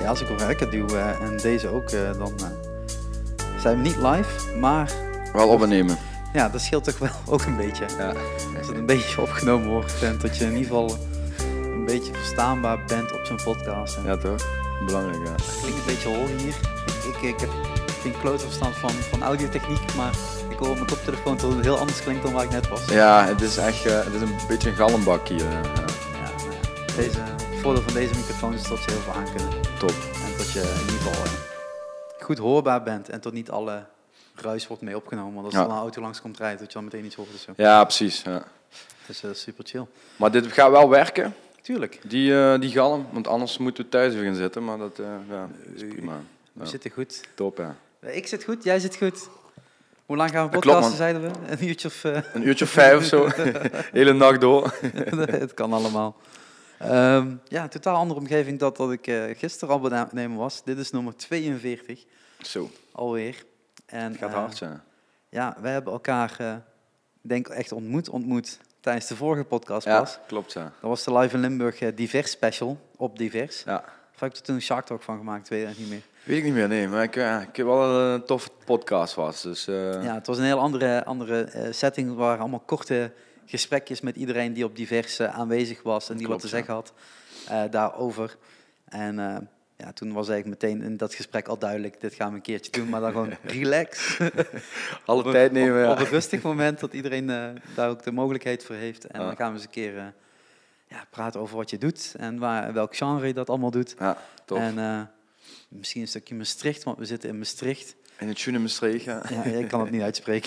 Ja, als ik op record duw en deze ook, dan zijn we niet live, maar... Wel opnemen. Ja, dat scheelt toch wel ook een beetje. Ja. Als het een beetje opgenomen wordt en dat je in ieder geval een beetje verstaanbaar bent op zo'n podcast. En Ja, toch? Belangrijk, ja. het klinkt een beetje hol hier. Ik heb geen klote verstand van audiotechniek, maar ik hoor op mijn koptelefoon dat het heel anders klinkt dan waar ik net was. Ja, het is echt het is een beetje een galmbak hier. Ja. Het voordeel van deze microfoon is dat ze heel veel aan kunnen. Top. En dat je in ieder geval goed hoorbaar bent en tot niet alle ruis wordt mee opgenomen. Want als er een auto langs komt rijden, dat je dan meteen iets hoort. Dus, ja, precies. Ja. Dus super chill. Maar dit gaat wel werken. Tuurlijk. Die galm, want anders moeten we thuis weer gaan zitten. Maar dat is prima. We zitten goed. Top, ja. Ik zit goed, jij zit goed. Hoe lang gaan we Klopt, podcasten, zeiden we? Een uurtje of... Een uurtje of 5 of zo. Hele nacht door. Het kan allemaal. Een totaal andere omgeving dan dat ik gisteren al benemen was. Dit is nummer 42. Zo. Alweer. En, Het gaat hard, ja. Ja, wij hebben elkaar, denk echt ontmoet tijdens de vorige podcast Ja, pas. klopt, ja. Dat was de Live in Limburg Divers special op Divers. Ja. Of heb ik er toen een Shark Talk van gemaakt? Weet ik niet meer. Weet ik niet meer, nee. Maar ik heb wel een toffe podcast was. Dus, Ja, het was een heel andere setting. Er waren allemaal korte gesprekjes met iedereen die op Divers aanwezig was en die Klopt, wat te zeggen had daarover. En toen was eigenlijk meteen in dat gesprek al duidelijk, dit gaan we een keertje doen, maar dan gewoon relax. alle tijd nemen, ja. Op een rustig moment, dat iedereen daar ook de mogelijkheid voor heeft. En dan gaan we eens een keer praten over wat je doet en welk genre je dat allemaal doet. Ja, tof. En misschien een stukje Maastricht, want we zitten in Maastricht. In het Tune Maastricht, ja. Ja, ik kan het niet uitspreken.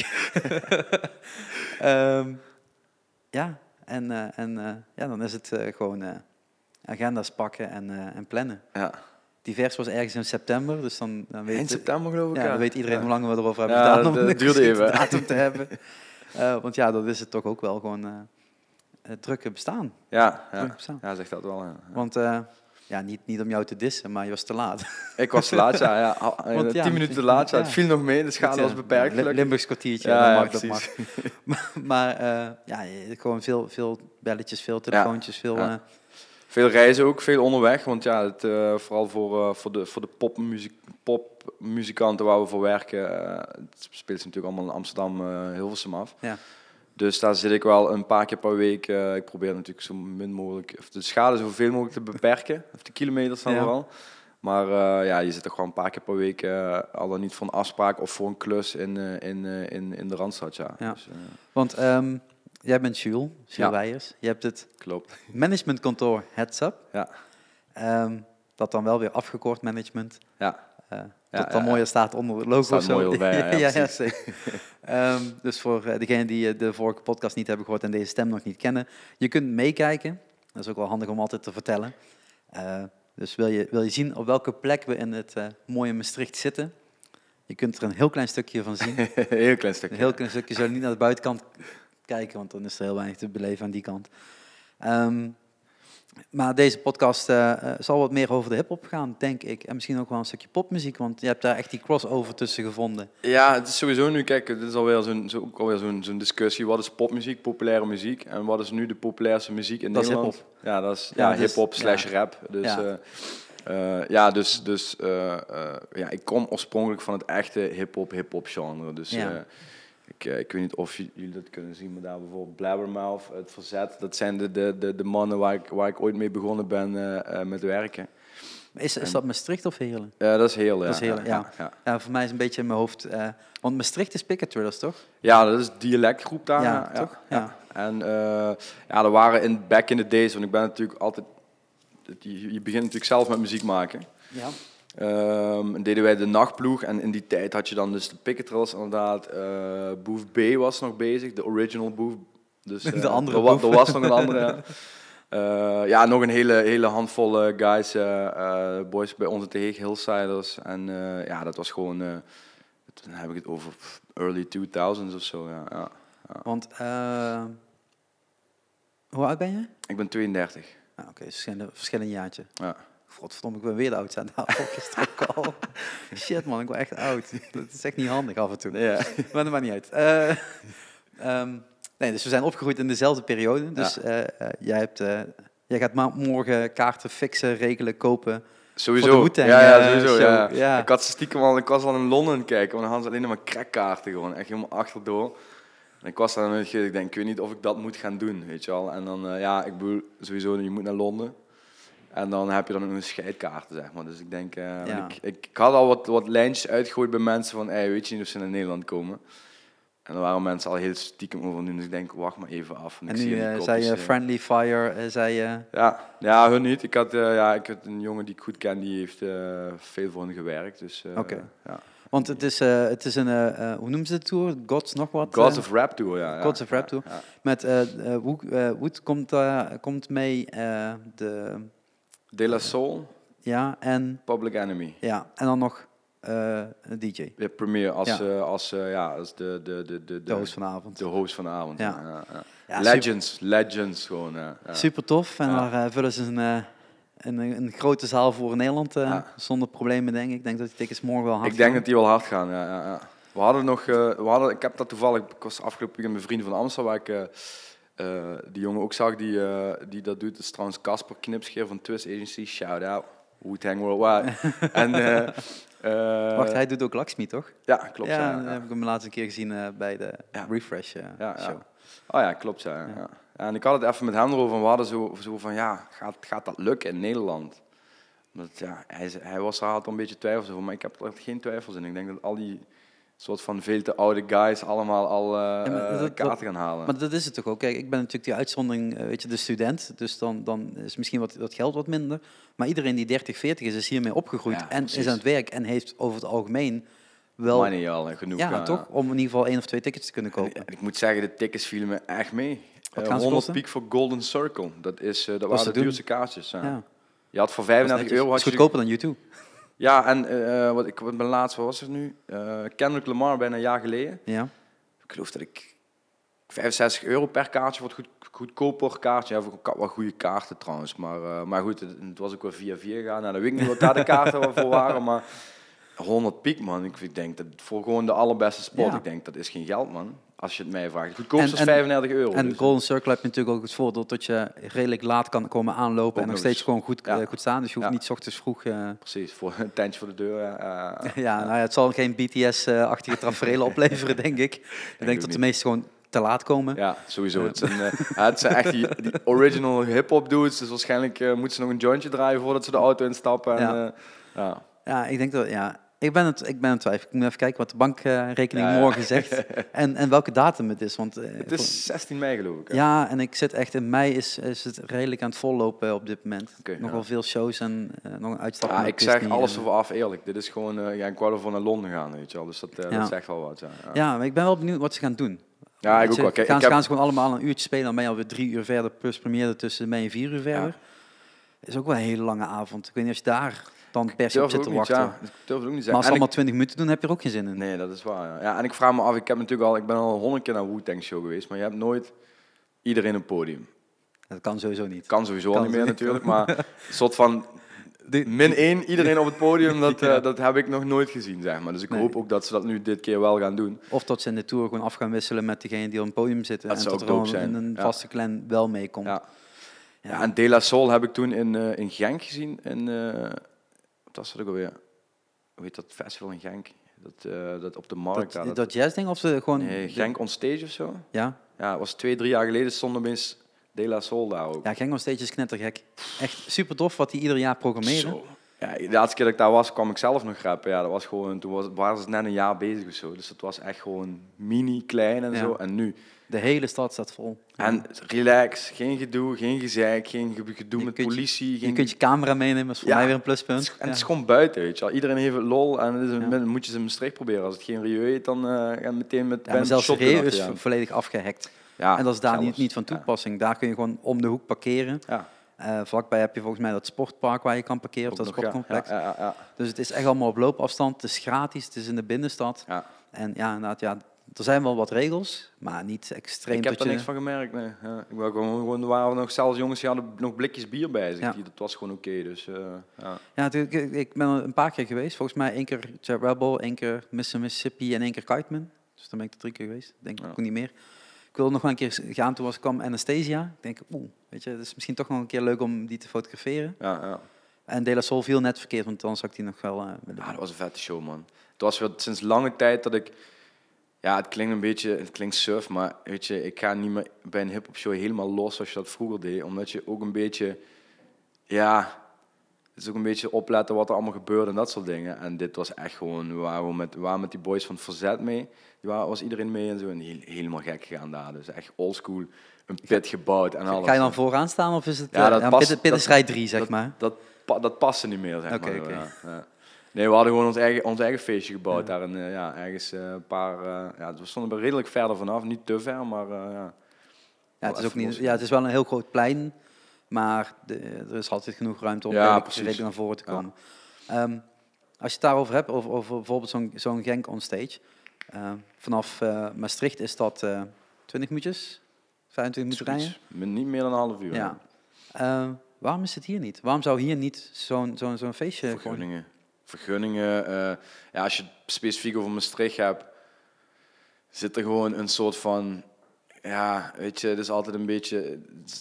Dan is het gewoon agenda's pakken en plannen. Ja. Divers was ergens in september, dus dan weet In september geloof ik, dan weet iedereen hoe lang we erover hebben Ja, gedaan om dat een duurde even. datum te hebben. Want ja, dat is het toch ook wel gewoon drukke bestaan. Ja, Drukke bestaan. ja, zeg dat wel. Ja. Want niet om jou te dissen, maar je was te laat. Ik was te laat, ja. 10 minuten te laat, ja. Het viel nog mee, de schade was beperkt. Limburgs kwartiertje, ja, dat mag. Maar gewoon veel belletjes, veel telefoontjes, veel... Ja. Veel reizen ook, veel onderweg, want ja, het, vooral voor de popmuzikanten waar we voor werken, het speelt zich natuurlijk allemaal in Amsterdam, Hilversum af. Ja. Dus daar zit ik wel een paar keer per week. Ik probeer natuurlijk zo min mogelijk, of de schade zoveel mogelijk te beperken, of de kilometers dan vooral. Maar je zit er gewoon een paar keer per week, al dan niet voor een afspraak of voor een klus in de Randstad, ja. Dus, want jij bent Jules Weijers. Je hebt het klopt. managementkantoor Heads Up. Ja. Dat dan wel weer afgekort management. Ja. Dat dan mooier staat onder het logo. Staat zo. mooi erbij, ja, zeker. Dus voor degenen die de vorige podcast niet hebben gehoord en deze stem nog niet kennen, je kunt meekijken. Dat is ook wel handig om altijd te vertellen. Dus wil je zien op welke plek we in het mooie Maastricht zitten. Je kunt er een heel klein stukje van zien. Heel klein stukje. Een heel klein stukje. Je zou niet naar de buitenkant kijken, want dan is er heel weinig te beleven aan die kant. Maar deze podcast zal wat meer over de hip-hop gaan, denk ik. En misschien ook wel een stukje popmuziek, want je hebt daar echt die crossover tussen gevonden. Ja, het is sowieso nu, kijk, dit is alweer zo'n discussie. Wat is popmuziek, populaire muziek? En wat is nu de populairste muziek in Nederland? Dat is hip-hop. Ja, dat is hip-hop / rap. Dus ik kom oorspronkelijk van het echte hip-hop genre. Dus ik weet niet of jullie dat kunnen zien, maar daar bijvoorbeeld Blabbermouth, Het Verzet. Dat zijn de mannen waar ik ooit mee begonnen ben met werken. Is dat Maastricht of Heerlen? Dat is Heerlen, Dat is Heerlen, ja. Voor mij is een beetje in mijn hoofd... want Maastricht is Picketrullers, toch? Ja, dat is dialectgroep daar. Ja, toch? Ja. En er waren back in the days, want ik ben natuurlijk altijd... Je begint natuurlijk zelf met muziek maken. Ja. En deden wij de nachtploeg en in die tijd had je dan dus de Picketrullers inderdaad. Boef B was nog bezig, de original Boef. Dus, de andere er was nog een andere. Nog een hele handvol guys, boys bij ons te Heeg, Hillsiders. En dat was gewoon, dan heb ik het over early 2000s of zo. Ja. Want, hoe oud ben je? Ik ben 32. Oké, verschillend jaartje. Ja. Godverdomme, ik ben weer de oudste aan tafel. Gisteren ook al. Shit man, ik ben echt oud. Dat is echt niet handig af en toe. Ja. Maar dat maakt niet uit. Dus we zijn opgegroeid in dezelfde periode. Dus jij gaat morgen kaarten fixen, regelen, kopen Sowieso. Voor de Wu-Tang, sowieso. show. Ja. Ja. Ik was al in Londen kijken, want dan hadden ze alleen maar crackkaarten gewoon, echt helemaal achterdoor. En ik was daar en ik denk, ik weet niet of ik dat moet gaan doen, weet je wel. En dan, ik bedoel, sowieso, je moet naar Londen. En dan heb je dan ook een scheidkaarten, zeg maar. Dus ik denk, ik had al wat lijntjes uitgegooid bij mensen van, weet je niet of ze naar Nederland komen. En dan waren mensen al heel stiekem over doen, dus ik denk, wacht maar even af. En nu zei je Friendly Fire, Ja, hun niet. Ik had een jongen die ik goed ken, die heeft veel voor hen gewerkt. Dus, ja. Want het is een, hoe noemen ze de tour? Gods nog wat? Gods of Rap Tour, ja. Gods of Rap Tour. Ja. Met Wood komt mee De La Soul. Ja, en... Public Enemy. Ja, en dan nog een DJ. Ja, Premier als de host van de avond. De host van de avond, ja. Ja, Legends gewoon. Ja. Super tof. En daar vullen ze een grote zaal voor in Nederland zonder problemen, denk ik. Ik denk dat die tickets morgen wel hard gaan. Ik denk dat die wel hard gaan, ja. We hadden nog... ik heb dat toevallig... Ik was afgelopen weekend met vrienden van Amsterdam, waar ik die jongen ook zag die dat doet. Dat is trouwens Casper Knipscheer van Twist Agency. Shout-out. Wu-Tang Worldwide. En... Wacht, hij doet ook Lakshmi, toch? Ja, klopt. Ja, dan heb ik hem laatst een keer gezien bij de Refresh show. Oh ja, klopt. Ja. En ik had het even met hem erover. En we hadden zo van, gaat dat lukken in Nederland? Omdat, hij had er een beetje twijfels over, maar ik heb er geen twijfels in. Ik denk dat al die soort van veel te oude guys allemaal al kaarten gaan halen. Maar dat is het toch ook. Kijk, ik ben natuurlijk die uitzondering, de student. Dus dan is misschien wat geld wat minder. Maar iedereen die 30, 40 is hiermee opgegroeid en precies. is aan het werk en heeft over het algemeen wel... Money al genoeg. Ja, toch? Om in ieder geval 1 of 2 tickets te kunnen kopen. En ik moet zeggen, de tickets vielen me echt mee. Wat gaan ze 100 kosten? piek voor Golden Circle. Dat waren de duurste kaartjes. Ja. Je had voor 35 euro... Dat is goedkoper dan U2. Ja, en wat mijn laatste was er nu? Kendrick Lamar bijna een jaar geleden. Ja. Ik geloof dat ik 65 euro per kaartje voor het goedkoper kaartje. Ja, voor wel goede kaarten trouwens. Maar goed, het was ook wel via gegaan. Nou, dan weet ik niet wat daar de kaarten voor waren, maar 100 piek, man. Ik denk dat voor gewoon de allerbeste spot, ik denk dat is geen geld, man. Als je het mij vraagt. Het goedkoopste is 35 euro. En dus. Golden Circle heb je natuurlijk ook het voordeel dat je redelijk laat kan komen aanlopen en nog steeds gewoon goed staan. Dus je hoeft niet 's ochtends vroeg... Precies, voor een tentje voor de deur. Het zal geen BTS-achtige tafereelen opleveren, denk ik. Ik denk dat de meesten gewoon te laat komen. Ja, sowieso. Het zijn echt die original hip-hop dudes. Dus waarschijnlijk moeten ze nog een jointje draaien voordat ze de auto instappen. Ja, ik denk dat... Ja. Ik ben aan twijfel. Ik moet even kijken wat de bankrekening morgen zegt. En welke datum het is. Want, het is 16 mei, geloof ik. Ja, en ik zit echt... In mei is het redelijk aan het vollopen op dit moment. Nog wel veel shows en nog een uitstap. Ja, ik zeg alles ervoor af, eerlijk. Dit is gewoon... ik wou ervoor naar Londen gaan, weet je wel. Dus dat zegt wel wat. Ja, maar ik ben wel benieuwd wat ze gaan doen. Ja, ik ook wel. Gaan ze gewoon allemaal een uurtje spelen, dan ben je alweer 3 uur verder, plus première tussen mij en 4 uur verder. Is ook wel een hele lange avond. Ik weet niet of je daar dan per se op zit te wachten. Ik durf het ook niet zeggen. Maar als ze allemaal 20 minuten doen, heb je er ook geen zin in. Nee, dat is waar. Ja, en ik vraag me af, ik ben al 100 keer naar Wu-Tang show geweest, maar je hebt nooit iedereen op het podium. Dat kan sowieso niet. Kan sowieso al niet meer natuurlijk, maar een soort van min 1, iedereen op het podium, dat heb ik nog nooit gezien, zeg maar. Dus ik hoop ook dat ze dat nu dit keer wel gaan doen. Of dat ze in de tour gewoon af gaan wisselen met degene die op het podium zitten. Dat en zou dat ook er zijn. een vaste clan wel meekomt. Ja, en De La Soul heb ik toen in Genk gezien. Wat was dat ook alweer? Hoe heet dat festival in Genk? Dat op de markt. Dat jazzding of ze gewoon... Nee, Genk on Stage of zo? Ja. Ja, het was 2-3 jaar geleden, stond opeens De La Soul daar ook. Ja, Genk on Stage is knettergek. Echt super tof wat die ieder jaar programmeren. Zo. Ja, de laatste keer dat ik daar was, kwam ik zelf nog rappen. Ja, dat was gewoon, waren ze net een jaar bezig of zo. Dus het was echt gewoon mini, klein en zo. En nu... De hele stad staat vol. En relax, geen gedoe, geen gezeik, geen gedoe met politie. Je kunt je camera meenemen, dat is voor mij weer een pluspunt. En het is gewoon buiten, weet je wel. Iedereen heeft lol en moet je ze in Maastricht proberen. Als het geen Rieu heet, dan gaan meteen met maar zelfs Rieu is volledig afgehackt. En dat is daar niet van toepassing. Daar kun je gewoon om de hoek parkeren. Vlakbij heb je volgens mij dat sportpark waar je kan parkeren, of dat sportcomplex. Dus het is echt allemaal op loopafstand. Het is gratis, het is in de binnenstad. En inderdaad, er zijn wel wat regels, maar niet extreem. Ik heb er niks van gemerkt, nee. Ik wou gewoon, er waren nog zelfs jongens die hadden nog blikjes bier bij zich. Dat was gewoon oké. Dus, ik ben er een paar keer geweest. Volgens mij 1 keer Jet Rebel, 1 keer Mr. Mississippi en 1 keer Kiteman. Dus dan ben ik er 3 keer geweest. Denk ik ook niet meer. Ik wilde nog wel een keer gaan, toen kwam Anastasia. Ik denk, weet je, het is misschien toch nog een keer leuk om die te fotograferen. En De La Soul viel net verkeerd, want dan zou ik die nog wel willen doen. dat was een vette show, man. Het was weer sinds lange tijd dat ik... Ja, het klinkt surf, maar weet je, ik ga niet meer bij een hip-hop show helemaal los zoals je dat vroeger deed. Omdat je ook een beetje... Ja, het is ook een beetje opletten wat er allemaal gebeurde en dat soort dingen. En dit was echt gewoon... We waren met die boys van het Verzet mee. Was iedereen mee en zo. En helemaal gek gegaan daar. Dus echt oldschool, een pit gebouwd en alles. Ga je dan vooraan staan of is het pit is rij 3, zeg maar? Dat paste niet meer, zeg maar. Okay. Ja. Nee, we hadden gewoon ons eigen feestje gebouwd daar. En ergens een paar... we stonden er redelijk verder vanaf. niet te ver, maar Ja, het is ook niet... Ja, het is wel een heel groot plein. Maar er is altijd genoeg ruimte om redelijk naar voren te komen. Ja. Als je het daarover hebt, over bijvoorbeeld zo'n Genk on stage. Vanaf Maastricht is dat 20 minuutjes? 25 minuten rijden? Niet meer dan een half uur. Ja. Waarom is het hier niet? Waarom zou hier niet zo'n feestje... Vergunningen. Als je het specifiek over Maastricht hebt, zit er gewoon een soort van... Ja, weet je, het is altijd een beetje...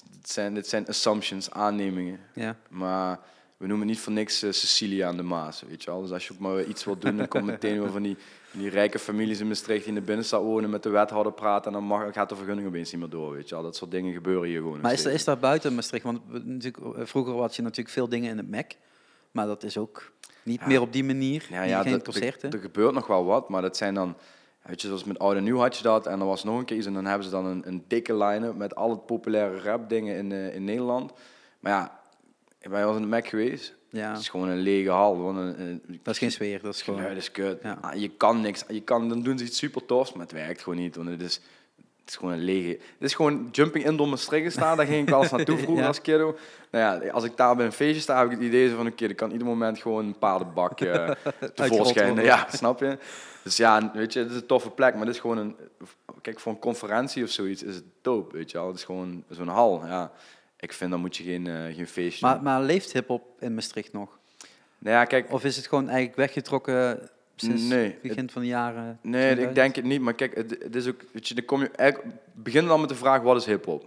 Dit zijn assumptions, aannemingen. Ja. Maar we noemen niet voor niks Sicilia aan de Maas, weet je wel. Dus als je ook maar iets wilt doen, dan komt meteen weer van die rijke families in Maastricht die in de binnenstad wonen, met de wethouder praten en dan gaat de vergunning opeens niet meer door, weet je wel. Dat soort dingen gebeuren hier gewoon. Maar is daar buiten Maastricht? Want vroeger had je natuurlijk veel dingen in het Mac, maar dat is ook niet meer op die manier. Geen concerten. Er gebeurt nog wel wat, maar dat zijn dan... Weet je, zoals met Oud en Nieuw had je dat en er was nog een keer iets en dan hebben ze dan een dikke line-up met al het populaire rap dingen in Nederland. Maar ja, wij waren in de Mac geweest. Ja. Het is gewoon een lege hal. Dat is geen sfeer, dat is gewoon... Ja, dat is kut. Ja. Je kan niks. Dan doen ze iets super tofs, maar het werkt gewoon niet. Want het is gewoon een lege... Het is gewoon jumping in door Maastricht staan. Daar ging ik wel eens naartoe vroeger als kiddo. Nou ja, als ik daar bij een feestje sta, heb ik het idee van... Oké, er kan ieder moment gewoon een paardenbak tevoorschijn. Ja, snap je? Dus ja, weet je, het is een toffe plek, maar het is gewoon kijk, voor een conferentie of zoiets is het dope, weet je wel. Het is gewoon zo'n hal, ja. Ik vind, dan moet je geen feestje doen. Maar leeft hiphop in Maastricht nog? Nou ja, kijk... Of is het gewoon eigenlijk weggetrokken sinds het begin van de jaren? Nee, 2000? Ik denk het niet, maar kijk, het is ook... Weet je, dan kom je eigenlijk... Begin dan met de vraag, wat is hiphop?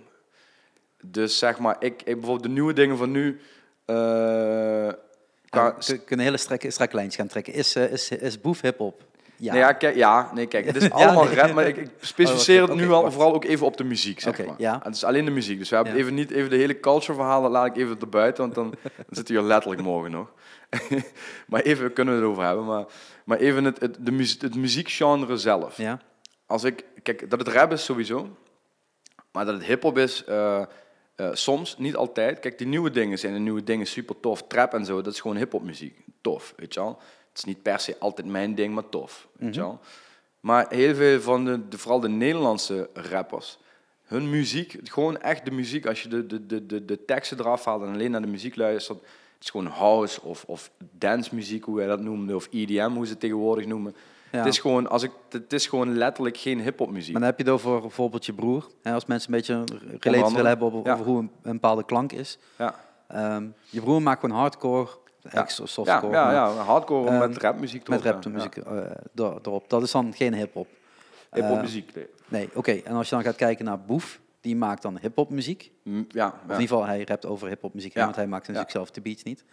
Dus zeg maar, ik bijvoorbeeld de nieuwe dingen van nu... We kunnen hele strakke lijntjes gaan trekken. Is boef hiphop? Ja. Kijk, het is allemaal rap, maar ik specificeer het nu al vooral ook even op de muziek, zeg maar. Ja. Het is alleen de muziek, dus we hebben even de hele culture verhalen, laat ik even erbuiten, want dan zitten we hier letterlijk morgen nog. Maar even kunnen we het over hebben, maar even het muziekgenre zelf. Ja. Kijk, dat het rap is sowieso, maar dat het hiphop is... soms, niet altijd. Kijk, die nieuwe dingen super tof. Trap en zo, dat is gewoon hiphopmuziek. Tof, weet je wel. Het is niet per se altijd mijn ding, maar tof, weet je wel. Maar heel veel van vooral de Nederlandse rappers, hun muziek, gewoon echt de muziek, als je de teksten eraf haalt en alleen naar de muziek luistert, het is gewoon house of dance muziek, hoe wij dat noemden, of EDM, hoe ze het tegenwoordig noemen. Ja. Het is gewoon letterlijk geen hiphop muziek. Maar dan heb je het over bijvoorbeeld je broer. Hè, als mensen een beetje relatie willen hebben over hoe een bepaalde klank is. Ja. Je broer maakt gewoon hardcore, softcore. Ja, hardcore met rapmuziek erop. Met rapmuziek erop. Dat is dan geen hiphop. Hiphop muziek, nee. Oké. En als je dan gaat kijken naar Boef, die maakt dan hiphop muziek. Ja. Of in ieder geval, hij rapt over hiphop muziek, want hij maakt natuurlijk zelf de beats niet.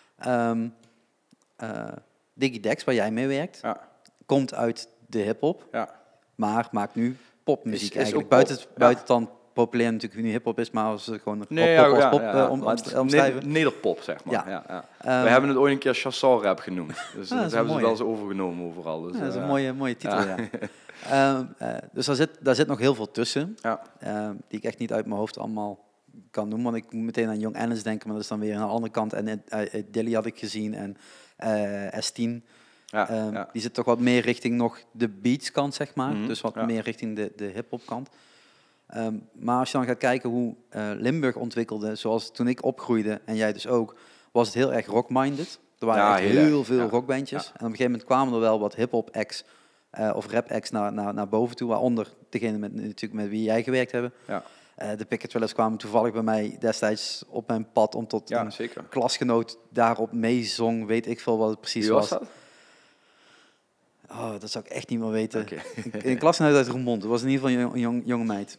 Diggy Dex, waar jij mee werkt, komt uit de hiphop, maar maakt nu popmuziek eigenlijk. Buiten dan populair natuurlijk nu hiphop is, maar als het gewoon omschrijven. Nederpop, zeg maar. Ja. We hebben het ooit een keer chanson rap genonoemd. Dus dat hebben ze wel eens overgenomen overal. Dus, dat is een mooie titel, dus daar zit nog heel veel tussen, die ik echt niet uit mijn hoofd allemaal kan noemen. Want ik moet meteen aan Young Alice denken, maar dat is dan weer aan de andere kant. En Dilly had ik gezien en S10. Die zit toch wat meer richting nog de beats kant, zeg maar. Dus wat meer richting de hip-hop kant. Maar als je dan gaat kijken hoe Limburg ontwikkelde, zoals toen ik opgroeide en jij dus ook, was het heel erg rock-minded. Er waren heel veel rockbandjes. En op een gegeven moment kwamen er wel wat hip-hop acts of rap acts naar boven toe, waaronder degene met wie jij gewerkt hebt. Ja. De Picket Wellers kwamen toevallig bij mij destijds op mijn pad om tot een klasgenoot daarop meezong. Weet ik veel wat het precies was. Dat? Oh, dat zou ik echt niet meer weten. Okay. Een klasgenoot uit Roermond. Het was in ieder geval een jonge meid.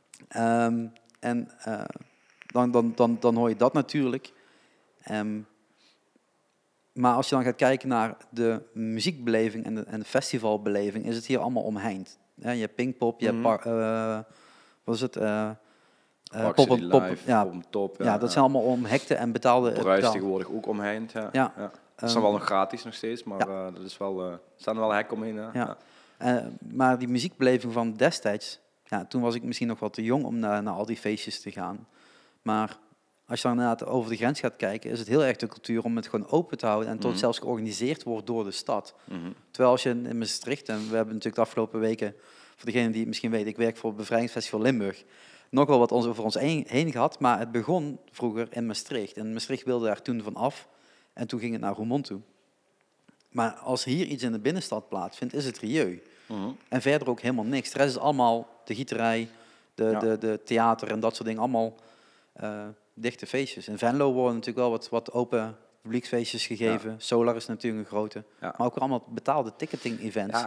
Ja. Dan hoor je dat natuurlijk. Maar als je dan gaat kijken naar de muziekbeleving en de festivalbeleving, is het hier allemaal omheind. Je hebt Pinkpop, je hebt wat is het? Pop Live, ja, Top. Ja, dat zijn allemaal omhekte en betaalde. Bruis tegenwoordig ook omheind. Ja. Dat is dan wel nog gratis nog steeds, maar dat is wel, er staan er wel hekken omheen. Maar die muziekbeleving van destijds, toen was ik misschien nog wat te jong om naar al die feestjes te gaan. Maar als je dan inderdaad over de grens gaat kijken, is het heel erg de cultuur om het gewoon open te houden en tot het zelfs georganiseerd wordt door de stad. Terwijl als je in Maastricht, en we hebben natuurlijk de afgelopen weken, voor degene die het misschien weet, ik werk voor het Bevrijdingsfestival Limburg, nog wel wat over ons heen gehad, maar het begon vroeger in Maastricht. En Maastricht wilde daar toen van af en toen ging het naar Roermond toe. Maar als hier iets in de binnenstad plaatsvindt, is het Rieu. En verder ook helemaal niks. De rest is allemaal de gieterij, de theater en dat soort dingen, allemaal dichte feestjes. In Venlo worden natuurlijk wel wat open publieksfeestjes gegeven. Solar is natuurlijk een grote. Maar ook allemaal betaalde ticketing-events.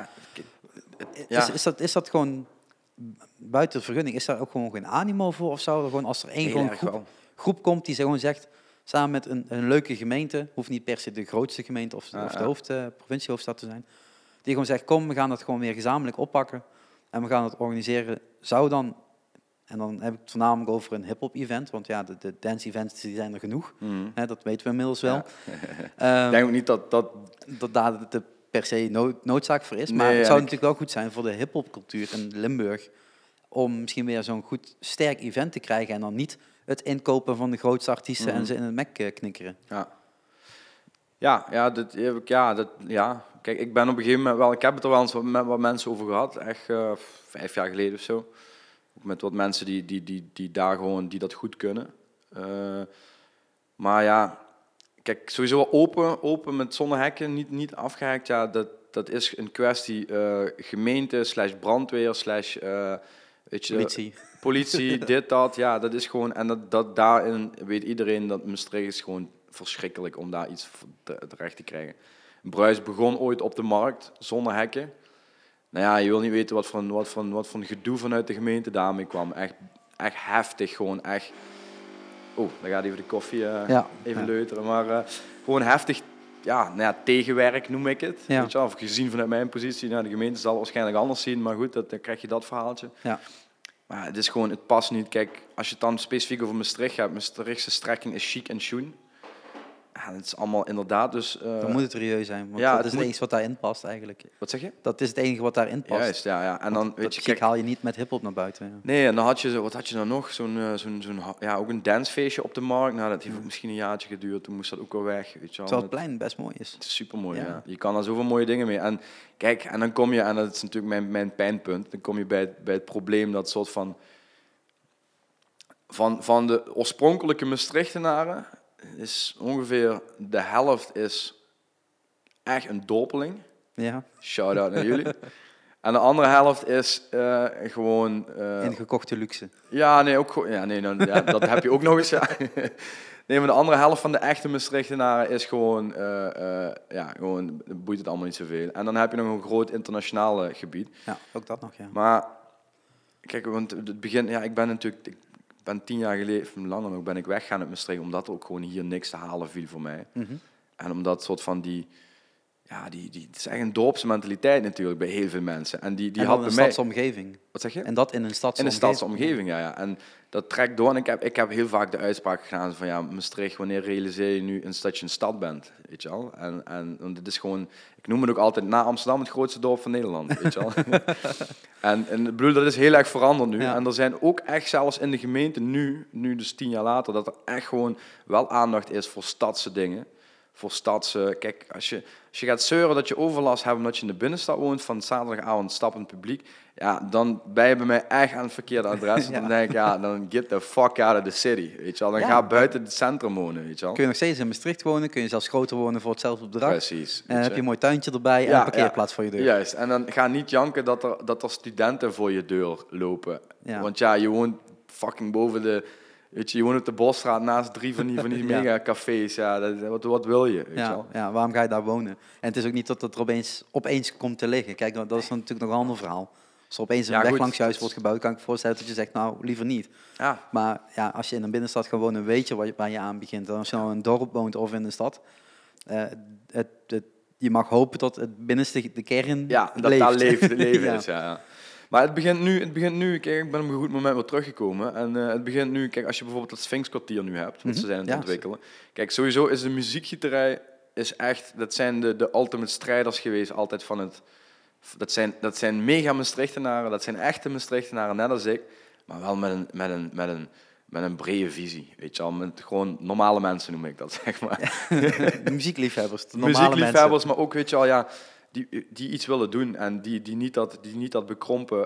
Is dat gewoon buiten de vergunning? Is daar ook gewoon geen animo voor? Of zou er gewoon, als er één groep komt die gewoon zegt, samen met een leuke gemeente, hoeft niet per se de grootste gemeente of de provinciehoofdstad te zijn, die gewoon zegt, kom, we gaan dat gewoon weer gezamenlijk oppakken en we gaan het organiseren, zou dan... En dan heb ik het voornamelijk over een hip-hop event, want de dance events die zijn er genoeg. Dat weten we inmiddels wel. Ik denk ook niet dat daar de per se noodzaak voor is, maar het zou natuurlijk wel goed zijn voor de hip-hop cultuur in Limburg om misschien weer zo'n goed sterk event te krijgen en dan niet het inkopen van de grootste artiesten en ze in het mek knikkeren. Kijk, ik ben op een gegeven moment wel, ik heb het er wel eens met wat mensen over gehad, echt 5 jaar geleden of zo. Met wat mensen die daar gewoon, die dat goed kunnen. Maar kijk, sowieso wel open met zonder hekken, niet afgehekt. Dat is een kwestie gemeente, brandweer, politie, dit, dat. Ja, dat is gewoon, en dat daarin weet iedereen dat Maastricht is gewoon verschrikkelijk om daar iets terecht te krijgen. Bruis begon ooit op de markt, zonder hekken. Nou ja, je wil niet weten wat voor gedoe vanuit de gemeente daarmee kwam. Echt heftig, gewoon echt... Oh, dan gaat even de koffie leuteren. Maar gewoon heftig, tegenwerk noem ik het. Ja. Weet je wel? Of gezien vanuit mijn positie. De gemeente zal het waarschijnlijk anders zien, maar goed, dan krijg je dat verhaaltje. Ja. Maar het is gewoon, het past niet. Kijk, als je het dan specifiek over Maastricht gaat, Maastrichtse strekking is chic en schoen. Ja, dat is allemaal inderdaad dus... Dan moet het serieus zijn, want dat is het enige wat daarin past eigenlijk. Wat zeg je? Dat is het enige wat daarin past. Juist, ja. En dan, weet je, kijk, haal je niet met hiphop naar buiten. Ja. Nee, en dan had je, wat had je dan nog? Ook een dancefeestje op de markt. Nou, dat heeft ook misschien een jaartje geduurd. Toen moest dat ook wel weg. Weet je wel. Terwijl het plein best mooi is. Het is supermooi, ja. Je kan er zoveel mooie dingen mee. En kijk, en dan kom je, en dat is natuurlijk mijn pijnpunt, dan kom je bij het probleem dat soort van de oorspronkelijke Maastrichtenaren is ongeveer de helft is echt een dorpeling. Ja. Shout-out naar jullie. En de andere helft is gewoon... ingekochte luxe. Ja, nee, ook gewoon... dat heb je ook nog eens, ja. Nee, maar de andere helft van de echte Maastrichtenaren is gewoon... gewoon boeit het allemaal niet zoveel. En dan heb je nog een groot internationale gebied. Ja, ook dat nog, ja. Maar, kijk, want het begin... Ja, ik ben 10 jaar geleden, of langer nog, ben ik weggegaan uit Maastricht, omdat er ook gewoon hier niks te halen viel voor mij. En omdat soort van het is echt een dorpse mentaliteit natuurlijk bij heel veel mensen. En die had bij mij... in een stadsomgeving. Wat zeg je? En dat in een stadsomgeving. In een stadsomgeving, ja. En dat trekt door. En ik heb heel vaak de uitspraak gedaan van Maastricht, wanneer realiseer je nu dat je een stad bent, weet je wel? En dit is gewoon, ik noem het ook altijd na Amsterdam het grootste dorp van Nederland, weet je wel? en ik bedoel, dat is heel erg veranderd nu. Ja. En er zijn ook echt zelfs in de gemeente nu dus 10 jaar later, dat er echt gewoon wel aandacht is voor stadse dingen. Voor kijk, als je gaat zeuren dat je overlast hebt omdat je in de binnenstad woont van zaterdagavond stappend publiek, dan ben je bij mij echt aan het verkeerde adres. Dan denk ik, dan get the fuck out of the city, weet je wel. Dan ga buiten het centrum wonen, weet je wel. Kun je nog steeds in Maastricht wonen, kun je zelfs groter wonen voor hetzelfde bedrag. Precies. En dan heb je een mooi tuintje erbij en een parkeerplaats voor je deur. Juist, en dan ga niet janken dat er studenten voor je deur lopen. Ja. Want je woont fucking boven de... Weet je woont op de Bosstraat naast 3 van die megacafés. Ja, wat wil je? Weet je wel? Ja, waarom ga je daar wonen? En het is ook niet dat het er opeens komt te liggen. Kijk, dat is natuurlijk nog een ander verhaal. Als er opeens een weg langs je huis wordt gebouwd, kan ik me voorstellen dat je zegt, nou, liever niet. Ja. Maar als je in een binnenstad gaat wonen, weet je waar je aan begint. En als je nou in een dorp woont of in een stad, Je mag hopen dat het binnenste de kern dat leeft. daar leven is. Ja. Maar het begint nu, kijk, ik ben op een goed moment weer teruggekomen. En het begint nu, kijk, als je bijvoorbeeld het Sphinx-kwartier nu hebt, wat ze zijn aan het ontwikkelen. Kijk, sowieso is de muziekgieterij, dat zijn de ultimate strijders geweest altijd van het... Dat zijn mega Maastrichtenaren, dat zijn echte Maastrichtenaren, net als ik. Maar wel met een brede visie, weet je wel. Met gewoon normale mensen noem ik dat, zeg maar. Ja, muziekliefhebbers, normale mensen. Maar ook, weet je wel, ja, die iets willen doen en die niet dat bekrompen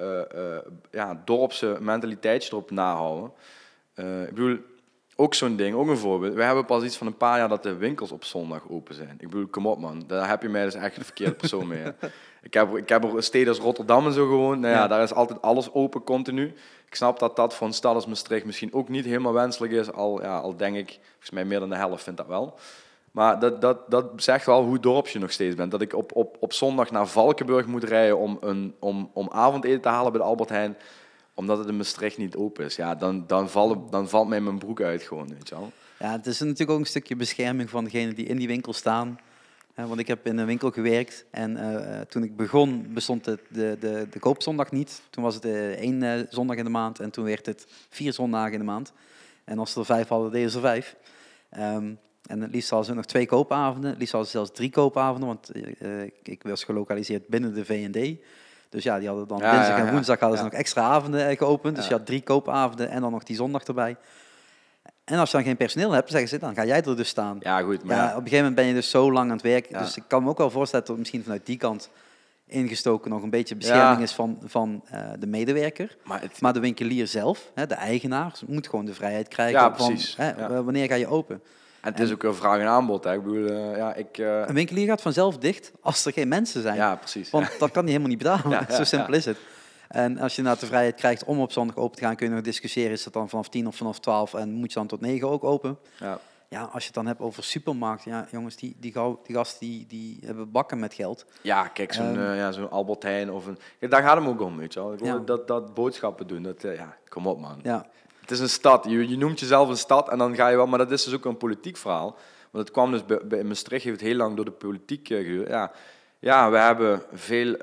dorpse mentaliteitje erop nahouden. Ik bedoel, ook zo'n ding, ook een voorbeeld. We hebben pas iets van een paar jaar dat de winkels op zondag open zijn. Ik bedoel, kom op man, daar heb je mij dus echt de verkeerde persoon mee. Hè. Ik heb er steden als Rotterdam en zo gewoond. Nou ja, daar is altijd alles open, continu. Ik snap dat voor een stad als Maastricht misschien ook niet helemaal wenselijk is. Al denk ik, volgens mij meer dan de helft vindt dat wel. Maar dat zegt wel hoe dorps je nog steeds bent. Dat ik op zondag naar Valkenburg moet rijden om avondeten te halen bij de Albert Heijn, omdat het in Maastricht niet open is. Ja, dan valt mij mijn broek uit gewoon, weet je wel. Ja, het is natuurlijk ook een stukje bescherming van degenen die in die winkel staan. Want ik heb in een winkel gewerkt en toen ik begon bestond de koopzondag niet. Toen was het 1 zondag in de maand en toen werd het 4 zondagen in de maand. En als ze er 5 hadden, deden ze 5. En het liefst hadden ze nog 2 koopavonden, het liefst hadden ze zelfs 3 koopavonden, want ik was gelokaliseerd binnen de V&D. Dus ja, die hadden dan dinsdag en woensdag hadden ze nog extra avonden geopend. Dus je had 3 koopavonden en dan nog die zondag erbij. En als je dan geen personeel hebt, zeggen ze, dan ga jij er dus staan. Ja, goed. Maar op een gegeven moment ben je dus zo lang aan het werk. Ja. Dus ik kan me ook wel voorstellen dat er misschien vanuit die kant ingestoken nog een beetje bescherming is van de medewerker. Maar de winkelier zelf, de eigenaar, moet gewoon de vrijheid krijgen van wanneer ga je open. En het is ook een vraag en aanbod. Hè. Ik bedoel, een winkelier gaat vanzelf dicht als er geen mensen zijn. Ja, precies. Want dat kan hij helemaal niet betalen. Zo simpel is het. En als je nou de vrijheid krijgt om op zondag open te gaan, kun je nog discussiëren, is dat dan vanaf 10 of vanaf 12 en moet je dan tot 9 ook open? Ja, als je het dan hebt over supermarkt, ja jongens, die gasten die hebben bakken met geld. Ja, kijk, zo'n Albert Heijn of daar gaat hem ook om, weet je wel. Dat boodschappen doen, kom op man. Ja. Het is een stad, je noemt jezelf een stad en dan ga je wel, maar dat is dus ook een politiek verhaal. Want het kwam dus bij Maastricht, heeft het heel lang door de politiek geduurd. Ja, we hebben veel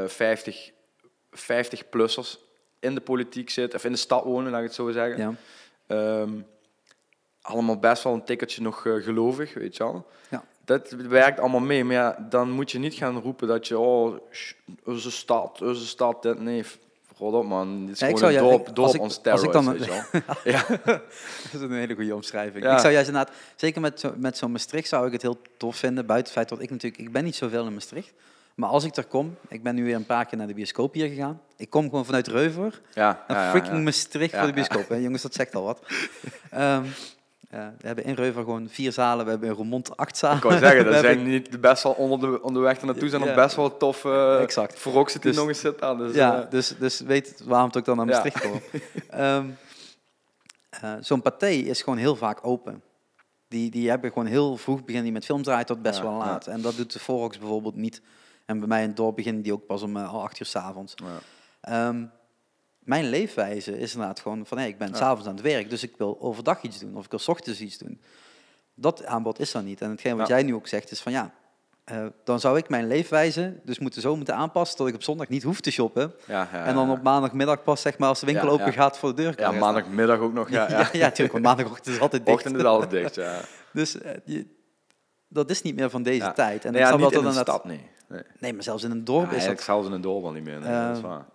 50-plussers in de politiek zitten, of in de stad wonen, laat ik het zo zeggen. Ja. Allemaal best wel een tikkertje nog gelovig, weet je wel. Ja. Dat werkt allemaal mee, maar ja, dan moet je niet gaan roepen dat je, onze stad, dit, nee, rot op man, dit is gewoon een dorp on steroids, weet je wel. Ja. Dat is een hele goede omschrijving. Ja. Ik zou juist inderdaad, zeker met zo'n Maastricht zou ik het heel tof vinden, buiten het feit dat ik ben niet zoveel in Maastricht. Maar als ik er kom, ik ben nu weer een paar keer naar de bioscoop hier gegaan. Ik kom gewoon vanuit Reuver naar freaking Maastricht voor de bioscoop. Hè. Jongens, dat zegt al wat. We hebben in Reuver gewoon 4 zalen. We hebben in Roermond 8 zalen. Ik wou zeggen, dat zijn niet best wel onderweg ernaartoe zijn nog best wel tof. Exact. Voor ook zit nog eens zit aan. Dus weet waarom het ook dan naar Maastricht komt. Zo'n Pathé is gewoon heel vaak open. Die hebben gewoon heel vroeg beginnen die met films draaien tot best wel laat. En dat doet de Forex bijvoorbeeld niet. En bij mij in het dorp beginnen die ook pas om 8 uur 's avonds. Ja. Mijn leefwijze is inderdaad gewoon van, ik ben 's avonds aan het werk, dus ik wil overdag iets doen of ik wil 's ochtends iets doen. Dat aanbod is er niet. En hetgeen wat jij nu ook zegt is van dan zou ik mijn leefwijze dus moeten aanpassen tot ik op zondag niet hoef te shoppen. En dan op maandagmiddag pas, zeg maar, als de winkel open gaat voor de deur. Ja, maandagmiddag ook nog. Ja, natuurlijk, want maandagochtend is altijd dicht. Ochtend is altijd dicht, ja. Dus dat is niet meer van deze tijd. En niet in een stad, nee, maar zelfs in een dorp is dat... zelfs in een dorp al niet meer, dat is waar.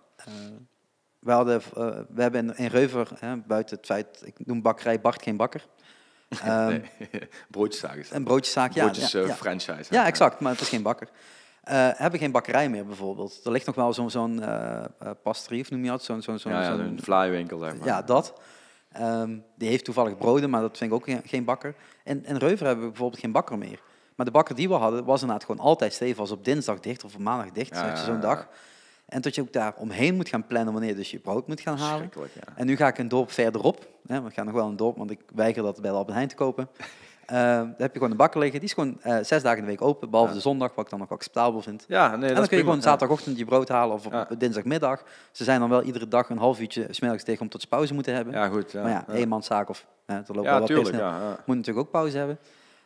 We hebben in Reuver, buiten het feit, ik noem bakkerij Bart geen bakker. Broodjeszaak is dat. Een broodjeszaak, franchise. Ja, exact, maar het is geen bakker. Hebben geen bakkerij meer bijvoorbeeld. Er ligt nog wel zo'n pasterie, of noem je dat? Zo'n flywinkel, zeg maar. Ja, dat. Die heeft toevallig broden, maar dat vind ik ook geen bakker. En in Reuver hebben we bijvoorbeeld geen bakker meer. Maar de bakker die we hadden, was inderdaad gewoon altijd stevig, als op dinsdag dicht of op maandag dicht, zo'n dag. En dat je ook daar omheen moet gaan plannen wanneer je dus je brood moet gaan halen. En nu ga ik een dorp verderop. We gaan nog wel een dorp, want ik weiger dat bij de Albert Heijn te kopen. Daar heb je gewoon een bakker liggen. Die is gewoon 6 dagen in de week open, behalve de zondag, wat ik dan nog acceptabel vind. Ja, nee, en dan kun je gewoon zaterdagochtend je brood halen of op dinsdagmiddag. Ze zijn dan wel iedere dag een half uurtje 's middags tegen om tot pauze moeten hebben. Ja, goed. Maar eenmanszaak of er loopt wel wat personeel. Moet natuurlijk ook pauze hebben.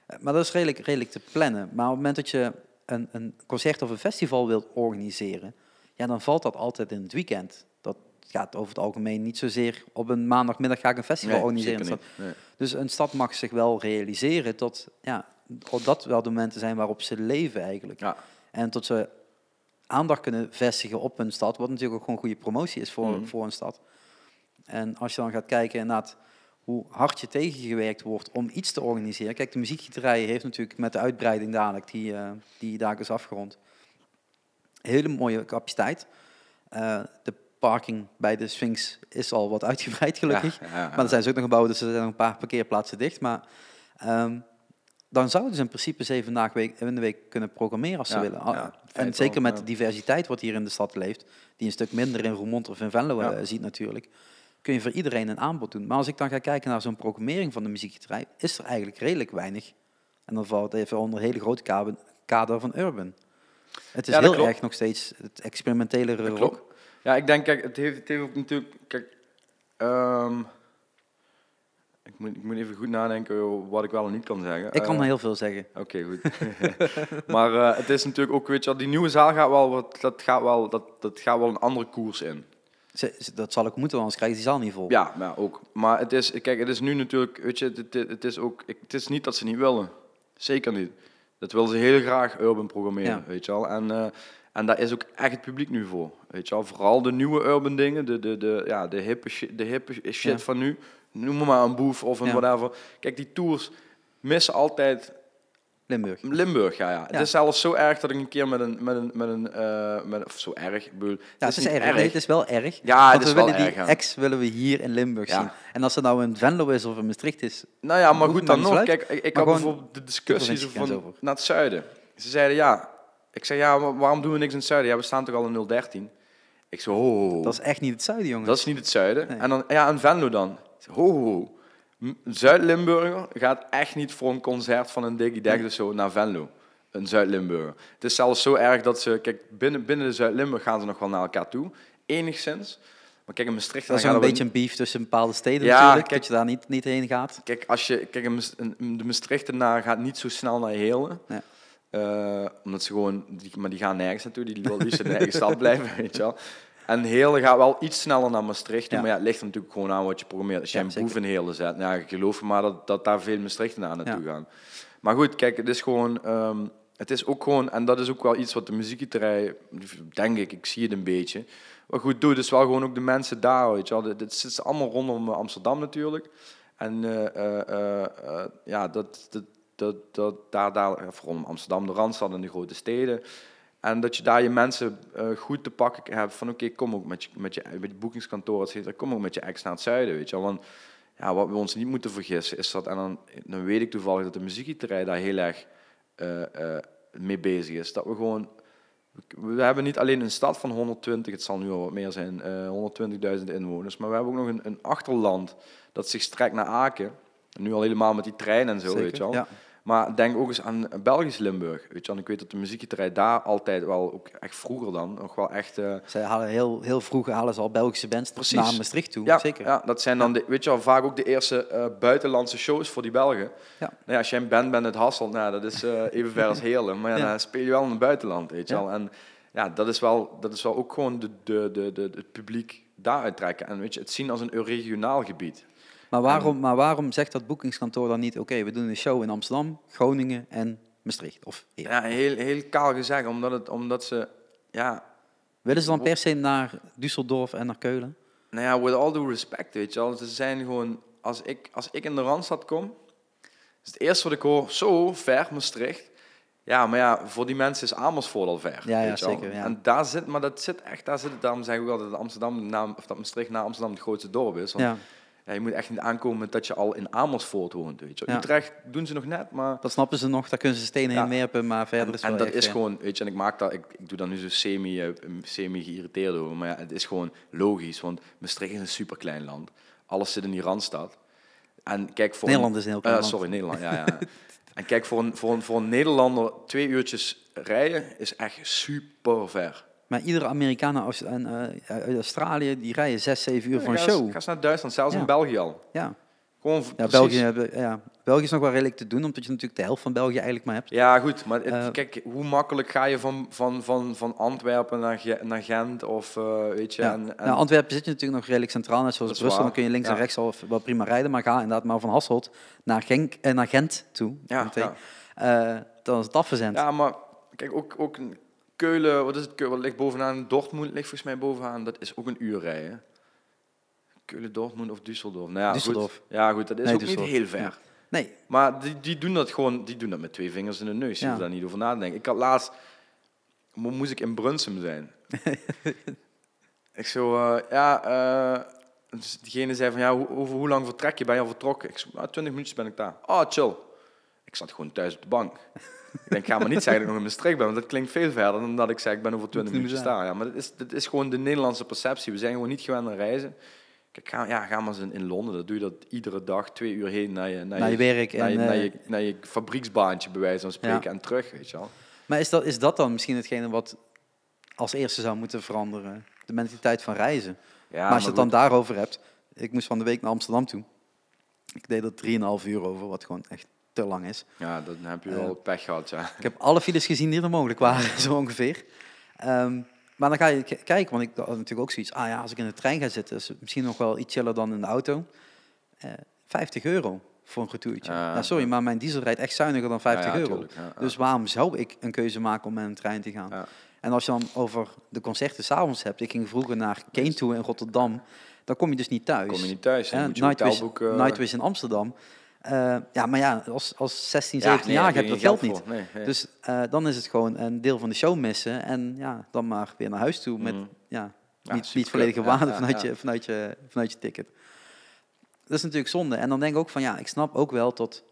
Maar dat is redelijk te plannen. Maar op het moment dat je een concert of een festival wilt organiseren, ja, dan valt dat altijd in het weekend. Dat gaat over het algemeen niet zozeer op een maandagmiddag ga ik een festival organiseren. Nee. Dus een stad mag zich wel realiseren tot dat wel de momenten zijn waarop ze leven eigenlijk. Ja. En tot ze aandacht kunnen vestigen op een stad, wat natuurlijk ook gewoon goede promotie is voor een stad. En als je dan gaat kijken naar hoe hard je tegengewerkt wordt om iets te organiseren. Kijk, de muziekgieterij heeft natuurlijk met de uitbreiding dadelijk, die daar is afgerond, hele mooie capaciteit. De parking bij de Sphinx is al wat uitgebreid, gelukkig. Ja. Maar er zijn ze ook nog gebouwd, dus er zijn nog een paar parkeerplaatsen dicht. Maar dan zouden ze in principe 7 dagen in de week kunnen programmeren als ze willen. En zeker met de diversiteit wat hier in de stad leeft, die een stuk minder in Roermond of in Venlo ziet natuurlijk, kun je voor iedereen een aanbod doen. Maar als ik dan ga kijken naar zo'n programmering van de muziekgieterij, is er eigenlijk redelijk weinig. En dan valt het even onder een hele grote kader van urban. Het is heel erg nog steeds het experimentele rock. Ja, ik denk, kijk, het heeft ook natuurlijk... Kijk, ik moet even goed nadenken wat ik wel en niet kan zeggen. Ik kan heel veel zeggen. Oké, goed. Maar het is natuurlijk ook, weet je wel, die nieuwe zaal dat gaat wel een andere koers in. Dat zal ook moeten, anders krijg je die zaal niet vol. Ja, maar ook. Maar het is nu natuurlijk, weet je, het is niet dat ze niet willen. Zeker niet. Dat willen ze heel graag urban programmeren, weet je wel. En daar is ook echt het publiek nu voor, weet je wel. Vooral de nieuwe urban dingen, de hippe shit van nu. Noem maar een Boef of een whatever. Kijk, die tours missen altijd... Limburg, ja. Het is zelfs zo erg dat ik een keer of zo erg, ik bedoel... Ja, het is erg. Nee, het is wel erg. Ja, want het is we wel willen erg. Die ex willen we hier in Limburg zien. En als het nou in Venlo is of in Maastricht is... Nou ja, maar goed dan nog. Kijk, ik had bijvoorbeeld de discussie van naar het zuiden. Ze zeiden ik zei waarom doen we niks in het zuiden? Ja, we staan toch al in 013. Ik zei Dat is echt niet het zuiden, jongen. Dat is niet het zuiden. Nee. En dan, en Venlo dan. Zuid-Limburger gaat echt niet voor een concert van een Diggy Dag of zo naar Venlo. Een Zuid-Limburger. Het is zelfs zo erg dat ze... Kijk, binnen de Zuid-Limburg gaan ze nog wel naar elkaar toe. Enigszins. Maar kijk, in Maastricht... Dat is een beetje een beef tussen bepaalde steden natuurlijk. Kijk, dat je daar niet heen gaat. Kijk, de Maastrichtenaar gaat niet zo snel naar Heerlen. Ja. Omdat ze gewoon... Maar die gaan nergens naartoe. Die wil liefst in de eigen stad blijven, weet je wel. En Heerlen gaat wel iets sneller naar Maastricht toe, maar het ligt er natuurlijk gewoon aan wat je programmeert. Als je een Boef in Heerlen zet, geloof me maar dat daar veel Maastrichtenaren naartoe gaan. Maar goed, kijk, het is gewoon... het is ook gewoon... En dat is ook wel iets wat de muziekgieterij, denk ik zie het een beetje, wat goed doet. Dus wel gewoon ook de mensen daar, weet je wel. Dit zit allemaal rondom Amsterdam natuurlijk. En daar rondom Amsterdam, de Randstad en de grote steden... En dat je daar je mensen goed te pakken hebt van oké, kom ook met je boekingskantoor, et cetera, kom ook met je ex naar het zuiden, weet je wel. Want wat we ons niet moeten vergissen is dat, en dan weet ik toevallig dat de muziekgieterij daar heel erg mee bezig is. Dat we hebben niet alleen een stad van 120, het zal nu al wat meer zijn, 120.000 inwoners, maar we hebben ook nog een achterland dat zich strekt naar Aken. Nu al helemaal met die trein en zo, zeker, weet je wel. Ja. Maar denk ook eens aan Belgisch Limburg. Weet je, en ik weet dat de muziekgieterij daar altijd wel, ook echt vroeger dan, nog wel echt... Zij halen heel vroeg halen ze al Belgische bands naar Maastricht toe. Ja, zeker. Ja, dat zijn dan, weet je wel, vaak ook de eerste buitenlandse shows voor die Belgen. Ja. Nou als jij een band bent uit Hasselt, dat is even ver als Heerlen. Maar dan speel je wel in het buitenland, weet je wel. En dat is wel ook gewoon het publiek daaruit trekken. En weet je, het zien als een regionaal gebied. Maar waarom zegt dat boekingskantoor dan niet... Oké, we doen een show in Amsterdam, Groningen en Maastricht? Of heel kaal gezegd, omdat ze... Willen ze dan per se naar Düsseldorf en naar Keulen? Nou ja, with all due respect, weet je wel. Ze zijn gewoon... Als ik in de Randstad kom... is het eerste wat ik hoor... Zo, ver, Maastricht. Ja, maar voor die mensen is Amersfoort al ver. Ja, zeker. Ja. En daarom zeg ik ook altijd dat Maastricht na Amsterdam het grootste dorp is. Want je moet echt niet aankomen dat je al in Amersfoort woont, weet je. Ja. Utrecht doen ze nog net, maar... Dat snappen ze nog, daar kunnen ze stenen heen werpen, maar verder is wel en dat is gewoon, weet je, en ik doe daar nu zo semi geïrriteerd over, maar het is gewoon logisch, want Maastricht is een superklein land. Alles zit in die Randstad. En kijk, Nederland is een heel klein land. Sorry, Nederland, ja. En kijk, voor een Nederlander 2 uurtjes rijden is echt super ver. Maar iedere Amerikaan uit Australië, die rijden 6-7 uur voor een show. Ga eens naar Duitsland, zelfs in België al. Ja. Gewoon België is nog wel redelijk te doen, omdat je natuurlijk de helft van België eigenlijk maar hebt. Ja, goed. Maar kijk, hoe makkelijk ga je van Antwerpen naar Gent of weet je... Ja. Antwerpen zit je natuurlijk nog redelijk centraal, net zoals Brussel. Waar. Dan kun je links en rechts al wel prima rijden, maar ga inderdaad maar van Hasselt naar Gent toe. Dan is het afgezend. Ja, maar kijk, ook Keulen, wat ligt bovenaan? Dortmund ligt volgens mij bovenaan. Dat is ook een uur rijden. Keulen, Dortmund of Düsseldorf. Nou ja, Düsseldorf. Goed. Ja, goed, dat is ook niet heel ver. Ja. Nee. Maar die doen dat gewoon, die doen dat met 2 vingers in de neus. Je hoeft daar niet over na te denken. Ik had laatst, moest ik in Brunsum zijn. Ik zo, dus diegene zei van, over hoe lang vertrek je? Ben je al vertrokken? Ik zo, 20 minuutjes ben ik daar. Chill. Ik zat gewoon thuis op de bank. Ik denk, ga maar niet zeggen dat ik nog in Maastricht ben, want dat klinkt veel verder dan dat ik zeg, ik ben over 20 minuutjes daar. Ja, maar dat is gewoon de Nederlandse perceptie. We zijn gewoon niet gewend aan reizen. Kijk, ga maar eens in Londen, dan doe je dat iedere dag 2 uur heen naar je werk. Naar je fabrieksbaantje, bij wijze van spreken, en terug, weet je wel. Maar is dat dan misschien hetgene wat als eerste zou moeten veranderen? De mentaliteit van reizen. Ja, maar als je het dan daarover hebt, ik moest van de week naar Amsterdam toe. Ik deed er 3,5 uur over, wat gewoon echt te lang is. Ja, dan heb je wel pech gehad, ja. Ik heb alle files gezien die er mogelijk waren, zo ongeveer. Maar dan ga je kijken, want ik had natuurlijk ook zoiets. Als ik in de trein ga zitten, is het misschien nog wel iets chiller dan in de auto. €50 voor een retourtje. Sorry, maar mijn diesel rijdt echt zuiniger dan €50. Tuurlijk, Dus waarom zou ik een keuze maken om met een trein te gaan? Ja. En als je dan over de concerten 's avonds hebt. Ik ging vroeger naar Kane toe in Rotterdam. Dan kom je dus niet thuis. Kom je niet thuis. Nightwish in Amsterdam. Als 16, 17 jaar heb je dat geld niet. Nee. Dus dan is het gewoon een deel van de show missen. En dan maar weer naar huis toe met niet volledige waarde vanuit je ticket. Dat is natuurlijk zonde. En dan denk ik ook van ik snap ook wel tot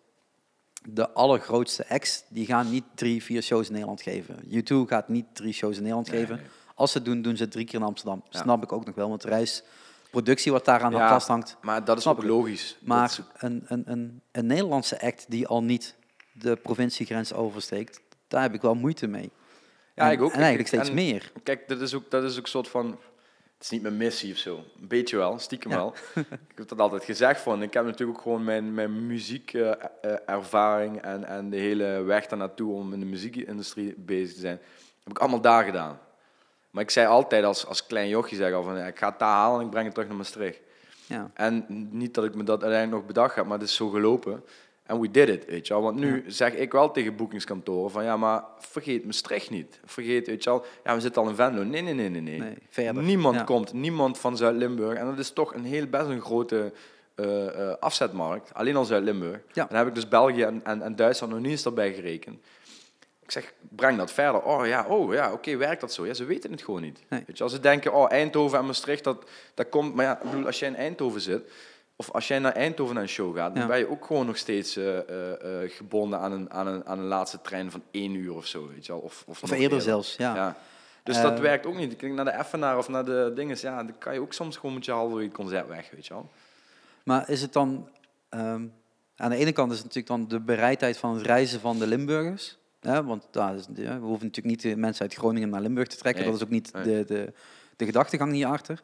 de allergrootste acts, die gaan niet 3, 4 shows in Nederland geven. U2 gaat niet 3 shows in Nederland geven. Nee. Als ze het doen ze 3 keer in Amsterdam. Ja. Snap ik ook nog wel, want de reisproductie wat daaraan vasthangt. Maar dat is ook logisch. Maar een Nederlandse act die al niet de provinciegrens oversteekt, daar heb ik wel moeite mee. Ja, ik ook. En eigenlijk steeds meer. Kijk, dat is ook een soort van... Het is niet mijn missie of zo. Een beetje wel, stiekem wel. Ik heb dat altijd gezegd van. Ik heb natuurlijk ook gewoon mijn muziekervaring en de hele weg daarnaartoe om in de muziekindustrie bezig te zijn, heb ik allemaal daar gedaan. Maar ik zei altijd als klein jochie, zeg al van, ik ga het daar halen en ik breng het terug naar Maastricht. Ja. En niet dat ik me dat uiteindelijk nog bedacht heb, maar het is zo gelopen. En we did it, weet je wel. Want nu zeg ik wel tegen boekingskantoren van, maar vergeet Maastricht niet. Vergeet, weet je wel, we zitten al in Venlo. Nee. Niemand komt, niemand van Zuid-Limburg. En dat is toch best een grote afzetmarkt. Alleen al Zuid-Limburg. Ja. Dan heb ik dus België en Duitsland nog niet eens erbij gerekend. Ik zeg, breng dat verder. Oké, werkt dat zo? Ja, ze weten het gewoon niet. Nee. Weet je, als ze denken, Eindhoven en Maastricht, dat komt... Maar ik bedoel, als jij in Eindhoven zit, of als jij naar Eindhoven naar een show gaat, dan ben je ook gewoon nog steeds gebonden aan een laatste trein van 1 uur of zo, weet je wel. Of eerder zelfs, ja. Dus dat werkt ook niet. Kijk, naar de Effenaar of naar de dinges, dan kan je ook soms gewoon met je halverwege het concert weg, weet je wel. Maar is het dan... aan de ene kant is het natuurlijk dan de bereidheid van het reizen van de Limburgers... Ja, want we hoeven natuurlijk niet de mensen uit Groningen naar Limburg te trekken. Nee, dat is ook niet de gedachtegang hierachter.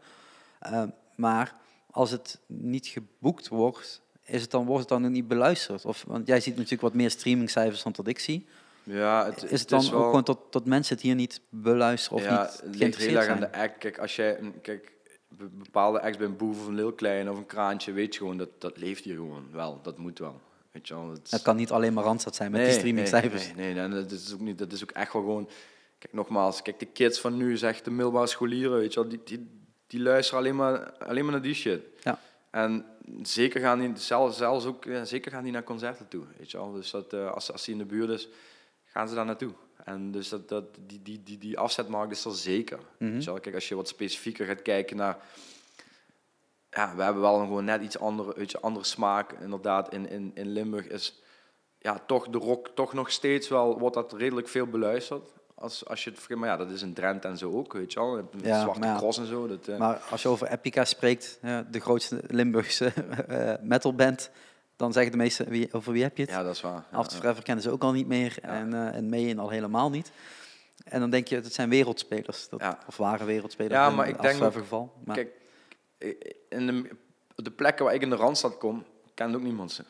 Maar als het niet geboekt wordt, wordt het dan ook niet beluisterd? Want jij ziet natuurlijk wat meer streamingcijfers dan dat ik zie. Ja, is het dan ook gewoon tot mensen het hier niet beluisteren of niet geïnteresseerd zijn? Ja, het ligt heel erg aan de act. Kijk, als jij bepaalde acts bij een Boef of een Lil Klein of een Kraantje, weet je gewoon, dat leeft hier gewoon wel. Dat moet wel. Het kan niet alleen maar Randstad zijn met die streamingcijfers. Nee, dat is ook echt wel gewoon... Kijk, nogmaals, de kids van nu, zeg de middelbare scholieren, weet je wel, die luisteren alleen maar naar die shit. Ja. En zeker gaan die, zeker gaan die naar concerten toe, weet je wel. Dus dat, als die in de buurt is, gaan ze daar naartoe. En dus die afzetmarkt is er zeker. Mm-hmm. Weet je wel. Kijk, als je wat specifieker gaat kijken naar... Ja, we hebben wel gewoon net iets andere smaak. Inderdaad, in Limburg is toch de rock toch nog steeds wel, wordt dat redelijk veel beluisterd. Als je het vergeet, maar dat is in Drenthe en zo ook, weet je wel. Zwarte Cross en zo. Maar als je over Epica spreekt, de grootste Limburgse metalband, dan zeggen de meesten, over wie heb je het? Ja, dat is waar. After Forever kennen ze ook al niet meer en Mayhem al helemaal niet. En dan denk je, het zijn wereldspelers, of waren wereldspelers ja, maar ik denk geval. Maar kijk, in de plekken waar ik in de Randstad kom, kent ook niemand ze.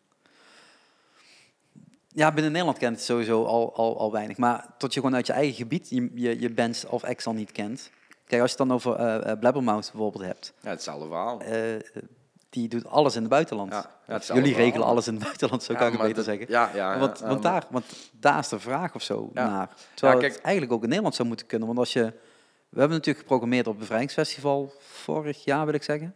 Ja, binnen Nederland kent het sowieso al weinig. Maar tot je gewoon uit je eigen gebied je bands of acts al niet kent. Kijk, als je het dan over Blabbermouth bijvoorbeeld hebt. Ja, hetzelfde verhaal. Die doet alles in het buitenland. Jullie regelen alles in het buitenland, zo kan ik het beter zeggen. Want daar is de vraag of zo naar. Terwijl het eigenlijk ook in Nederland zou moeten kunnen. Want we hebben natuurlijk geprogrammeerd op het Bevrijdingsfestival vorig jaar, wil ik zeggen.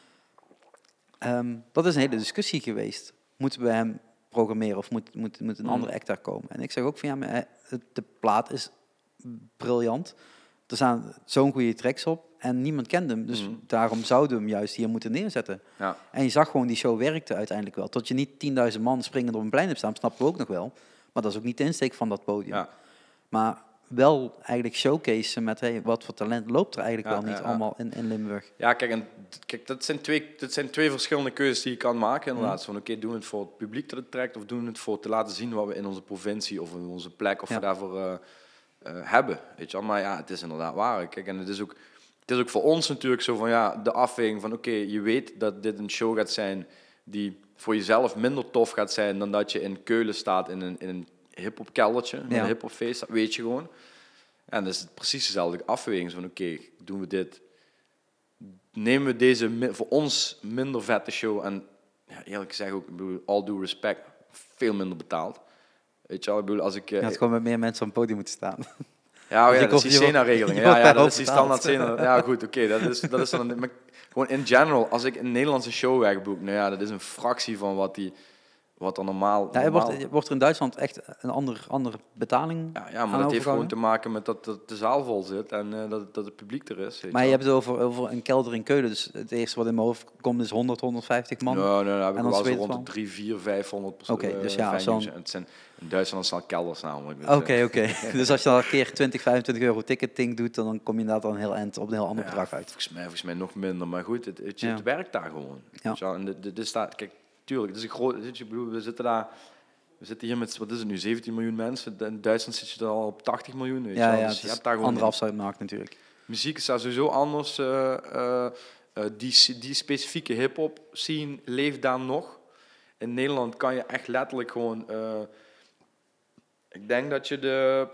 Mm-hmm. Dat is een hele discussie geweest. Moeten we hem programmeren of moet een andere act daar komen? En ik zeg ook van de plaat is briljant. Er staan zo'n goede tracks op en niemand kende hem. Dus daarom zouden we hem juist hier moeten neerzetten. Ja. En je zag gewoon, die show werkte uiteindelijk wel. Tot je niet 10.000 man springend op een plein hebt staan, snappen we ook nog wel. Maar dat is ook niet de insteek van dat podium. Ja. Maar wel eigenlijk showcase met wat voor talent loopt er eigenlijk wel niet allemaal in Limburg. Ja, kijk, dat zijn twee verschillende keuzes die je kan maken. Inderdaad, van doen we het voor het publiek dat het trekt of doen we het voor te laten zien wat we in onze provincie of in onze plek of we daarvoor hebben. Weet je wel? Maar ja, het is inderdaad waar. Kijk, en het is ook voor ons natuurlijk zo van de afweging van je weet dat dit een show gaat zijn die voor jezelf minder tof gaat zijn dan dat je in Keulen staat in een hip-hop keldertje, een hip-hop feest, dat weet je gewoon. En dat is precies dezelfde afweging van doen we dit, nemen we deze voor ons minder vette show en eerlijk gezegd ook, all due respect, veel minder betaald. Weet je wel, ik bedoel, als ik... het is gewoon met meer mensen op het podium moeten staan. Ja, dat is die SENA-regeling. Ja, dat is die standaard SENA. Ja, goed, oké, dat is dan... Maar gewoon in general, als ik een Nederlandse show wegboek, dat is een fractie van wat er normaal... Ja, wordt er in Duitsland echt een andere betaling Ja, maar dat heeft gewoon te maken met dat de zaal vol zit en dat het publiek er is. Maar je hebt het over een kelder in Keulen, dus het eerste wat in mijn hoofd komt is 150 man. Nee, daar heb ik wel zo rond de 300, 400, 500 Oké, dus het zijn in Duitsland zijn kelders namelijk. Oké. Dus als je dan een keer 20, 25 euro ticketing doet, dan kom je inderdaad al een heel eind op een heel ander bedrag uit. Volgens mij nog minder, maar goed, het werkt daar gewoon. Ja. En dit staat, kijk, tuurlijk, het is een groot. We zitten hier met, wat is het nu, 17 miljoen mensen. In Duitsland zit je er al op 80 miljoen. Weet je wel. Dus je hebt daar gewoon andere afzetmarkt natuurlijk. Muziek is daar sowieso anders. Die specifieke hip-hop scene leeft daar nog. In Nederland kan je echt letterlijk gewoon. Ik denk dat je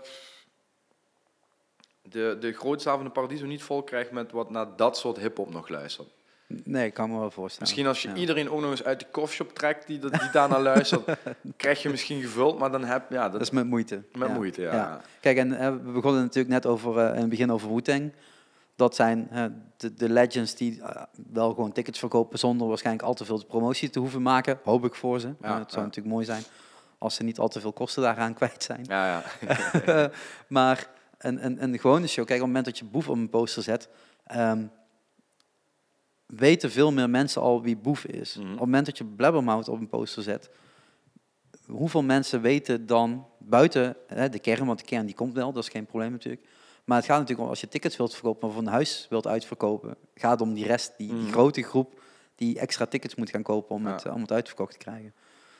de grootste avond van de Paradiso niet vol krijgt met wat naar dat soort hip-hop nog luistert. Nee, ik kan me wel voorstellen. Misschien als je iedereen ook nog eens uit de coffeeshop trekt die daarnaar luistert, krijg je misschien gevuld, maar dan dat is met moeite. Met moeite, ja. Kijk, en we begonnen natuurlijk net in het begin over Wu-Tang. Dat zijn de legends die wel gewoon tickets verkopen zonder waarschijnlijk al te veel promotie te hoeven maken. Hoop ik voor ze. Het zou natuurlijk mooi zijn als ze niet al te veel kosten daaraan kwijt zijn. Ja. Maar een gewone show, kijk, op het moment dat je Boef op een poster zet, weten veel meer mensen al wie Boef is. Mm-hmm. Op het moment dat je Blabbermouth op een poster zet, hoeveel mensen weten dan buiten de kern, want de kern die komt wel, dat is geen probleem natuurlijk. Maar het gaat natuurlijk om, als je tickets wilt verkopen of een huis wilt uitverkopen, gaat het om die rest, die grote groep die extra tickets moet gaan kopen om het uitverkocht te krijgen.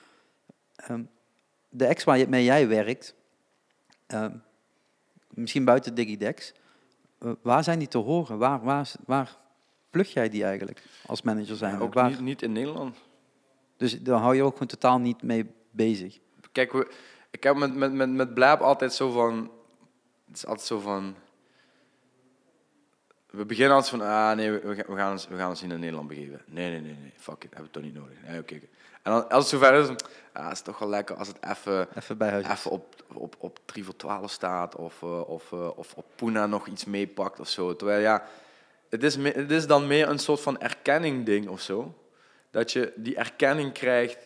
De acts waarmee jij werkt, misschien buiten Digidex, waar zijn die te horen? Waar plug jij die eigenlijk als manager zijn? Ook niet in Nederland. Dus daar hou je ook gewoon totaal niet mee bezig? Kijk, ik heb met Blab altijd zo van... Het is altijd zo van... We beginnen altijd van... nee, we gaan ons niet naar Nederland begeven. Nee, fuck it, hebben we toch niet nodig. Nee, oké. En dan, als het zover is... het is toch wel lekker als het even op 3 voor 12 staat. Of op Puna nog iets meepakt of zo. Terwijl het is dan meer een soort van erkenning ding of zo. Dat je die erkenning krijgt...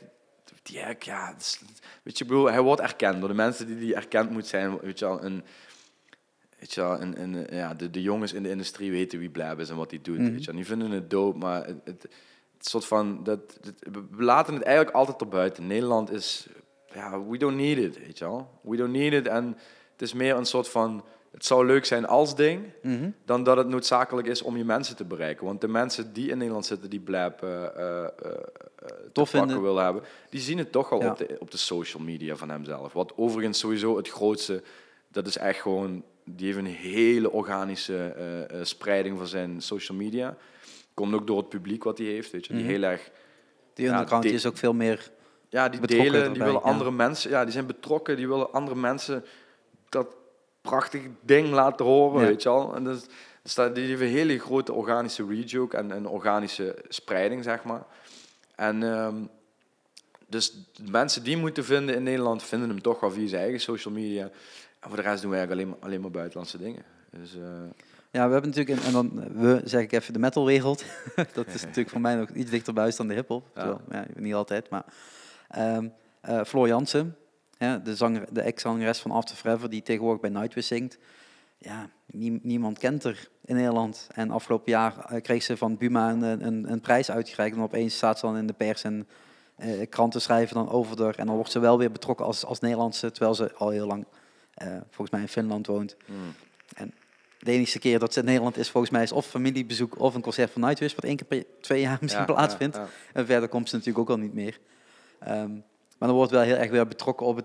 weet je, bedoel, hij wordt erkend door de mensen die erkend moet zijn. Weet je wel, de jongens in de industrie weten wie Blab is en wat hij doet. Mm-hmm. Weet je wel. Die vinden het dope, maar het soort van... we laten het eigenlijk altijd erbuiten. Nederland is... we don't need it, weet je wel. We don't need it en het is meer een soort van... Het zou leuk zijn als ding, dan dat het noodzakelijk is om je mensen te bereiken. Want de mensen die in Nederland zitten, die Blab te pakken willen hebben, die zien het toch al op de social media van hemzelf. Wat overigens sowieso het grootste, dat is echt gewoon, die heeft een hele organische spreiding van zijn social media. Komt ook door het publiek wat hij heeft, weet je, die heel erg Die underground is ook veel meer ja, die delen, erbij, die willen andere mensen... Ja, die zijn betrokken, die willen andere mensen dat prachtig ding laten horen, weet je al. En dus die hebben een hele grote organische reach ook en een organische spreiding, zeg maar. En dus de mensen die moeten vinden in Nederland, vinden hem toch wel via zijn eigen social media. En voor de rest doen we eigenlijk alleen maar buitenlandse dingen. Dus... Ja, we hebben natuurlijk, en dan zeg ik even de metalwereld. Dat is natuurlijk voor mij nog iets dichter bij huis dan de hiphop. Ja. Niet altijd, maar... Floor Jansen, de ex-zangeres van After Forever, die tegenwoordig bij Nightwish zingt. Ja, niemand kent haar in Nederland. En afgelopen jaar kreeg ze van Buma een prijs uitgereikt. En opeens staat ze dan in de pers en kranten schrijven dan over haar. En dan wordt ze wel weer betrokken als Nederlandse, terwijl ze al heel lang volgens mij in Finland woont. En de enige keer dat ze in Nederland is, volgens mij, is of familiebezoek of een concert van Nightwish, wat 1 keer per 2 jaar misschien plaatsvindt. En verder komt ze natuurlijk ook al niet meer. Maar dan wordt wel heel erg weer betrokken op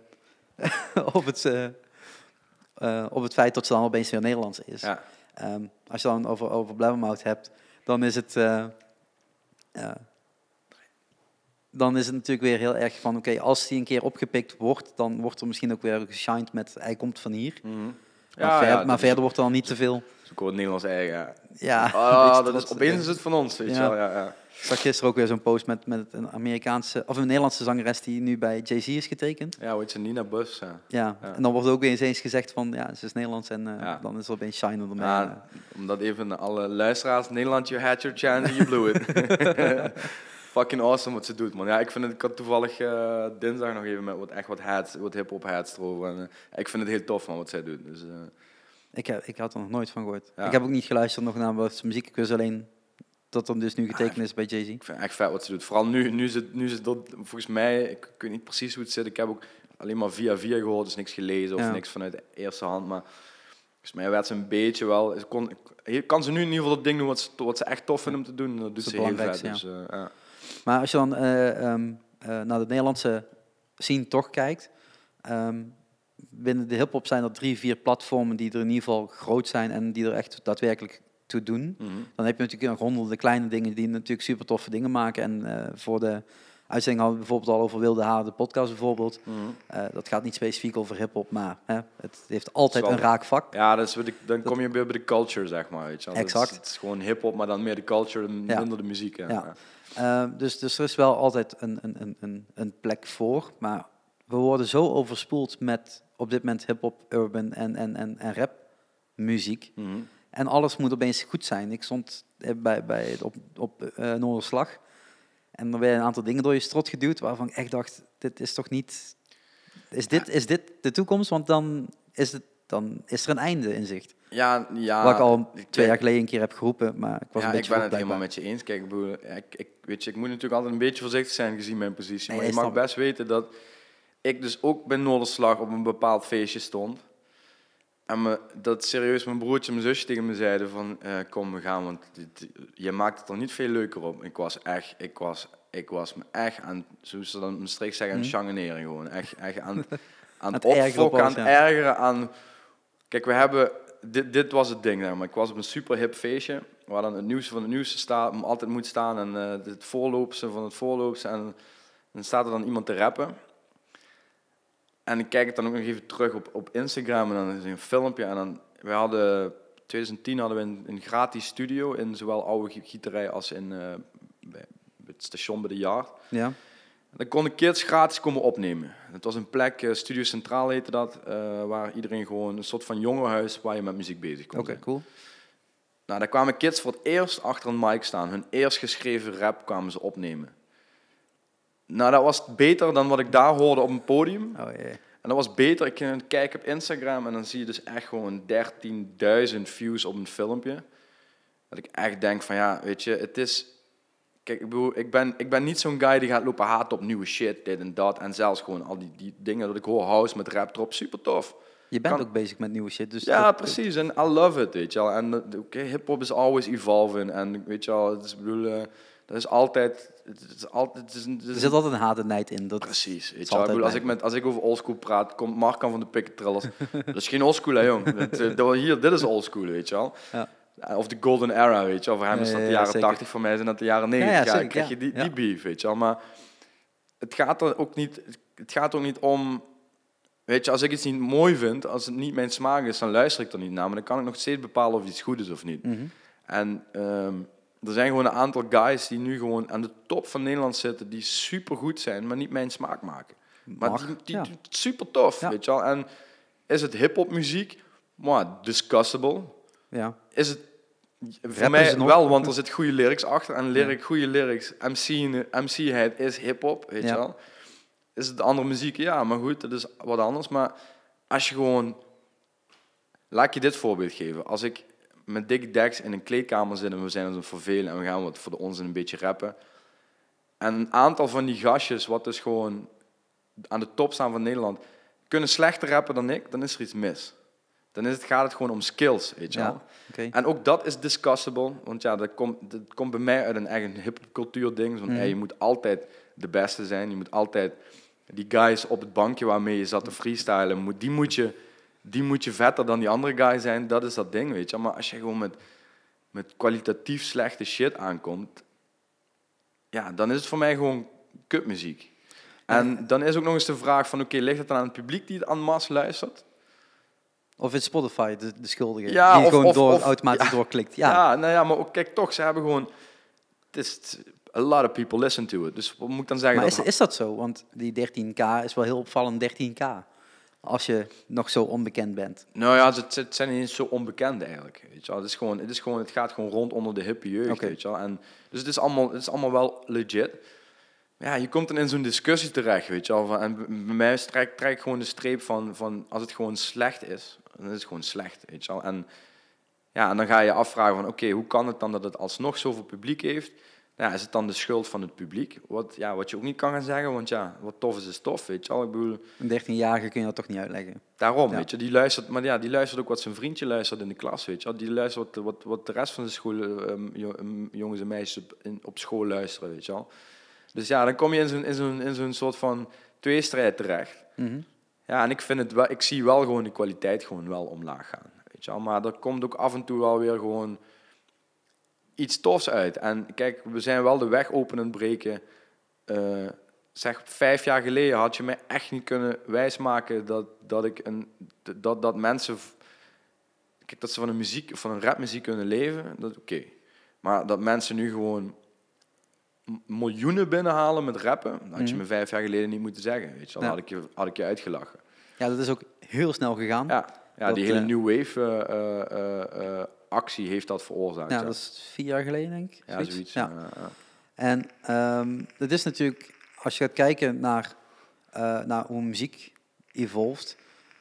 het feit dat ze dan opeens weer Nederlands is. Ja. Als je dan over Blabbermouth hebt, dan is het natuurlijk weer heel erg van, oké, als die een keer opgepikt wordt, dan wordt er misschien ook weer geshined met hij komt van hier. Mm-hmm. Maar verder wordt er dan niet te veel. Zo'n kort Nederlands eigen. Ja. Opeens is het van ons, weet je wel. Ja. Ik zag gisteren ook weer zo'n post met een een Nederlandse zangeres die nu bij Jay-Z is getekend. Ja, hoe heet ze? Nina Bus. Ja, en dan wordt ook weer eens gezegd van, ja, ze is Nederlands en dan is er opeens shine ermee. Ja, omdat even alle luisteraars, Nederland, you had your chance and you blew it. Fucking awesome wat ze doet, man. Ja, ik had toevallig dinsdag nog even met wat hip-hop heads erover. En, ik vind het heel tof, man, wat zij doet. Dus, ik had er nog nooit van gehoord. Ja. Ik heb ook niet geluisterd nog naar wat muziek. Ik wist alleen dat er dus nu getekend is bij Jay-Z. Ik vind het echt vet wat ze doet. Vooral nu ze dat, volgens mij, ik weet niet precies hoe het zit. Ik heb ook alleen maar via gehoord, dus niks gelezen of niks vanuit de eerste hand. Maar volgens mij werd ze een beetje wel... Kan ze nu in ieder geval dat ding doen wat ze echt tof vindt om te doen. Dat doet ze heel vet. Ja. Dus, Maar als je dan naar de Nederlandse scene toch kijkt... binnen de hip-hop zijn er 3-4 platformen die er in ieder geval groot zijn en die er echt daadwerkelijk toe doen. Mm-hmm. Dan heb je natuurlijk nog honderden kleine dingen die natuurlijk super toffe dingen maken. En voor de uitzending hadden we bijvoorbeeld al over Wilde Haar, de podcast bijvoorbeeld. Mm-hmm. Dat gaat niet specifiek over hip-hop, maar het heeft altijd een raak vak. Ja, dan kom je weer bij de culture, zeg maar. Weet je. Exact. Het is gewoon hip-hop, maar dan meer de culture, minder de muziek. Ja. Dus er is wel altijd een plek voor, maar we worden zo overspoeld met op dit moment hip-hop, urban en rap muziek. Mm-hmm. En alles moet opeens goed zijn. Ik stond op Noorderslag en er werden een aantal dingen door je strot geduwd waarvan ik echt dacht, dit is toch niet... Is dit de toekomst? Want dan is er een einde in zicht. Ja. Wat ik al 2 jaar geleden een keer heb geroepen, maar ik was een beetje... Ik ben het helemaal met je eens. Kijk, ik moet natuurlijk altijd een beetje voorzichtig zijn gezien mijn positie. Maar je mag best weten dat ik dus ook bij Noorderslag op een bepaald feestje stond. En dat serieus mijn broertje en mijn zusje tegen me zeiden van... kom, we gaan, want je maakt het er niet veel leuker op. Ik was me echt aan, zoals ze dan streek zeggen, aan het changeneren gewoon. Echt aan het opfokken, aan het ergeren, aan... Kijk, we hebben... Dit was het ding, maar ik was op een super hip feestje, waar dan het nieuws van het nieuws altijd moet staan en het voorloopse van het voorloopse. En dan staat er dan iemand te rappen. En ik kijk het dan ook nog even terug op Instagram en dan is er een filmpje. En dan, in 2010 hadden we een gratis studio in zowel oude gieterij als in bij het station bij de Yard. Ja. En dan konden kids gratis komen opnemen. Het was een plek, Studio Centraal heette dat, waar iedereen gewoon een soort van jongerenhuis waar je met muziek bezig kon zijn. Oké, cool. Nou, daar kwamen kids voor het eerst achter een mic staan. Hun eerst geschreven rap kwamen ze opnemen. Nou, dat was beter dan wat ik daar hoorde op een podium. Oh, yeah. En dat was beter. Ik ging kijken op Instagram en dan zie je dus echt gewoon 13.000 views op een filmpje. Dat ik echt denk van ja, weet je, het is... Kijk, ik ben niet zo'n guy die gaat lopen haten op nieuwe shit, dit en dat. En zelfs gewoon al die dingen dat ik hoor, house met rap erop, super tof. Je bent ook bezig met nieuwe shit. Dus ja, precies. En I love it, weet je wel. En hip-hop is always evolving. En weet je wel, het is, dat is altijd... Er zit altijd een haat en nijd in. Precies. Weet je wel. Als ik over oldschool praat, komt Markan van de Pikketrillers. Dat is geen oldschool, hè, jong. Dit is oldschool, weet je wel. Ja. Of de golden era, weet je wel. Voor hem is dat de jaren 80, voor mij zijn dat de jaren 90. Ja, dan krijg je die beef, weet je wel. Maar het gaat er ook niet om... Weet je, als ik iets niet mooi vind, als het niet mijn smaak is, dan luister ik er niet naar. Maar dan kan ik nog steeds bepalen of iets goed is of niet. Mm-hmm. En er zijn gewoon een aantal guys die nu gewoon aan de top van Nederland zitten, die supergoed zijn, maar niet mijn smaak maken. Maar die super tof, weet je wel. En is het hip-hop muziek? Discussable. Ja. Is het voor mij wel, want er zit goede lyrics achter. En goede lyrics, MC-heid is hip-hop, weet je wel. Is het andere muziek? Ja, maar goed, dat is wat anders. Maar als je gewoon... Laat ik je dit voorbeeld geven. Als ik met Dick Dex in een kleedkamer zit en we zijn ons vervelen en we gaan wat voor de onzin een beetje rappen. En een aantal van die gastjes, wat dus gewoon aan de top staan van Nederland, kunnen slechter rappen dan ik, dan is er iets mis. Dan gaat het gewoon om skills, weet je wel. Okay. En ook dat is discussable, want ja, dat komt bij mij uit een eigen hip-hop-cultuur ding. Van, je moet altijd de beste zijn, je moet altijd die guys op het bankje waarmee je zat te freestylen, die moet je vetter dan die andere guy zijn, dat is dat ding, weet je. Maar als je gewoon met kwalitatief slechte shit aankomt, ja, dan is het voor mij gewoon kutmuziek. En dan is ook nog eens de vraag van, oké, ligt het dan aan het publiek die het en masse luistert? Of is Spotify de schuldige, ja, die gewoon automatisch doorklikt? Ja, nou ja, maar ook, kijk toch, ze hebben gewoon... A lot of people listen to it. Dus wat moet ik dan zeggen? Maar is dat zo? Want die 13k is wel heel opvallend 13k. Als je nog zo onbekend bent. Nou ja, het zijn niet eens zo onbekend eigenlijk. Weet je wel. Het gaat gewoon rond onder de hippe jeugd. Weet je wel. En, dus het is allemaal wel legit. Ja, je komt dan in zo'n discussie terecht, weet je wel. En bij mij trek ik gewoon de streep van als het gewoon slecht is, dan is het gewoon slecht, weet je wel. En dan ga je afvragen van, oké, hoe kan het dan dat het alsnog zoveel publiek heeft? Ja, is het dan de schuld van het publiek? Wat je ook niet kan gaan zeggen, want ja, wat tof is tof, weet je wel. Ik bedoel, een 13-jarige kun je dat toch niet uitleggen? Daarom, weet je, die luistert ook wat zijn vriendje luistert in de klas, weet je wel. Die luistert wat de rest van de school, jongens en meisjes op school luisteren, weet je wel. Dus ja, dan kom je in zo'n soort van tweestrijd terecht. Mm-hmm. Ja, en ik zie wel gewoon de kwaliteit gewoon wel omlaag gaan, weet je wel. Maar er komt ook af en toe wel weer gewoon iets tofs uit. En kijk, we zijn wel de weg open aan het breken. Zeg, 5 jaar geleden had je mij echt niet kunnen wijsmaken dat mensen... Kijk, dat ze van een rapmuziek kunnen leven, dat is oké. Maar dat mensen nu gewoon miljoenen binnenhalen met rappen, dat had je me 5 jaar geleden niet moeten zeggen. Weet je wel. Had ik je uitgelachen. Ja, dat is ook heel snel gegaan. Ja, die hele New Wave actie heeft dat veroorzaakt. Ja, dat is 4 jaar geleden, denk ik. Ja, zoiets. Ja. En het is natuurlijk, als je gaat kijken naar hoe muziek evolved.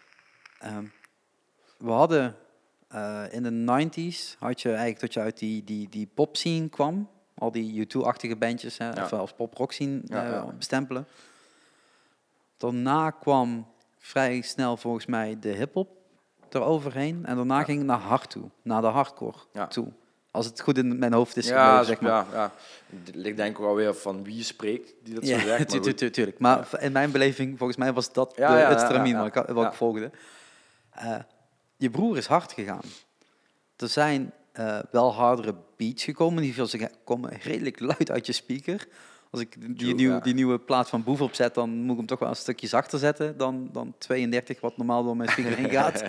We hadden in de 90s, had je eigenlijk dat je uit die pop scene kwam. Al die U2-achtige bandjes, of als pop-rock scene bestempelen. Daarna kwam vrij snel volgens mij de hip-hop eroverheen. En daarna ging het naar hard toe, naar de hardcore toe. Als het goed in mijn hoofd is gebleven, zeg maar. Ja. Ik denk ook alweer van wie je spreekt die dat zo zegt. Tuurlijk. Maar in mijn beleving, volgens mij was dat het stramien wat ik volgde. Je broer is hard gegaan. Er zijn wel hardere beats gekomen. Die komen redelijk luid uit je speaker. Als ik die nieuwe plaat van Boef opzet, dan moet ik hem toch wel een stukje zachter zetten dan 32, wat normaal door mijn speaker heen gaat.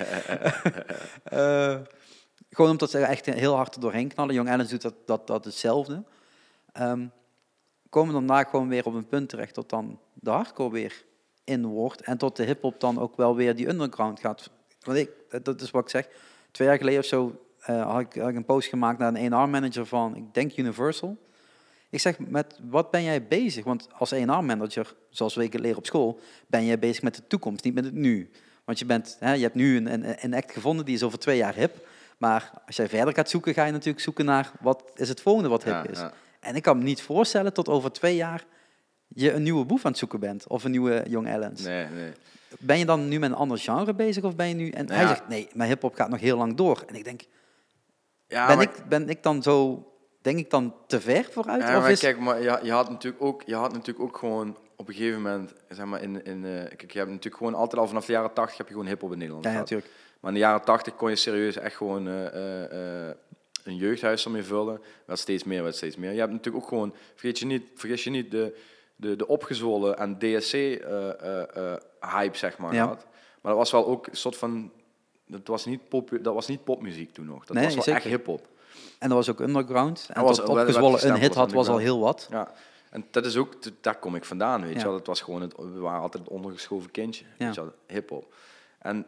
Gewoon omdat ze echt heel hard er doorheen knallen. Young Ellens doet dat hetzelfde. Komen daarna gewoon weer op een punt terecht tot dan de hardcore weer in wordt. En tot de hiphop dan ook wel weer die underground gaat. Want dat is wat ik zeg. 2 jaar geleden of zo had ik een post gemaakt naar een A&R-manager van, ik denk Universal. Ik zeg, met wat ben jij bezig? Want als A&R-manager, zoals we leren op school, ben jij bezig met de toekomst, niet met het nu. Want je hebt nu een act gevonden, die is over 2 jaar hip. Maar als jij verder gaat zoeken, ga je natuurlijk zoeken naar wat is het volgende wat hip is. Ja. En ik kan me niet voorstellen tot over 2 jaar je een nieuwe Boef aan het zoeken bent. Of een nieuwe Young Ellens. Nee. Ben je dan nu met een ander genre bezig? Of ben je nu... En hij zegt, nee, mijn hiphop gaat nog heel lang door. En ik denk, ben ik dan zo... Denk ik dan te ver vooruit? Ja, of maar kijk, maar je had natuurlijk ook gewoon op een gegeven moment, zeg maar, kijk, je hebt natuurlijk gewoon altijd al vanaf de jaren 80 heb je gewoon hiphop in Nederland gehad. Natuurlijk. Maar in de jaren 80 kon je serieus echt gewoon een jeugdhuis ermee vullen. Werd steeds meer. Je hebt natuurlijk ook gewoon, vergis je niet de opgezwollen en DSC-hype, zeg maar, gehad. Maar dat was wel ook een soort van... Dat was niet popmuziek toen nog. Dat was wel echt hip-hop. En dat was ook underground. En dat opgezwollen een hit had, was al heel wat. Ja. En dat is ook... Daar kom ik vandaan, weet je wel. Dat was gewoon we waren altijd het ondergeschoven kindje. Weet je wel, hip-hop. En...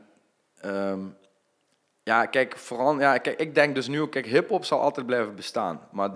kijk, ik denk dus nu ook... Kijk, hip-hop zal altijd blijven bestaan. Maar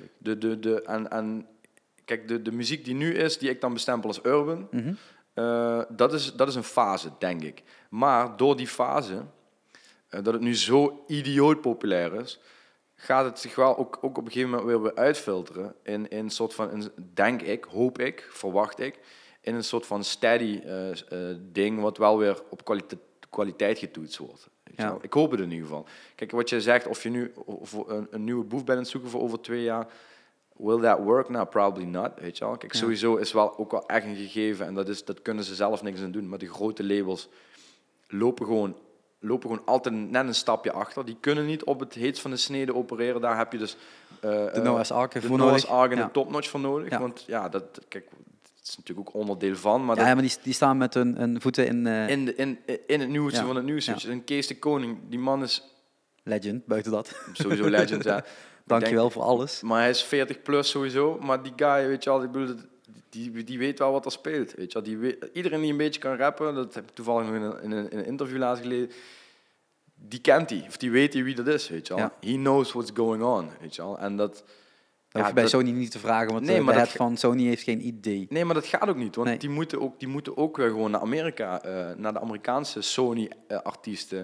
de muziek die nu is, die ik dan bestempel als urban... Dat is een fase, denk ik. Maar door die fase... dat het nu zo idioot populair is, gaat het zich wel ook op een gegeven moment weer uitfilteren in een soort van, denk ik, hoop ik, verwacht ik, in een soort van steady ding, wat wel weer op kwaliteit getoetst wordt. Ja. Ik hoop het in ieder geval. Kijk, wat je zegt, of je nu een nieuwe boef bent aan het zoeken voor over 2 jaar, will that work? Nou, probably not, weet je wel. Kijk, sowieso is wel ook wel echt een gegeven, en dat kunnen ze zelf niks aan doen, maar de grote labels lopen gewoon altijd net een stapje achter. Die kunnen niet op het heetst van de snede opereren. Daar heb je dus de Noah's Ark voor nodig. En de topnotch voor nodig. Ja. Want dat is natuurlijk ook onderdeel van. Maar maar die staan met hun voeten in het nieuwtje van het nieuws. Ja. En Kees de Koning, die man is... Legend, buiten dat. Sowieso legend, ja. Dankjewel voor alles. Maar hij is 40 plus sowieso. Maar die guy, weet je wel, ik bedoel... Die weet wel wat er speelt, weet je wel. Iedereen die een beetje kan rappen, dat heb ik toevallig nog in een interview laatst gelezen, die kent hij, of die weet wie dat is, weet je wel. Ja. He knows what's going on, weet je wel. En dat hoef je bij Sony niet te vragen, want de head van Sony heeft geen idee. Nee, maar dat gaat ook niet, want die moeten ook weer gewoon naar Amerika, naar de Amerikaanse Sony-artiesten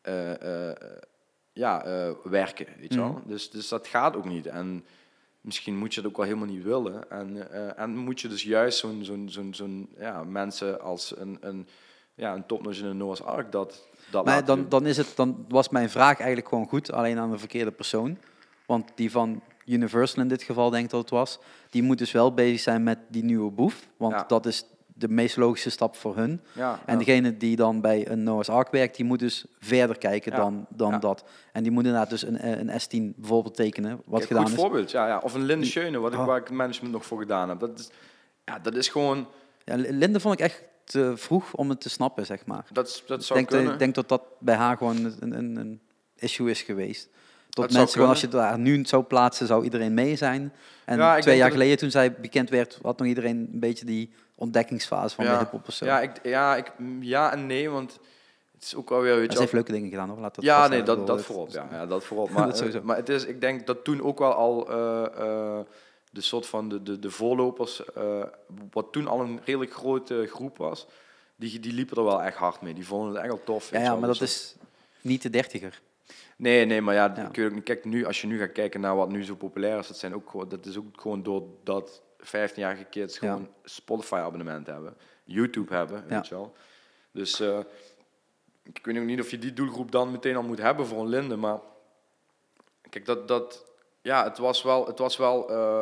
werken, weet je wel. Dus dat gaat ook niet. En misschien moet je het ook wel helemaal niet willen. En moet je dus juist zo'n mensen als een topnotch in een Noah's Ark maar dan was mijn vraag eigenlijk gewoon goed, alleen aan de verkeerde persoon. Want die van Universal in dit geval, denk ik dat het was, die moet dus wel bezig zijn met die nieuwe boef. Want dat is de meest logische stap voor hun. En degene die dan bij een Noah's Ark werkt, die moet dus verder kijken dan dat. En die moet inderdaad dus een S10 bijvoorbeeld tekenen, wat gedaan is. Goed voorbeeld, ja. Of een Linde Schöne, waar ik het management nog voor gedaan heb. Dat is gewoon... Ja, Linde vond ik echt te vroeg om het te snappen, zeg maar. Dat zou kunnen. Ik denk dat bij haar gewoon een issue is geweest. Tot mensen gewoon, als je daar nu zou plaatsen, zou iedereen mee zijn. En 2 jaar geleden, toen zij bekend werd, had nog iedereen een beetje die ontdekkingsfase van de hip-hop of zo. Ja en nee, want het is ook alweer... Ze heeft leuke dingen gedaan, hoor. Laat dat voorop. Ja, dat voorop. Maar het is, ik denk dat toen ook wel al de soort van de voorlopers, wat toen al een redelijk grote groep was, die liepen er wel echt hard mee. Die vonden het echt wel tof. Ja, maar dat is niet de 30er. Nee, maar kijk, nu, als je nu gaat kijken naar wat nu zo populair is, dat is ook gewoon doordat 15-jarige kids gewoon Spotify-abonnement hebben, YouTube hebben, weet je wel. Dus ik weet nog niet of je die doelgroep dan meteen al moet hebben voor een Linde, maar kijk, het was wel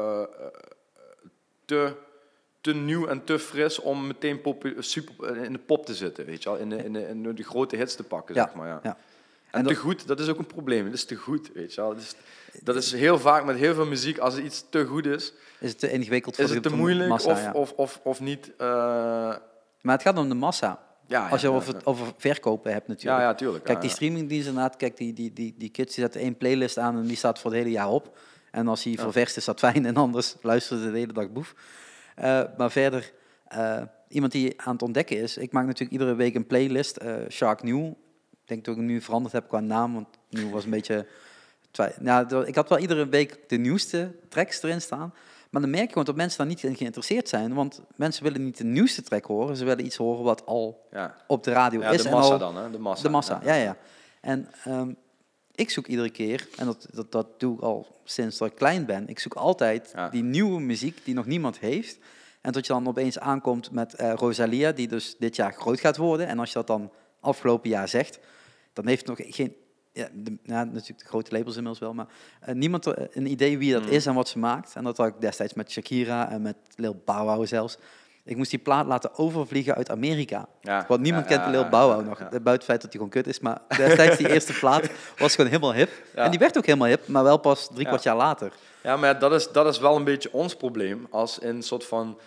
te nieuw en te fris om meteen super in de pop te zitten, weet je wel, in de grote hits te pakken, zeg maar, ja. En te goed, dat is ook een probleem. Dat is te goed, weet je wel. Dat is heel vaak met heel veel muziek, als het iets te goed is het te ingewikkeld voor de massa? Is het te moeilijk massa, of niet? Maar het gaat om de massa. Als je over verkopen hebt natuurlijk. Ja, tuurlijk. Kijk, die streamingdiensten inderdaad, kijk, die kids die zetten 1 playlist aan en die staat voor het hele jaar op. En als die ververst is dat fijn en anders luisteren ze de hele dag boef. Maar verder, iemand die aan het ontdekken is, ik maak natuurlijk iedere week een playlist, Shark New. Ik denk dat ik nu veranderd heb qua naam, want nu was een beetje... ik had wel iedere week de nieuwste tracks erin staan. Maar dan merk je gewoon dat mensen daar niet in geïnteresseerd zijn. Want mensen willen niet de nieuwste track horen. Ze willen iets horen wat al op de radio is. De massa dan, hè? De massa, ja. En ik zoek iedere keer, en dat doe ik al sinds dat ik klein ben. Ik zoek altijd die nieuwe muziek die nog niemand heeft. En dat je dan opeens aankomt met Rosalia, die dus dit jaar groot gaat worden. En als je dat dan afgelopen jaar zegt, dan heeft nog geen... natuurlijk de grote labels inmiddels wel, maar niemand een idee wie dat is en wat ze maakt. En dat had ik destijds met Shakira en met Lil Bow Wow zelfs. Ik moest die plaat laten overvliegen uit Amerika. Want niemand kent de Lil Bow Wow nog. Buiten het feit dat hij gewoon kut is. Maar destijds die eerste plaat was gewoon helemaal hip. Ja. En die werd ook helemaal hip, maar wel pas 3/4 jaar later. Ja, maar dat is wel een beetje ons probleem. Als in een soort van...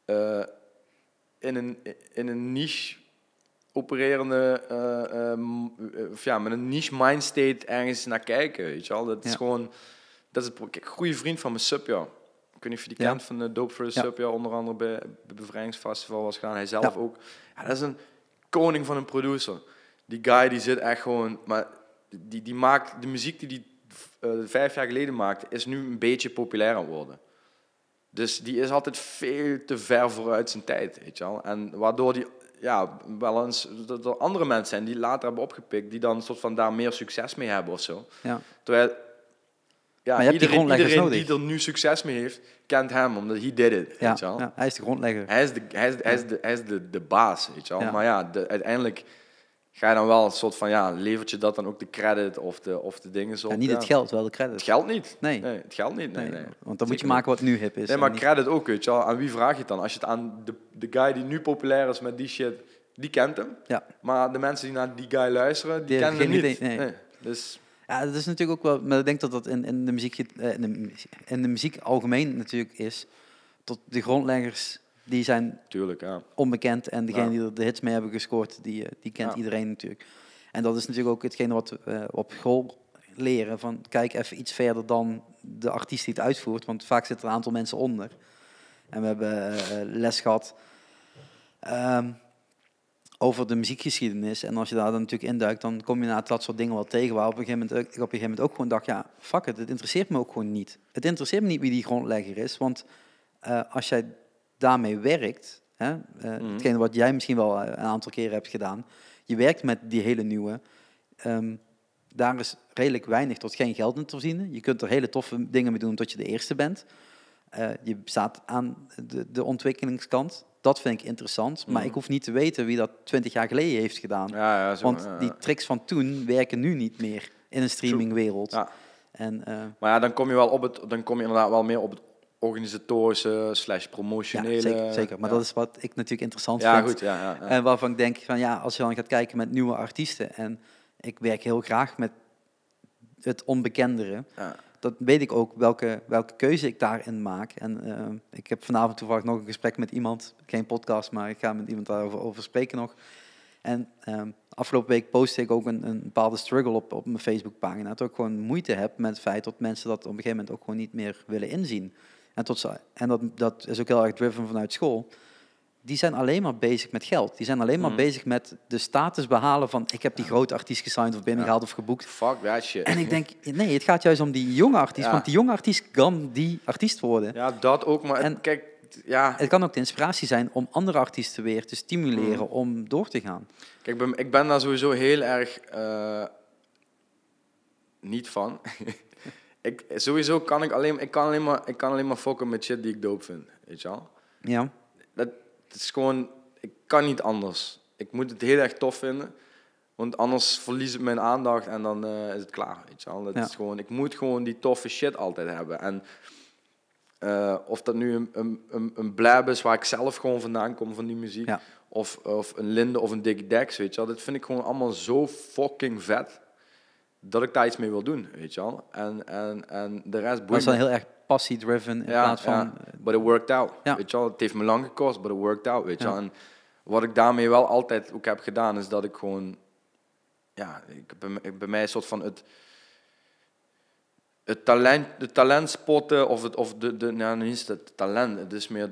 in een niche opererende... met een niche mindstate ergens naar kijken, weet je wel. Dat is gewoon... Dat is een goede vriend van mijn Subja. Ik weet niet of je die kent van de Dope First Subja, onder andere bij Bevrijdingsfestival was gedaan. Hij zelf ook. Ja, dat is een koning van een producer. Die guy die zit echt gewoon... Maar die maakt... De muziek die 5 jaar geleden maakte, is nu een beetje populair aan het worden. Dus die is altijd veel te ver vooruit zijn tijd, weet je wel. En waardoor die wel eens dat er andere mensen zijn die later hebben opgepikt, die dan een soort van daar meer succes mee hebben of zo. Ja. Terwijl iedereen die er nu succes mee heeft, kent hem, omdat he did it, weet je wel. Ja, hij is de grondlegger. Hij is de baas, weet je wel. Ja. Maar uiteindelijk ga je dan wel een soort van, levert je dat dan ook de credit of de dingen zo. En niet het geld, wel de credit. Het geld niet. Nee, het geld niet. Nee. Want dan moet je maken wat nu hip is. Nee, maar credit ook, weet je wel. Aan wie vraag je het dan? Als je het aan de guy die nu populair is met die shit, die kent hem. Ja. Maar de mensen die naar die guy luisteren, die kennen hem niet. Nee. Dus... Ja, dat is natuurlijk ook wel... Maar ik denk dat in de muziek algemeen natuurlijk is. Tot de grondleggers, die zijn onbekend. En degene die er de hits mee hebben gescoord, die kent iedereen natuurlijk. En dat is natuurlijk ook hetgene wat we op school leren. Van kijk even iets verder dan de artiest die het uitvoert. Want vaak zitten er een aantal mensen onder. En we hebben les gehad... over de muziekgeschiedenis. En als je daar dan natuurlijk induikt, dan kom je naar dat soort dingen wel tegen. Waar ik op een gegeven moment ook gewoon dacht, fuck it, het interesseert me ook gewoon niet. Het interesseert me niet wie die grondlegger is, want als jij daarmee werkt, hetgene wat jij misschien wel een aantal keren hebt gedaan, je werkt met die hele nieuwe, daar is redelijk weinig tot geen geld in te voorzien. Je kunt er hele toffe dingen mee doen omdat je de eerste bent. Je staat aan de ontwikkelingskant. Dat vind ik interessant, maar ik hoef niet te weten wie dat 20 jaar geleden heeft gedaan. Want die tricks van toen werken nu niet meer in een streamingwereld. Ja. Maar dan kom je inderdaad wel meer op het organisatorische / promotionele. Ja, zeker. Maar dat is wat ik natuurlijk interessant vind. Goed, En waarvan ik denk van als je dan gaat kijken met nieuwe artiesten, en ik werk heel graag met het onbekendere. Ja. Dat weet ik ook welke keuze ik daarin maak. En ik heb vanavond toevallig nog een gesprek met iemand. Geen podcast, maar ik ga met iemand daarover spreken nog. En afgelopen week postte ik ook een bepaalde struggle op mijn Facebookpagina. Dat ik gewoon moeite heb met het feit dat mensen dat op een gegeven moment ook gewoon niet meer willen inzien. En dat is ook heel erg driven vanuit school. Die zijn alleen maar bezig met geld. Die zijn alleen maar bezig met de status behalen van ik heb die grote artiest gesigned of binnengehaald of geboekt. Fuck that shit. En ik denk, nee, het gaat juist om die jonge artiest. Want die jonge artiest kan die artiest worden. Ja, dat ook. Maar kijk, het kan ook de inspiratie zijn om andere artiesten weer te stimuleren om door te gaan. Kijk, ik ben daar sowieso heel erg niet van. Sowieso kan ik alleen maar fokken met shit die ik dope vind. Weet je wel? Ja. Het is gewoon, ik kan niet anders. Ik moet het heel erg tof vinden, want anders verlies ik mijn aandacht en dan is het klaar. Weet je wel? Dat is gewoon, ik moet gewoon die toffe shit altijd hebben. En of dat nu een blab is waar ik zelf gewoon vandaan kom van die muziek, of een Linde of een Diggy Dex, weet je wel. Dat vind ik gewoon allemaal zo fucking vet, dat ik daar iets mee wil doen, weet je wel. En de rest boeit me. Dat is dan heel erg passie-driven in plaats van... Ja, but it worked out, weet je wel. Het heeft me lang gekost, but it worked out, weet je wel. En wat ik daarmee wel altijd ook heb gedaan, is dat ik gewoon... bij mij een soort van het talent spotten, niet eens het talent, het is meer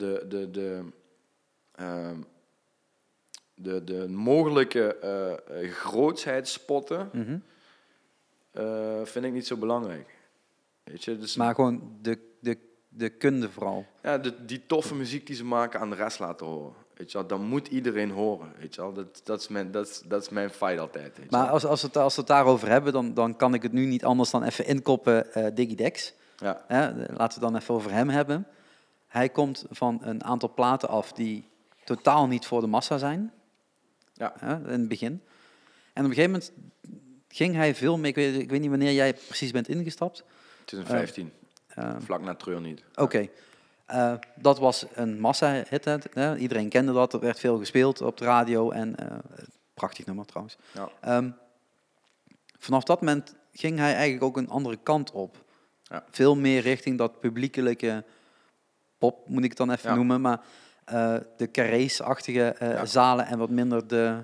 de mogelijke grootsheid spotten, vind ik niet zo belangrijk. Weet je, dus maar gewoon de kunde vooral. Ja, die toffe muziek die ze maken aan de rest laten horen. Weet je wel, dan moet iedereen horen. Weet je wel, dat is mijn fight altijd. Weet je maar als we het daarover hebben, dan kan ik het nu niet anders dan even inkoppen Diggy Dex. Ja. Laten we het dan even over hem hebben. Hij komt van een aantal platen af die totaal niet voor de massa zijn. Ja. In het begin. En op een gegeven moment ging hij veel mee. Ik weet niet wanneer jij precies bent ingestapt. 2015. Vlak na Treur niet. Oké. Dat was een massa-hit. Iedereen kende dat. Er werd veel gespeeld op de radio. En prachtig nummer trouwens. Ja. Vanaf dat moment ging hij eigenlijk ook een andere kant op. Ja. Veel meer richting dat publiekelijke pop, moet ik het dan even noemen. Maar de carrés-achtige zalen en wat minder de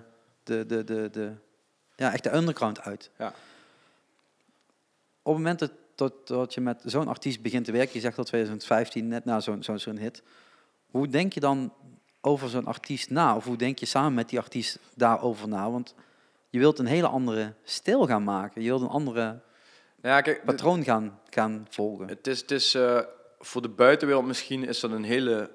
echt de underground uit. Ja. Op het moment dat je met zo'n artiest begint te werken, je zegt dat 2015 net na zo'n hit. Hoe denk je dan over zo'n artiest na? Of hoe denk je samen met die artiest daarover na? Want je wilt een hele andere stijl gaan maken. Je wilt een andere patroon gaan volgen. Het is voor de buitenwereld misschien is dat een hele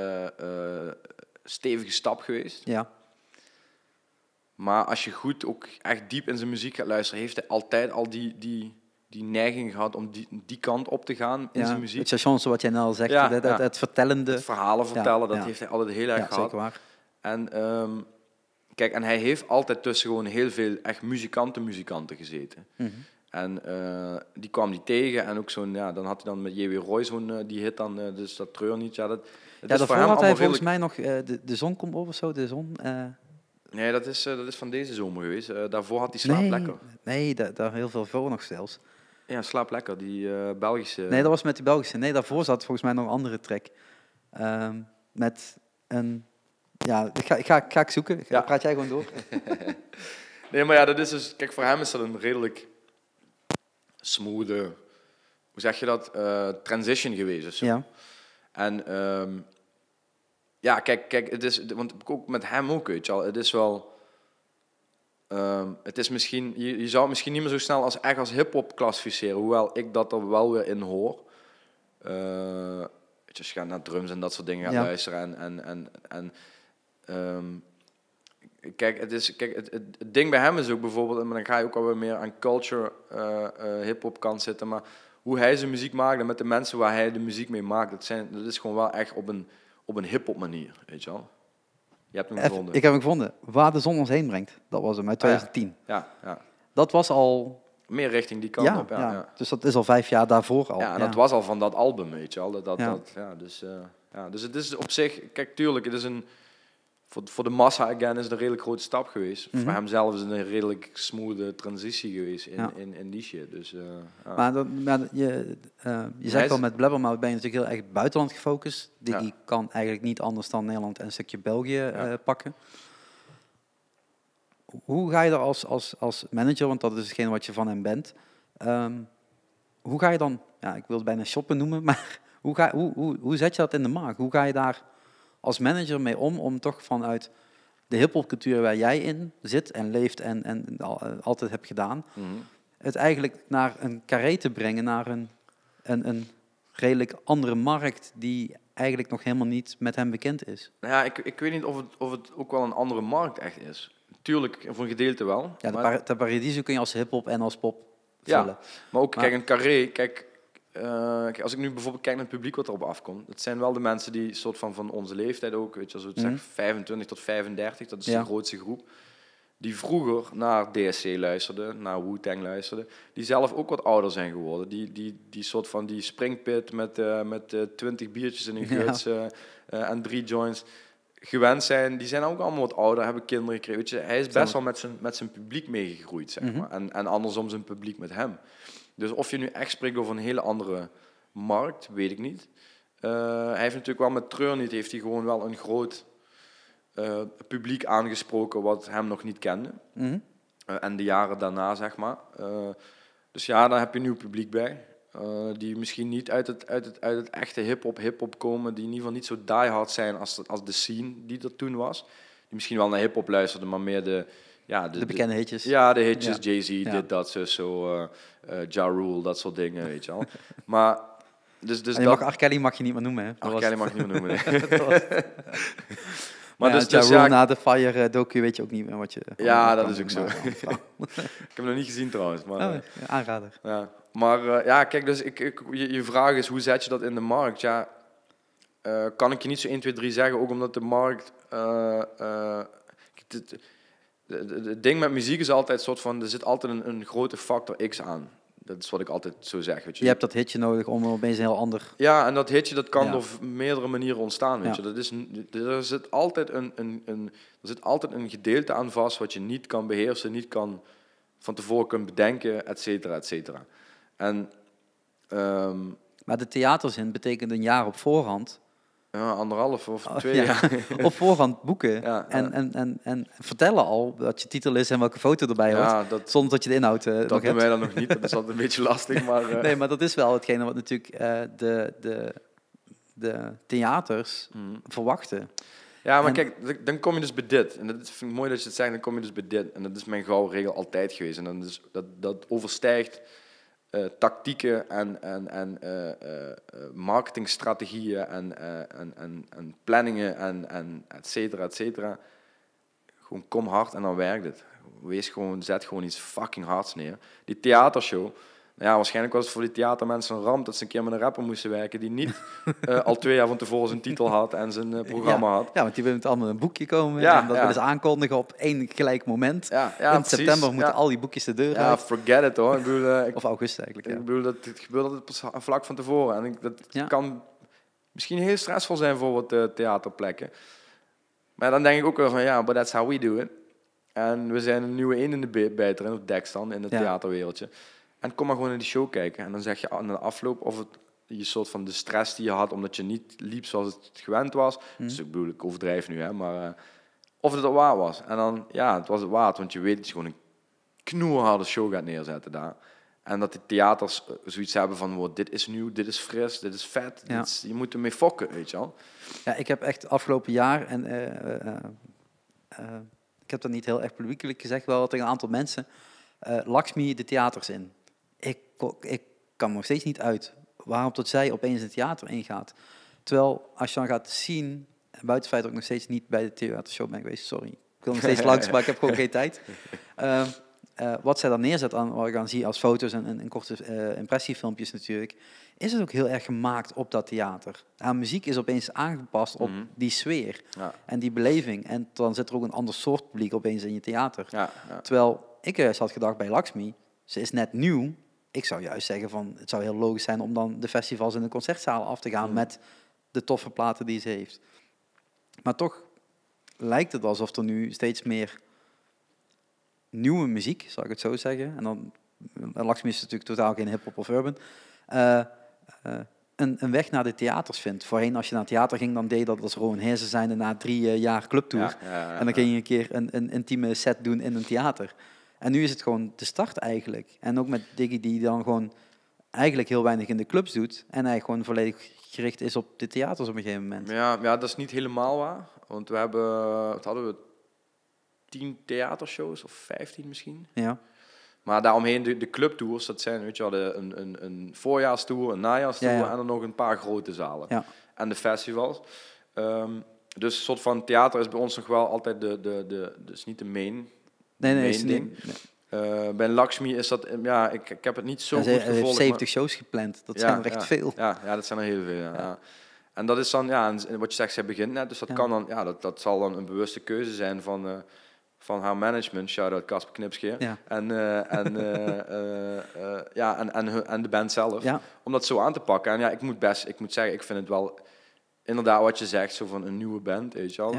stevige stap geweest. Ja. Maar als je goed ook echt diep in zijn muziek gaat luisteren, heeft hij altijd al die neiging gehad om die kant op te gaan in zijn muziek. Het station, zoals jij net al zegt, het vertellende. Het verhalen vertellen, dat heeft hij altijd heel erg gehad. Zeker waar. En kijk, en hij heeft altijd tussen gewoon heel veel echt muzikanten gezeten. Mm-hmm. En die kwam die tegen en ook zo'n, dan had hij dan met J.W. Roy die hit dan, dus dat treur niet. Dat is voor hem had hij volgens mij nog de zon komt op of zo, de zon. Nee, dat is van deze zomer geweest. Daarvoor had hij Slaap Lekker. Nee, daar heel veel voor nog zelfs. Ja, Slaap Lekker, die Belgische... Nee, dat was met die Belgische. Nee, daarvoor zat volgens mij nog een andere track. Met een... Ja, ga ik zoeken. Praat jij gewoon door. Nee, maar dat is dus... Kijk, voor hem is dat een redelijk smooth... hoe zeg je dat? Transition geweest of zo. Ja. En... kijk, het is... Want ook met hem ook, weet je wel. Het is wel... het is misschien, je zou het misschien niet meer zo snel als hip-hop klassificeren, hoewel ik dat er wel weer in hoor. Als je gaat naar drums en dat soort dingen gaat luisteren. Kijk, het ding bij hem is ook bijvoorbeeld, en dan ga je ook alweer meer aan culture, hip-hop kant zitten, maar hoe hij zijn muziek maakt en met de mensen waar hij de muziek mee maakt, dat is gewoon wel echt op een hip-hop manier, weet je wel. Je hebt hem gevonden. Ik heb hem gevonden. Waar de zon ons heen brengt. Dat was hem uit 2010. Ja. Dat was al... Meer richting die kant op, ja. Dus dat is al 5 jaar daarvoor al. Ja, en dat was al van dat album, weet je wel. Dus het is op zich... Kijk, tuurlijk, het is een... Voor de massa, again, is het een redelijk grote stap geweest. Mm-hmm. Voor hemzelf is het een redelijk smooth transitie geweest in die shit. Dus, Maar je zegt al met Blabbermouth ben je natuurlijk heel erg buitenland gefocust. Die kan eigenlijk niet anders dan Nederland en een stukje België pakken. Hoe ga je er als manager, want dat is hetgeen wat je van hem bent, hoe ga je dan, ik wil het bijna shoppen noemen, maar hoe zet je dat in de markt? Hoe ga je daar als manager mee om toch vanuit de hiphopcultuur waar jij in zit en leeft en altijd hebt gedaan, het eigenlijk naar een carré te brengen, naar een redelijk andere markt die eigenlijk nog helemaal niet met hem bekend is? Nou ja, ik weet niet of het ook wel een andere markt echt is. Tuurlijk, voor een gedeelte wel. Ja, de Paradiso kun je als hiphop en als pop vullen. Ja, maar ook, kijk, een carré, kijk, als ik nu bijvoorbeeld kijk naar het publiek wat erop afkomt, het zijn wel de mensen die soort van onze leeftijd ook, weet je, als we het zeggen, 25 tot 35, dat is de grootste groep, die vroeger naar DSC luisterden, naar Wu-Tang luisterden, die zelf ook wat ouder zijn geworden, die soort van die springpit met 20 biertjes in een guts en 3 joints gewend zijn, die zijn ook allemaal wat ouder, hebben kinderen gekregen. Weet je, hij is best wel met zijn publiek meegegroeid, zeg maar. En andersom zijn publiek met hem. Dus of je nu echt spreekt over een hele andere markt, weet ik niet. Hij heeft natuurlijk wel met Treur niet, heeft hij gewoon wel een groot publiek aangesproken wat hem nog niet kende. En de jaren daarna, zeg maar. Dus ja, daar heb je een nieuw publiek bij. Die misschien niet uit het echte hip-hop komen, die in ieder geval niet zo diehard zijn als de scene die er toen was. Die misschien wel naar hip-hop luisterden, maar meer de bekende hitjes. Ja, de hitjes, Jay-Z, dit, dat, zo, Ja Rule, dat soort dingen, weet je wel. Maar, dus R. Kelly mag je niet meer noemen, hè? R. Kelly mag je niet meer noemen, Maar dus Ja Rule na de Fire docu weet je ook niet meer wat je... Ja, dat is ook zo. Ik heb hem nog niet gezien trouwens. Maar, aanrader. Ja. Maar kijk, dus je vraag is, hoe zet je dat in de markt? Ja, kan ik je niet zo 1, 2, 3 zeggen, ook omdat de markt... Het ding met muziek is altijd soort van, er zit altijd een grote factor X aan. dat is wat ik altijd zo zeg. Weet je. Je hebt dat hitje nodig om opeens een heel ander... Ja, en dat hitje dat kan op meerdere manieren ontstaan. Weet je. Er zit altijd een gedeelte aan vast wat je niet kan beheersen, niet kan van tevoren kunt bedenken, et cetera, et cetera. En, maar de theaterzin betekent een jaar op voorhand. Ja, 1,5 of 2 jaar. Op voorhand boeken en vertellen al wat je titel is en welke foto erbij hoort, zonder dat je de inhoud nog hebt. Dat doen wij dan nog niet, dat is altijd een beetje lastig. Maar, Nee, maar dat is wel hetgene wat natuurlijk de theaters verwachten. Ja, maar kijk, dan kom je dus bij dit. En dat vind ik mooi dat je het zegt, dan kom je dus bij dit. En dat is mijn gouden regel altijd geweest. En dan is, dat overstijgt tactieken en marketingstrategieën en planningen en et cetera, et cetera. Gewoon kom hard en dan werkt het. Zet gewoon iets fucking hards neer. Die theatershow, ja, waarschijnlijk was het voor die theatermensen een ramp dat ze een keer met een rapper moesten werken die niet al 2 jaar van tevoren zijn titel had en zijn programma had. Ja, want die willen met allemaal een boekje komen en dat willen ze aankondigen op 1 gelijk moment. In september moeten al die boekjes de deur uit. Ja, forget it hoor. Ik bedoel, of augustus eigenlijk. Ik bedoel, dat het gebeurt altijd pas vlak van tevoren. En dat kan misschien heel stressvol zijn voor wat theaterplekken. Maar dan denk ik ook wel van but that's how we do it. En we zijn een nieuwe een in de bijter in het dek staan in het theaterwereldje. En kom maar gewoon naar die show kijken. En dan zeg je aan de afloop of het je soort van de stress die je had omdat je niet liep zoals het gewend was. Dus ik bedoel, ik overdrijf nu, hè, maar of het waar was. En dan, het was het waard, want je weet dat je gewoon een knoerharde show gaat neerzetten daar. En dat de theaters zoiets hebben van, dit is nieuw, dit is fris, dit is vet. Je moet ermee fokken, weet je wel. Ja, ik heb echt afgelopen jaar, en ik heb dat niet heel erg publiekelijk gezegd, wel tegen een aantal mensen, Lakshmi de theaters in. Ik kan nog steeds niet uit waarom tot zij opeens het theater ingaat. Terwijl, als je dan gaat zien, buiten het feit dat ik nog steeds niet bij de theatershow ben geweest, sorry. Ik wil nog steeds langs, maar ik heb gewoon geen tijd. Wat zij dan neerzet, wat ik dan zie als foto's en korte impressiefilmpjes natuurlijk, is het ook heel erg gemaakt op dat theater. Haar muziek is opeens aangepast op die sfeer en die beleving. En dan zit er ook een ander soort publiek opeens in je theater. Terwijl ik juist had gedacht bij Lakshmi, ze is net nieuw. Ik zou juist zeggen van, het zou heel logisch zijn om dan de festivals en de concertzalen af te gaan met de toffe platen die ze heeft. Maar toch lijkt het alsof er nu steeds meer nieuwe muziek, zal ik het zo zeggen. En dan, Lakshmi is natuurlijk totaal geen hip-hop of urban. Een weg naar de theaters vindt. Voorheen, als je naar het theater ging, dan deed dat als Rowan Heersen zijnde na 3 jaar clubtour. En dan ging je een keer een intieme set doen in een theater. En nu is het gewoon de start eigenlijk. En ook met Diggy die dan gewoon eigenlijk heel weinig in de clubs doet. En eigenlijk gewoon volledig gericht is op de theaters op een gegeven moment. Ja, dat is niet helemaal waar. Want wat hadden we 10 theatershows of 15 misschien. Ja. Maar daaromheen de clubtours, dat zijn, weet je wel, een voorjaarstour, een najaarstour en dan nog een paar grote zalen. Ja. En de festivals. Dus een soort van theater is bij ons nog wel altijd dus niet de main. Nee. Bij Lakshmi is dat, ik heb het niet zo goed gevolgd. Hij heeft 70 shows gepland, dat zijn er echt veel. Ja, dat zijn er heel veel, ja. En dat is dan, en wat je zegt, zij begint net, dus dat kan dan, dat zal dan een bewuste keuze zijn van haar management, shout-out Casper Knipscheer, en de band zelf, om dat zo aan te pakken. En ik moet zeggen, ik vind het wel, inderdaad wat je zegt, zo van een nieuwe band, weet je wel,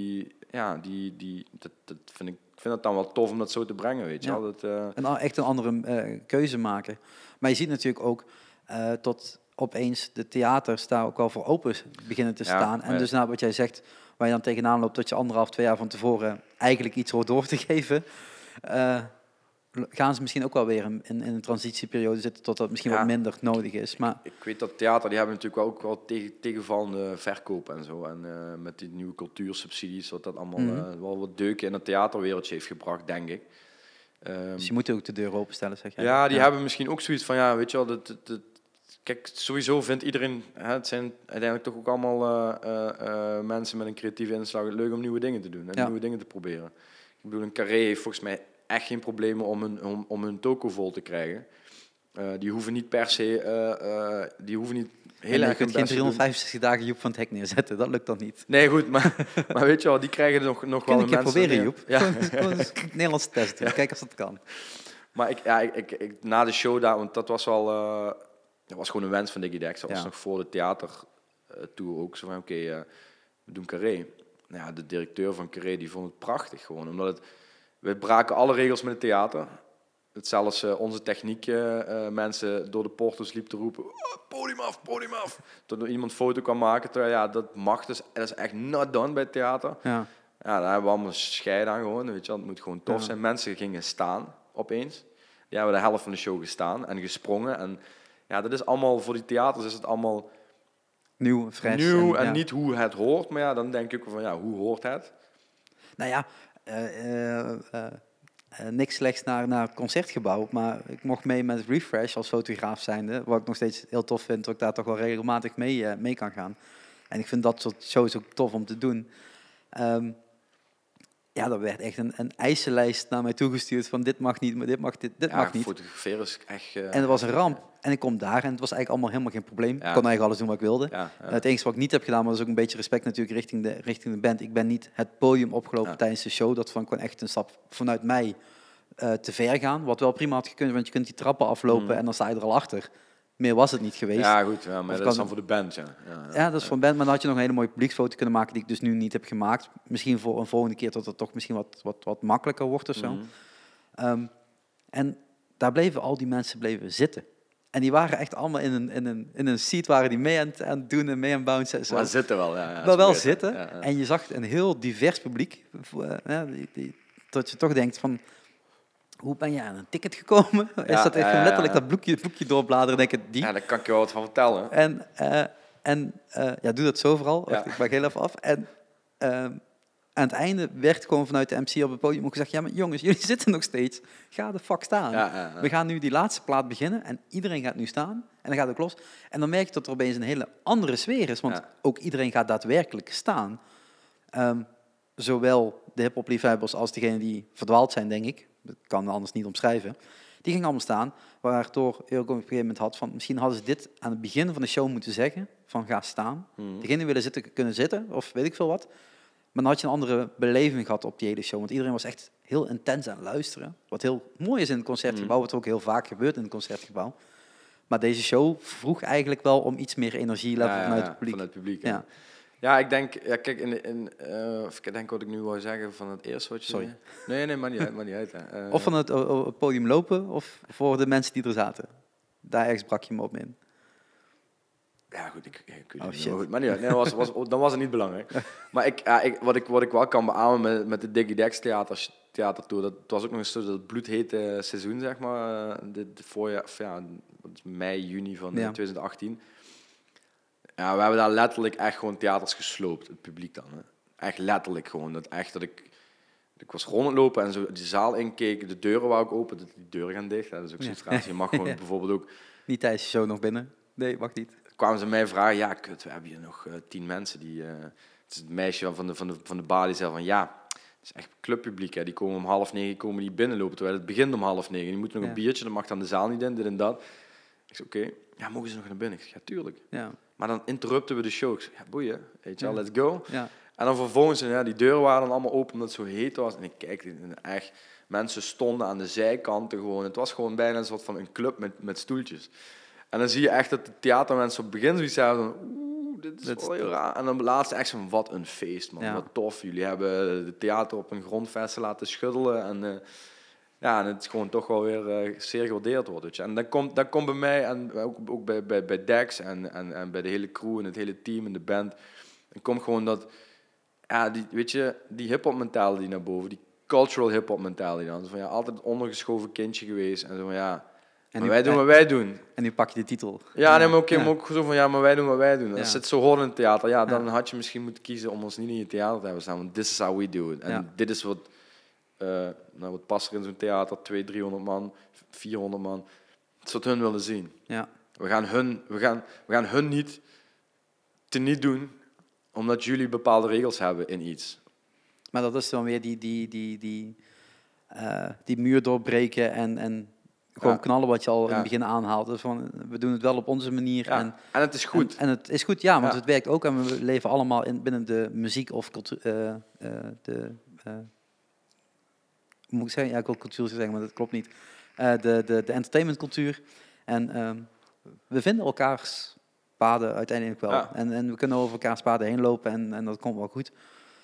dat vind ik. Ik vind het dan wel tof om dat zo te brengen, weet je wel. Echt een andere keuze maken. Maar je ziet natuurlijk ook tot opeens de theaters daar ook wel voor open beginnen te staan. En dus wat jij zegt, waar je dan tegenaan loopt, dat je 1,5, 2 jaar van tevoren eigenlijk iets hoort door te geven, gaan ze misschien ook wel weer in een transitieperiode zitten tot dat misschien wat minder nodig is. Maar ik weet dat theater, die hebben natuurlijk ook wel tegenvallende verkoop en zo. En met die nieuwe cultuursubsidies, wat dat allemaal wel wat deuken in het theaterwereldje heeft gebracht, denk ik. Dus je moet ook de deur openstellen, zeg jij? Ja, die hebben misschien ook zoiets van, weet je wel, kijk, sowieso vindt iedereen, het zijn uiteindelijk toch ook allemaal mensen met een creatieve inslag, leuk om nieuwe dingen te doen en nieuwe dingen te proberen. Ik bedoel, een Carré heeft volgens mij echt geen problemen om hun toko vol te krijgen. Die hoeven niet per se, heel erg. Je kunt geen 365 dagen Joep van het Hek neerzetten, dat lukt dan niet. Nee, goed, maar weet je wel, die krijgen nog wel een mensen. Proberen, Joep. Ja. Gewoon een Nederlandse test doen, kijken of dat kan. Maar ik na de show daar, want dat was wel... dat was gewoon een wens van Digidex. Dat was nog voor de theatertour ook. Zo van, oké, we doen Carré. Nou ja, de directeur van Carré die vond het prachtig gewoon. Omdat we braken alle regels met het theater. Het zelfs onze techniek mensen door de portals liep te roepen... podium af, podium af. Tot er iemand foto kan maken. Terwijl ja, dat mag dus. Dat is echt not done bij het theater. Ja, daar hebben we allemaal scheid aan gewoon. Weet je, het moet gewoon tof zijn. Mensen gingen staan opeens. Die hebben de helft van de show gestaan en gesprongen. En ja, dat is allemaal, voor die theaters is het allemaal... Nieuw, fris. Nieuw en niet hoe het hoort. Maar ja, dan denk ik van, ja, hoe hoort het? Nou ja, niks slechts naar het Concertgebouw. Maar ik mocht mee met Refresh als fotograaf zijnde. Wat ik nog steeds heel tof vind, dat ik daar toch wel regelmatig mee kan gaan. En ik vind dat soort shows ook tof om te doen. Ja, er werd echt een eisenlijst naar mij toegestuurd van dit mag niet, maar dit mag niet. Fotograferen is echt... en dat was een ramp. En ik kom daar en het was eigenlijk allemaal helemaal geen probleem. Ik kon eigenlijk alles doen wat ik wilde. Het enige wat ik niet heb gedaan, maar dat is ook een beetje respect natuurlijk richting de band. Ik ben niet het podium opgelopen tijdens de show. Dat vond ik gewoon echt een stap vanuit mij te ver gaan. Wat wel prima had gekund, want je kunt die trappen aflopen en dan sta je er al achter. Meer was het niet geweest. Ja, goed, maar dat is dan voor de band, Ja, dat is voor een band, maar dan had je nog een hele mooie publieksfoto kunnen maken die ik dus nu niet heb gemaakt. Misschien voor een volgende keer dat het toch misschien wat makkelijker wordt of zo. En daar bleven al die mensen zitten. En die waren echt allemaal in een seat, waren die mee aan het doen en mee aan het bouncen. Maar zitten wel, ja. Maar wel zitten. Ja. En je zag een heel divers publiek. Dat je toch denkt van... Hoe ben je aan een ticket gekomen? Is dat echt letterlijk dat boekje doorbladeren? Denk ik, die? Ja, daar kan ik je wel wat van vertellen. En doe dat zo vooral. Ja. Ik maak heel even af. En aan het einde werd gewoon vanuit de MC op het podium ook gezegd... Ja, maar jongens, jullie zitten nog steeds. Ga de fuck staan. We gaan nu die laatste plaat beginnen en iedereen gaat nu staan. En dan gaat het los. En dan merk je dat er opeens een hele andere sfeer is. Want ook iedereen gaat daadwerkelijk staan. Zowel de hip-hop liefhebbers als degenen die verdwaald zijn, denk ik. Dat kan anders niet omschrijven. Die gingen allemaal staan, waardoor ik op een gegeven moment had van... Misschien hadden ze dit aan het begin van de show moeten zeggen, van ga staan. Degenen die willen zitten, kunnen zitten, of weet ik veel wat. Maar dan had je een andere beleving gehad op die hele show. Want iedereen was echt heel intens aan het luisteren. Wat heel mooi is in het Concertgebouw, wat ook heel vaak gebeurt in het Concertgebouw. Maar deze show vroeg eigenlijk wel om iets meer energie vanuit het publiek. Vanuit het publiek, Ja, ik denk, kijk, ik denk wat ik nu wou zeggen van het eerste wat je zei. Nee, maar niet uit. Of van het podium lopen, of voor de mensen die er zaten. Daar ergens brak je me op in. Ja, goed, ik weet het niet. Goed, maar niet uit. Nee, dan was het niet belangrijk. Maar wat ik wel kan beamen met de Digidex theatertour, dat was ook nog eens dat bloedhete seizoen, zeg maar. Dit voorjaar, mei, juni van 2018. Ja, we hebben daar letterlijk echt gewoon theaters gesloopt, het publiek dan. Hè. Echt letterlijk gewoon. Dat ik was rondlopen en zo die zaal inkeek, de deuren waren ook open, die deuren gaan dicht. Dat is ook zoiets raars. Je mag gewoon bijvoorbeeld ook... Niet tijdens de show nog binnen? Nee, mag niet. Kwamen ze mij vragen, ja, kut, we hebben hier nog 10 mensen die... het is het meisje van de bar die zei van, ja, het is echt clubpubliek, hè. Die komen om 8:30 die binnenlopen, terwijl het begint om 8:30. Die moeten nog een biertje, dan mag dan de zaal niet in, dit en dat. Ik zei, oké, ja, mogen ze nog naar binnen? Ik zeg, ja, tuurlijk. Ja. Maar dan interrupten we de show. Ik zeg, ja, boeien, weet je wel, let's go. Ja. En dan vervolgens, die deuren waren dan allemaal open omdat het zo heet was. En ik kijk, echt, mensen stonden aan de zijkanten gewoon. Het was gewoon bijna een soort van een club met stoeltjes. En dan zie je echt dat de theatermensen op het begin zoiets hebben van, dit is wel heel raar. En dan laatst echt van, wat een feest, man. Ja. Wat tof. Jullie hebben de theater op een grondvesten laten schuddelen. En en het is gewoon toch wel weer zeer gewaardeerd wordt. Weet je. En dat komt bij mij, en ook bij Dex en bij de hele crew en het hele team en de band. Dan komt gewoon dat, die hip-hop mentality naar boven. Die cultural hip-hop mentality dan. Van, altijd het ondergeschoven kindje geweest. En zo van, en maar wij doen wat wij doen. En nu pak je de titel. Ja, nee, maar maar ook zo van, maar wij doen wat wij doen. Als het zo hoort in het theater, dan had je misschien moeten kiezen om ons niet in je theater te hebben staan. Want this is how we do it. En dit is wat past er in zo'n theater, 200-300 man, 400 man. Dat is wat hun willen zien. Ja. We gaan hun niet teniet doen, omdat jullie bepaalde regels hebben in iets. Maar dat is dan weer die muur doorbreken en gewoon knallen wat je al in het begin aanhaalt. Dus van, we doen het wel op onze manier. Ja. En het is goed. En het is goed, want het werkt ook. En we leven allemaal binnen de muziek of cultuur... moet ik zeggen? Ja, ik wil cultuur zeggen, maar dat klopt niet. de entertainmentcultuur. En we vinden elkaars paden uiteindelijk wel. Ja. En we kunnen over elkaars paden heen lopen en dat komt wel goed.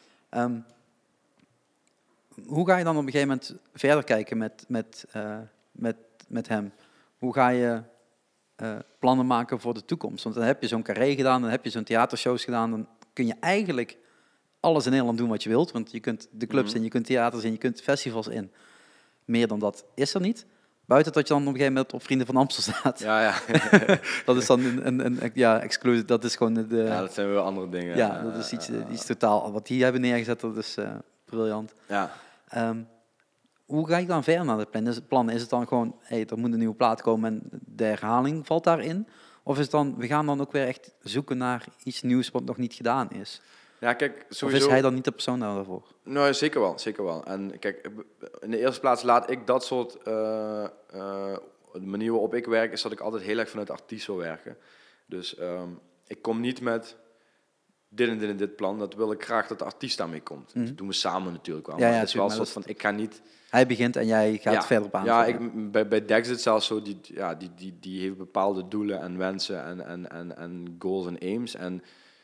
Hoe ga je dan op een gegeven moment verder kijken met hem? Hoe ga je plannen maken voor de toekomst? Want dan heb je zo'n carré gedaan, dan heb je zo'n theatershows gedaan. Dan kun je eigenlijk alles in Nederland doen wat je wilt. Want je kunt de clubs in, je kunt theaters in, je kunt festivals in. Meer dan dat is er niet. Buiten dat je dan op een gegeven moment op Vrienden van Amstel staat. Ja. Dat is dan een exclusive. Dat is gewoon Ja, dat zijn weer andere dingen. Ja, dat is iets totaal. Wat die hebben neergezet, dat is briljant. Ja. Hoe ga je dan verder naar het plan? Is het dan gewoon, er moet een nieuwe plaat komen en de herhaling valt daarin? Of is het dan, we gaan dan ook weer echt zoeken naar iets nieuws wat nog niet gedaan is? Ja, kijk, sowieso... Of is hij dan niet de persoon daarvoor? Nou, zeker wel. En kijk, in de eerste plaats laat ik dat soort... de manier waarop ik werk, is dat ik altijd heel erg vanuit de artiest wil werken. Dus ik kom niet met dit en dit plan. Dat wil ik graag dat de artiest daarmee komt. Dat doen we samen natuurlijk wel. Ja, maar het is wel een soort van, ik ga niet... Hij begint en jij gaat verder op aan. Ja, bij Dex is het zelfs zo, die heeft bepaalde doelen en wensen en goals en aims. En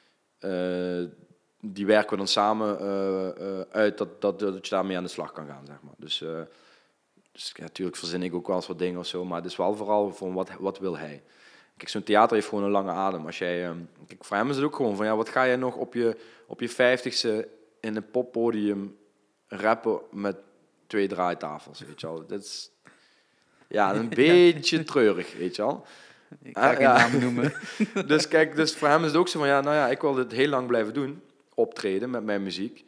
die werken we dan samen uit dat je daarmee aan de slag kan gaan, zeg maar. Dus natuurlijk verzin ik ook wel eens wat dingen of zo, maar het is wel vooral van wat wil hij. Kijk, zo'n theater heeft gewoon een lange adem. Als jij, kijk, voor hem is het ook gewoon van, wat ga jij nog op je 50ste in een poppodium rappen met 2 draaitafels, weet je wel. Dat is een beetje treurig, weet je wel. Ik ga geen namen noemen. Dus voor hem is het ook zo van, ik wil dit heel lang blijven doen, optreden met mijn muziek.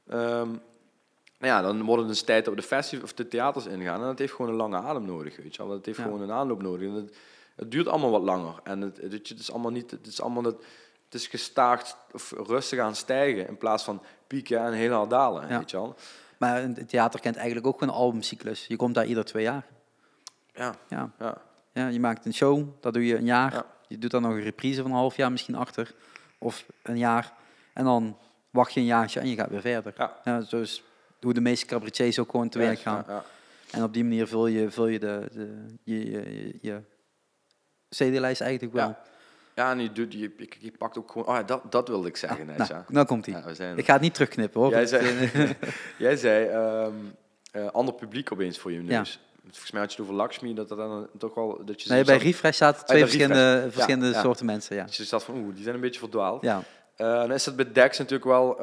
Dan wordt het dus tijd dat we de festivals of de theaters ingaan en dat heeft gewoon een lange adem nodig, weet je wel. Dat heeft gewoon een aanloop nodig. Het duurt allemaal wat langer en het is allemaal niet, het is gestaagd of rustig aan stijgen in plaats van pieken en heel hard dalen, weet je wel. Maar het theater kent eigenlijk ook een albumcyclus. Je komt daar ieder 2 jaar. Ja, je maakt een show, dat doe je een jaar. Ja. Je doet dan nog een reprise van een half jaar misschien achter. Of een jaar. En dan wacht je een jaartje en je gaat weer verder. Ja, dus hoe de meeste cabaretiers ook gewoon te werk gaan. Ja. En op die manier vul je je CD-lijst eigenlijk wel. Ja, en je pakt ook gewoon... dat wilde ik zeggen. Nou komt hij. Ik ga het niet terugknippen, hoor. Jij zei ander publiek opeens voor je neus. Ja. Volgens mij had je het over Lakshmi, dat dan toch wel... Dat je bij Refresh zaten 2 verschillende soorten mensen. Ja. Dus je zat van, die zijn een beetje verdwaald. Ja. Dan is dat bij Dex natuurlijk wel...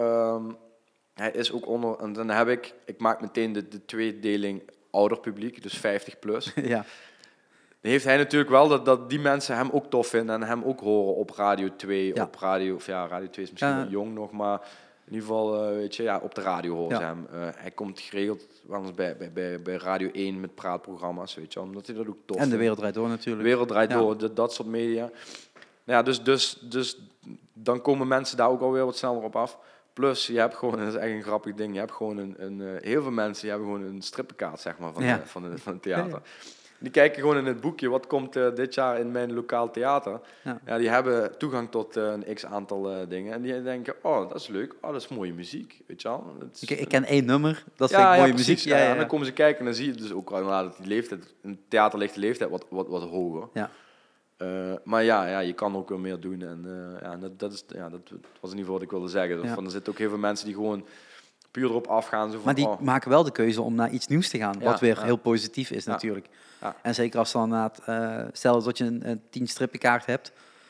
hij is ook onder... En dan heb ik maak meteen de tweedeling ouder publiek, dus 50 plus. Ja. Dan heeft hij natuurlijk wel dat die mensen hem ook tof vinden en hem ook horen op Radio 2. Ja. Op Radio 2 is misschien wel jong nog, maar in ieder geval, op de radio horen ze hem. Hij komt geregeld wel eens bij Radio 1 met praatprogramma's, weet je, omdat hij dat ook tof vindt. En De Wereld Draait Door natuurlijk. De Wereld Draait Door, dat soort media. Ja, dus dan komen mensen daar ook alweer wat sneller op af. Plus, je hebt gewoon, dat is echt een grappig ding, je hebt gewoon heel veel mensen die hebben gewoon een strippenkaart, zeg maar, van het theater. Ja. Die kijken gewoon in het boekje, wat komt dit jaar in mijn lokaal theater. Ja, die hebben toegang tot een x-aantal dingen. En die denken, dat is leuk, dat is mooie muziek, weet je wel. Ik ken 1 nummer, dat vind ik mooie muziek. Ja. En dan komen ze kijken en dan zie je dus ook wel dat die leeftijd, in het theater ligt de leeftijd wat hoger. Ja. Maar je kan ook wel meer doen. En dat was in ieder geval wat ik wilde zeggen. Ja. Er zitten ook heel veel mensen die gewoon puur erop afgaan. Zo van, maar die maken wel de keuze om naar iets nieuws te gaan. Wat weer heel positief is natuurlijk. Ja. En zeker als dan stel dat je een 10 strippenkaart hebt.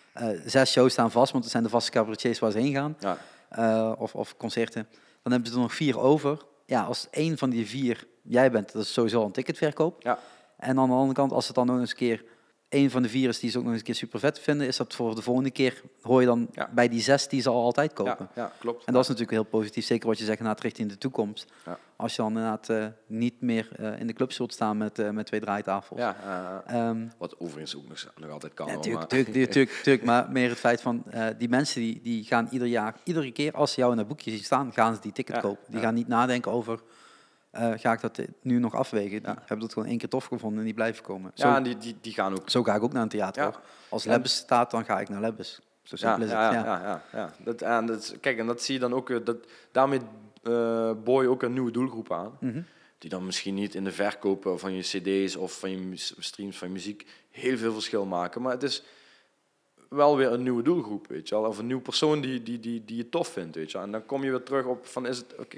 6 shows staan vast, want dat zijn de vaste cabaretiers waar ze heen gaan. Ja. Of concerten. Dan hebben ze er nog 4 over. Ja, als 1 van die 4 jij bent, dat is sowieso een ticketverkoop. Ja. En aan de andere kant, als het dan nog eens een keer 1 van de 4 is die ze ook nog eens een keer super vet vinden, is dat voor de volgende keer, hoor je dan bij die 6 die ze al altijd kopen. Ja, klopt. En dat is natuurlijk heel positief, zeker wat je zegt, inderdaad richting de toekomst. Ja. Als je dan inderdaad niet meer in de club zult staan met 2 draaitafels. Wat overigens ook nog altijd kan. Ja, tuurlijk, maar meer het feit van, die mensen die gaan iedere keer als ze jou in het boekje zien staan, gaan ze die ticket kopen. Die gaan niet nadenken over... ga ik dat nu nog afwegen? Die hebben dat gewoon 1 keer tof gevonden en die blijven komen. En die gaan ook... Zo ga ik ook naar een theater. Ja. Als Lebbes staat, dan ga ik naar Lebbes. Zo simpel is het. Kijk, en dat zie je dan ook... daarmee boor je ook een nieuwe doelgroep aan. Mm-hmm. die dan misschien niet in de verkopen van je cd's of van je streams van je muziek heel veel verschil maken. Maar het is wel weer een nieuwe doelgroep, weet je wel. Of een nieuwe persoon die je tof vindt, weet je wel. En dan kom je weer terug op van,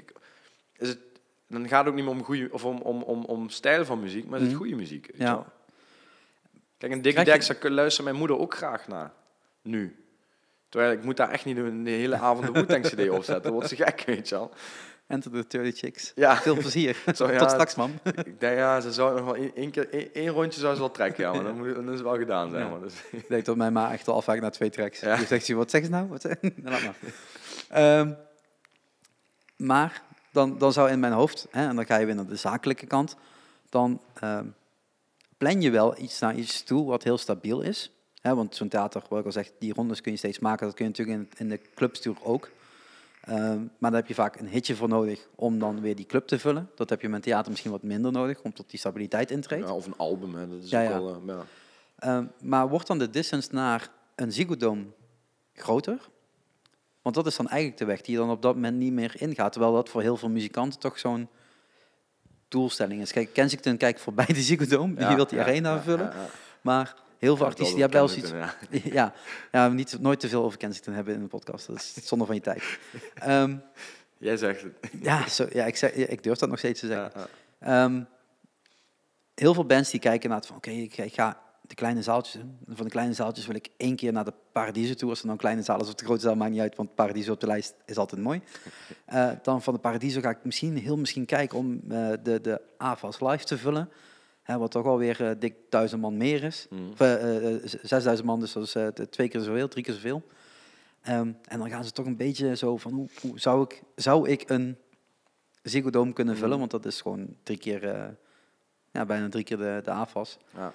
dan gaat het ook niet meer om goede of om stijl van muziek, maar is het goede muziek, weet je wel. Kijk, een Dickie Dex, daar luistert mijn moeder ook graag naar. Nu. Terwijl ik moet daar echt niet de hele avond de Wu-Tang CD opzetten. Dan wordt ze gek, weet je wel. Enter the 30 Chicks. Ja. Veel plezier. Zo, ja, Tot straks, man. Ik denk, ze zou nog wel één rondje zou ze wel trekken, ja, maar dan is het wel gedaan, zeg maar. Dus. Ik denk dat mijn ma echt wel afwijkt naar 2 tracks. Ja. Die zegt ze, wat zegt ze nou? Laat maar. Maar dan zou in mijn hoofd, en dan ga je weer naar de zakelijke kant, dan plan je wel iets naar iets toe wat heel stabiel is. Want zo'n theater, wat ik al zeg, die rondes kun je steeds maken. Dat kun je natuurlijk in de clubstour ook. Maar daar heb je vaak een hitje voor nodig om dan weer die club te vullen. Dat heb je met theater misschien wat minder nodig, omdat die stabiliteit intreedt. Ja, of een album, hè. Dat is ook wel... maar wordt dan de distance naar een Ziggo Dome groter? Want dat is dan eigenlijk de weg die je dan op dat moment niet meer ingaat. Terwijl dat voor heel veel muzikanten toch zo'n doelstelling is. Kijk, Kensington kijkt voorbij de Ziggo Dome. Die wil die arena vullen. Maar heel veel artiesten die hebben wel zoiets... nooit te veel over Kensington hebben in de podcast. Dat is zonde van je tijd. Jij zegt het. Ik durf dat nog steeds te zeggen. Heel veel bands die kijken naar het van... Oké, ik ga de kleine zaaltjes doen. Van de kleine zaaltjes wil ik 1 keer naar de Paradiso toe. Als er dan een kleine zaal is of de grote zaal, maakt niet uit. Want Paradiso op de lijst is altijd mooi. Dan van de Paradiso ga ik misschien kijken om de AFAS live te vullen. Wat toch alweer dik 1000 man meer is. 6000 man, dus dat is 2 keer zoveel, 3 keer zoveel. En dan gaan ze toch een beetje zo van... Hoe zou ik een Ziggo Dome kunnen vullen? Want dat is gewoon 3 keer... bijna 3 keer de AFAS. Ja.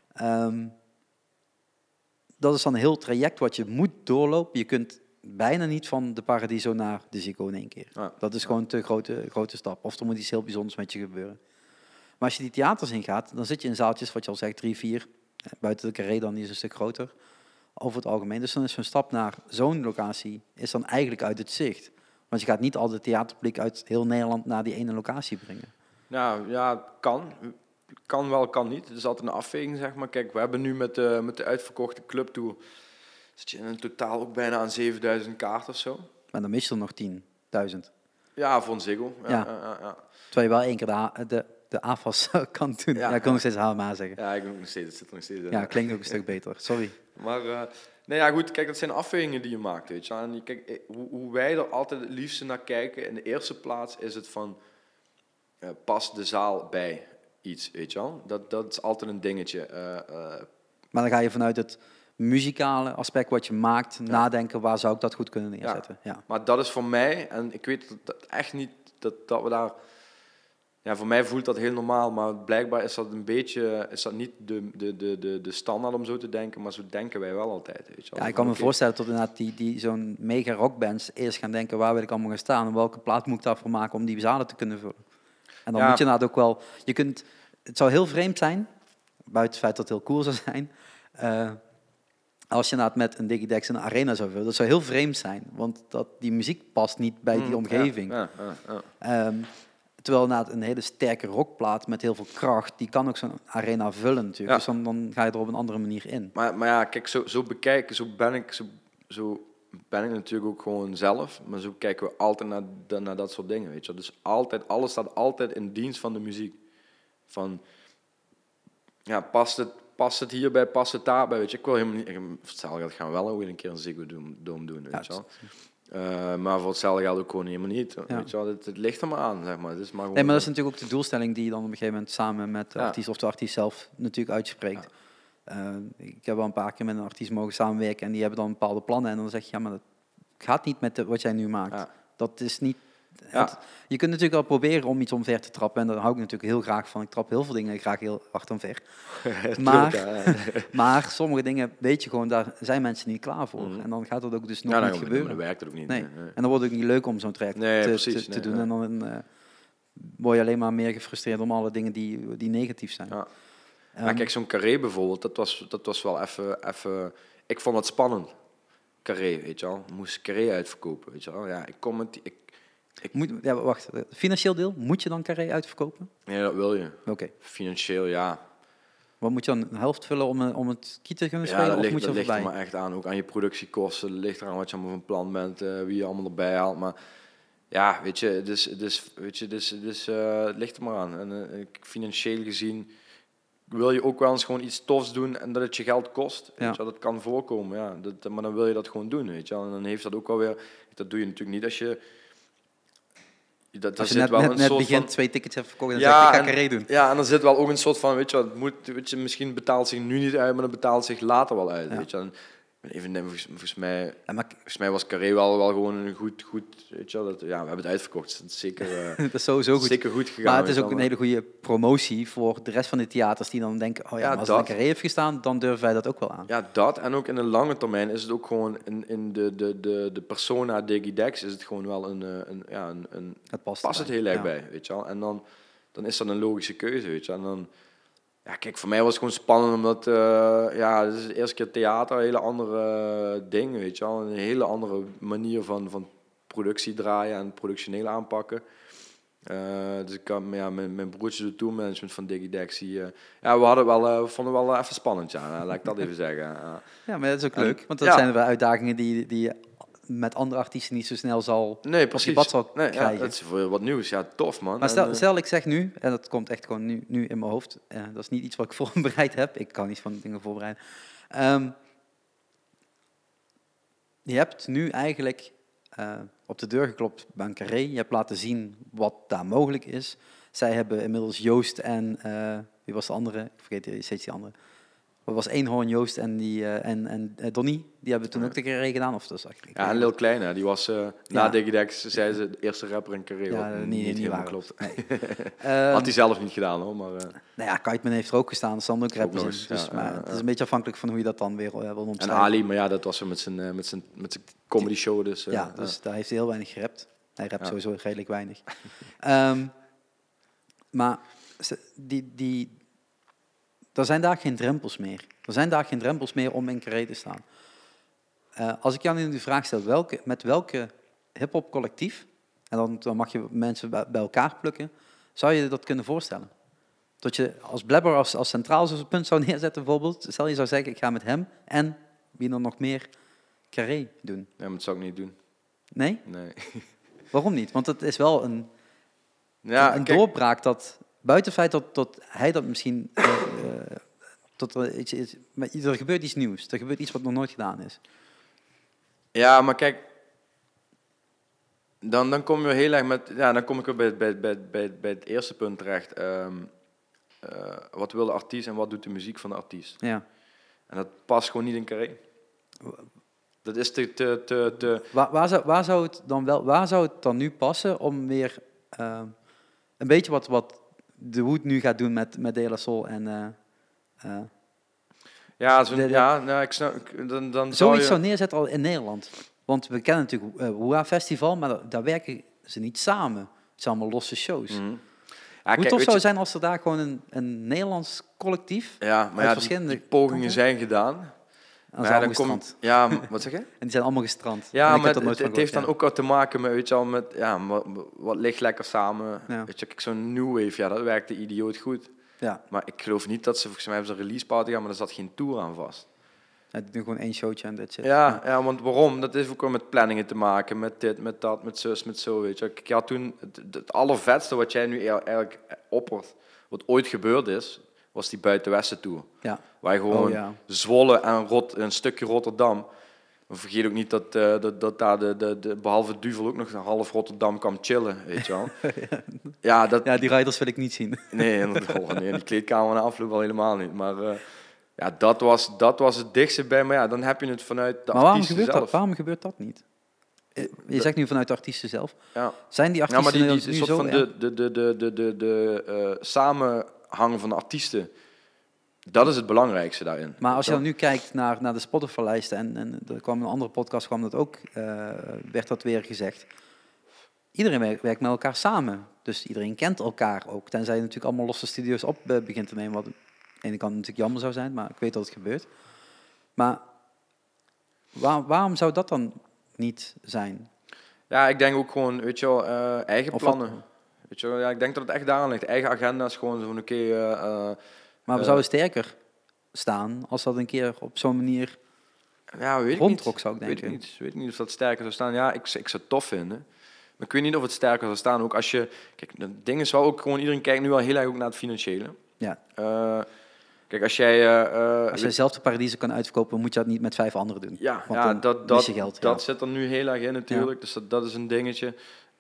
Dat is dan een heel traject wat je moet doorlopen. Je kunt bijna niet van de Paradiso naar de Ziggo in 1 keer. Ja. Dat is gewoon een te grote stap. Of er moet iets heel bijzonders met je gebeuren. Maar als je die theaters ingaat, dan zit je in zaaltjes, wat je al zegt, 3, 4. Buiten de Carré dan, die is een stuk groter. Over het algemeen. Dus dan is zo'n stap naar zo'n locatie is dan eigenlijk uit het zicht. Want je gaat niet al het theaterpubliek uit heel Nederland naar die ene locatie brengen. Nou ja, kan. Kan wel, kan niet. Het is altijd een afweging, zeg maar. Kijk, we hebben nu met de uitverkochte clubtour... zit je in totaal ook bijna aan 7000 kaarten of zo. Maar dan mis je er nog 10.000. Ja, voor een Ziggo. Ja. Terwijl je wel 1 keer de AFAS kan doen. Ja, ik kan nog steeds HMA zeggen. Ja, ik ook nog steeds. Het zit er nog steeds in. Ja, klinkt ook een stuk beter. Sorry. Maar goed, kijk, dat zijn afwegingen die je maakt, weet je. En kijk, hoe wij er altijd het liefste naar kijken, in de eerste plaats is het van... past de zaal bij iets, weet je wel. Dat is altijd een dingetje. Maar dan ga je vanuit het muzikale aspect wat je maakt, nadenken, waar zou ik dat goed kunnen neerzetten. Ja. Maar dat is voor mij, en ik weet dat echt niet, dat we daar... Ja, voor mij voelt dat heel normaal, maar blijkbaar is dat een beetje, is dat niet de standaard om zo te denken, maar zo denken wij wel altijd. Weet je wel. Ja, ik kan me voorstellen tot inderdaad die zo'n mega rockbands eerst gaan denken, waar wil ik allemaal gaan staan en welke plaat moet ik daarvoor maken om die zalen te kunnen vullen. En dan moet je inderdaad ook wel, het zou heel vreemd zijn, buiten het feit dat het heel cool zou zijn, als je inderdaad met een Dickie Dex een arena zou vullen. Dat zou heel vreemd zijn, want die muziek past niet bij die omgeving. Terwijl inderdaad een hele sterke rockplaat met heel veel kracht, die kan ook zo'n arena vullen natuurlijk. Ja. Dus dan ga je er op een andere manier in. Maar ja, kijk, zo ben ik natuurlijk ook gewoon zelf. Maar zo kijken we altijd naar dat soort dingen, weet je. Dus alles staat altijd in dienst van de muziek. Van, ja, past het hierbij, past het daarbij, weet je. Ik wil helemaal niet, hetzelfde gaan we wel ook een keer een Ziggo Dome doen, weet je wel. Maar voor hetzelfde geldt ook gewoon helemaal niet. Ja. Weet je wel, het ligt er maar aan, zeg maar. Het is maar gewoon maar dat is natuurlijk ook de doelstelling die je dan op een gegeven moment samen met de artiest of de artiest zelf natuurlijk uitspreekt. Ja. Ik heb wel een paar keer met een artiest mogen samenwerken en die hebben dan bepaalde plannen en dan zeg je, ja, maar dat gaat niet met wat jij nu maakt. Ja. Dat is niet... Ja. Je kunt natuurlijk wel proberen om iets omver te trappen en daar hou ik natuurlijk heel graag van. Ik trap heel veel dingen graag heel hard omver. Maar sommige dingen weet je gewoon, daar zijn mensen niet klaar voor. En dan gaat dat ook dus nog niet gebeuren. Dan werkt het ook niet. Nee. En dan wordt het ook niet leuk om zo'n traject te doen. En dan word je alleen maar meer gefrustreerd om alle dingen die negatief zijn. Ja. Kijk, zo'n Carré bijvoorbeeld, dat was wel even... Ik vond het spannend. Carré, weet je wel. Moest Carré uitverkopen, weet je wel. Ja, Wacht, financieel deel, moet je dan Carré uitverkopen? Ja, dat wil je. Oké. Financieel, ja. Wat moet je dan een helft vullen om het kiet te kunnen spelen? Ja, dat of moet je ligt er voorbij? maar echt aan. Ook aan je productiekosten. Dat ligt eraan wat je allemaal van plan bent. Wie je allemaal erbij haalt. Maar ja, weet je, het ligt er maar aan. En financieel gezien wil je ook wel eens gewoon iets tofs doen en dat het je geld kost. Weet je, dat kan voorkomen. Ja. Maar dan wil je dat gewoon doen. Weet je. En dan heeft dat ook wel weer... Dat doe je natuurlijk niet als je... Als je net begint 2 tickets hebt verkocht en dan zeg je, ik ga Carré doen. Ja, en dan zit wel ook een soort van, weet je, misschien betaalt zich nu niet uit, maar dan betaalt zich later wel uit. Ja. Weet je. En volgens mij was Carré wel gewoon een goed weet je, we hebben het uitverkocht. Dus dat is zeker, dat is sowieso goed. Zeker goed gegaan. Maar het is ook een hele goede promotie voor de rest van de theaters die dan denken, als het in Carré heeft gestaan, dan durven wij dat ook wel aan. Ja, dat. En ook in de lange termijn is het ook gewoon in de persona Digidex is het gewoon wel het past het heel erg bij, weet je wel. En dan is dat een logische keuze, weet je. En dan, ja, kijk, voor mij was het gewoon spannend, omdat dit is de eerste keer theater, een hele andere ding, weet je wel. Een hele andere manier van productie draaien en productioneel aanpakken. Dus ik kan mijn broertje doet tourmanagement van Digidex. We vonden het wel even spannend, ja. Laat ik dat even zeggen. Ja, maar dat is ook leuk, want dat zijn er wel uitdagingen die je met andere artiesten niet zo snel zal krijgen. Ja, dat is wat nieuws. Ja, tof, man. Maar stel ik zeg nu, en dat komt echt gewoon nu in mijn hoofd, dat is niet iets wat ik voorbereid heb. Ik kan niet van dingen voorbereiden. Je hebt nu eigenlijk op de deur geklopt bij een Carré. Je hebt laten zien wat daar mogelijk is. Zij hebben inmiddels Joost en... wie was de andere? Ik vergeet steeds die andere. Er was Eenhoorn, Joost en Donnie. Die hebben toen ook de Carré gedaan. Of dat eigenlijk, en Lil Kleine, die was na Digidex, zei ze, de eerste rapper in Carré. Ja, niet helemaal klopt. Nee. Had hij zelf niet gedaan, hoor. Maar, nou ja, Kiteman heeft er ook gestaan. Er staan ook rappers in. Dus, maar het is een beetje afhankelijk van hoe je dat dan weer wil omschrijven. En Ali, maar ja, dat was met zijn comedy show. Dus, dus daar heeft hij heel weinig gerapt. Hij rapt sowieso redelijk weinig. Maar er zijn daar geen drempels meer. Er zijn daar geen drempels meer om in Carré te staan. Als ik jou nu de vraag stel, met welke hip-hop collectief, en dan mag je mensen bij elkaar plukken, zou je dat kunnen voorstellen? Dat je als Blabber als centraal punt zou neerzetten bijvoorbeeld. Stel je zou zeggen, ik ga met hem en wie dan nog meer Carré doen. Ja, maar dat zou ik niet doen. Nee? Nee. Waarom niet? Want het is wel een doorbraak dat... Buiten het feit dat hij dat misschien... er gebeurt iets nieuws. Er gebeurt iets wat nog nooit gedaan is. Ja, maar kijk... Dan kom je heel erg met... Ja, dan kom ik weer bij het eerste punt terecht. Wat wil de artiest en wat doet de muziek van de artiest? Ja. En dat past gewoon niet in Carré. Dat is te... Waar zou het dan nu passen om weer... een beetje wat de Wood nu gaat doen met De La Soul en... ik snap... Dan zoiets zou neerzetten al in Nederland. Want we kennen natuurlijk Woeha Festival, maar daar werken ze niet samen. Het zijn allemaal losse shows. Mm-hmm. Hoe tof zou het zijn als er daar gewoon een Nederlands collectief... Ja, maar die pogingen zijn gedaan. En dan komt, wat zeg je? En die zijn allemaal gestrand. Ja, maar het heeft dan ook wat te maken met, wat ligt lekker samen. Ja. Weet je, kijk, zo'n New Wave, dat werkte idioot goed. Ja. Maar ik geloof niet dat volgens mij hebben ze een release party gehad, maar er zat geen tour aan vast. Ja, die doen gewoon 1 showtje en dat shit. Ja, want waarom? Dat heeft ook wel met planningen te maken, met dit, met dat, met zus, met zo, weet je. Ik had toen het allervetste wat jij nu eigenlijk oppert, wat ooit gebeurd is, was die Buitenwesten tour. Ja. Waar je gewoon Zwolle en een stukje Rotterdam. Maar vergeet ook niet dat daar behalve Duvel ook nog een half Rotterdam kwam chillen, weet je wel. Ja, die riders wil ik niet zien. Nee, die kleedkamer na afloop al helemaal niet. Maar dat was het dichtste bij. Maar ja, dan heb je het vanuit de artiesten zelf. Waarom gebeurt dat niet? Je zegt nu vanuit de artiesten zelf. Ja. Zijn die artiesten maar die soort van de samenhang van de artiesten. Dat is het belangrijkste daarin. Maar als je dan nu kijkt naar de Spotify-lijsten, en er kwam een andere podcast, werd dat weer gezegd. Iedereen werkt met elkaar samen. Dus iedereen kent elkaar ook. Tenzij je natuurlijk allemaal losse studio's op begint te nemen. Wat aan de ene kant natuurlijk jammer zou zijn, maar ik weet dat het gebeurt. Maar waarom zou dat dan niet zijn? Ja, ik denk ook gewoon, weet je wel, eigen Of plannen. wat? Weet je wel, ja, ik denk dat het echt daaraan ligt. Eigen agenda's, gewoon zo van Maar we zouden sterker staan als dat een keer op zo'n manier ja, weet ik rondtrok, niet. zou ik denken. Weet ik niet of dat sterker zou staan. Ja, ik zou het tof vinden. Maar ik weet niet of het sterker zou staan. Ook als je... Kijk, het ding is wel ook gewoon... Iedereen kijkt nu al heel erg ook naar het financiële. Ja. Kijk, als jij... Als jij zelf de paradiezen kan uitverkopen, moet je dat niet met 5 anderen doen. Ja, Want ja dan mis je geld. dat zit er nu heel erg in natuurlijk. Dus dat is een dingetje.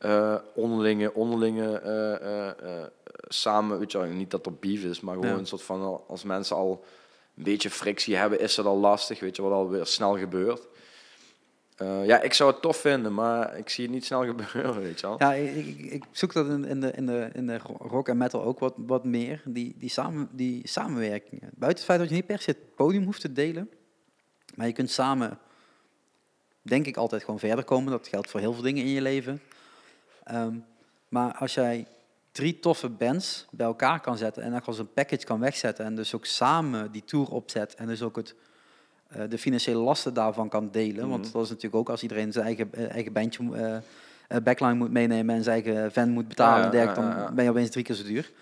Onderlinge samen, weet je wel, niet dat er beef is, maar gewoon een soort van, als mensen al een beetje frictie hebben, is het al lastig, weet je, wat alweer snel gebeurt. Ja, ik zou het tof vinden, maar ik zie het niet snel gebeuren, weet je wel. Ja, ik zoek dat in de rock en metal ook wat meer, die samenwerking. Buiten het feit dat je niet per se het podium hoeft te delen, maar je kunt samen, denk ik, altijd gewoon verder komen. Dat geldt voor heel veel dingen in je leven. Maar als jij 3 toffe bands bij elkaar kan zetten en als een package kan wegzetten en dus ook samen die tour opzet en dus ook de financiële lasten daarvan kan delen, want dat is natuurlijk ook als iedereen zijn eigen bandje backline moet meenemen en zijn eigen van moet betalen, dan ben je opeens 3 keer zo duur.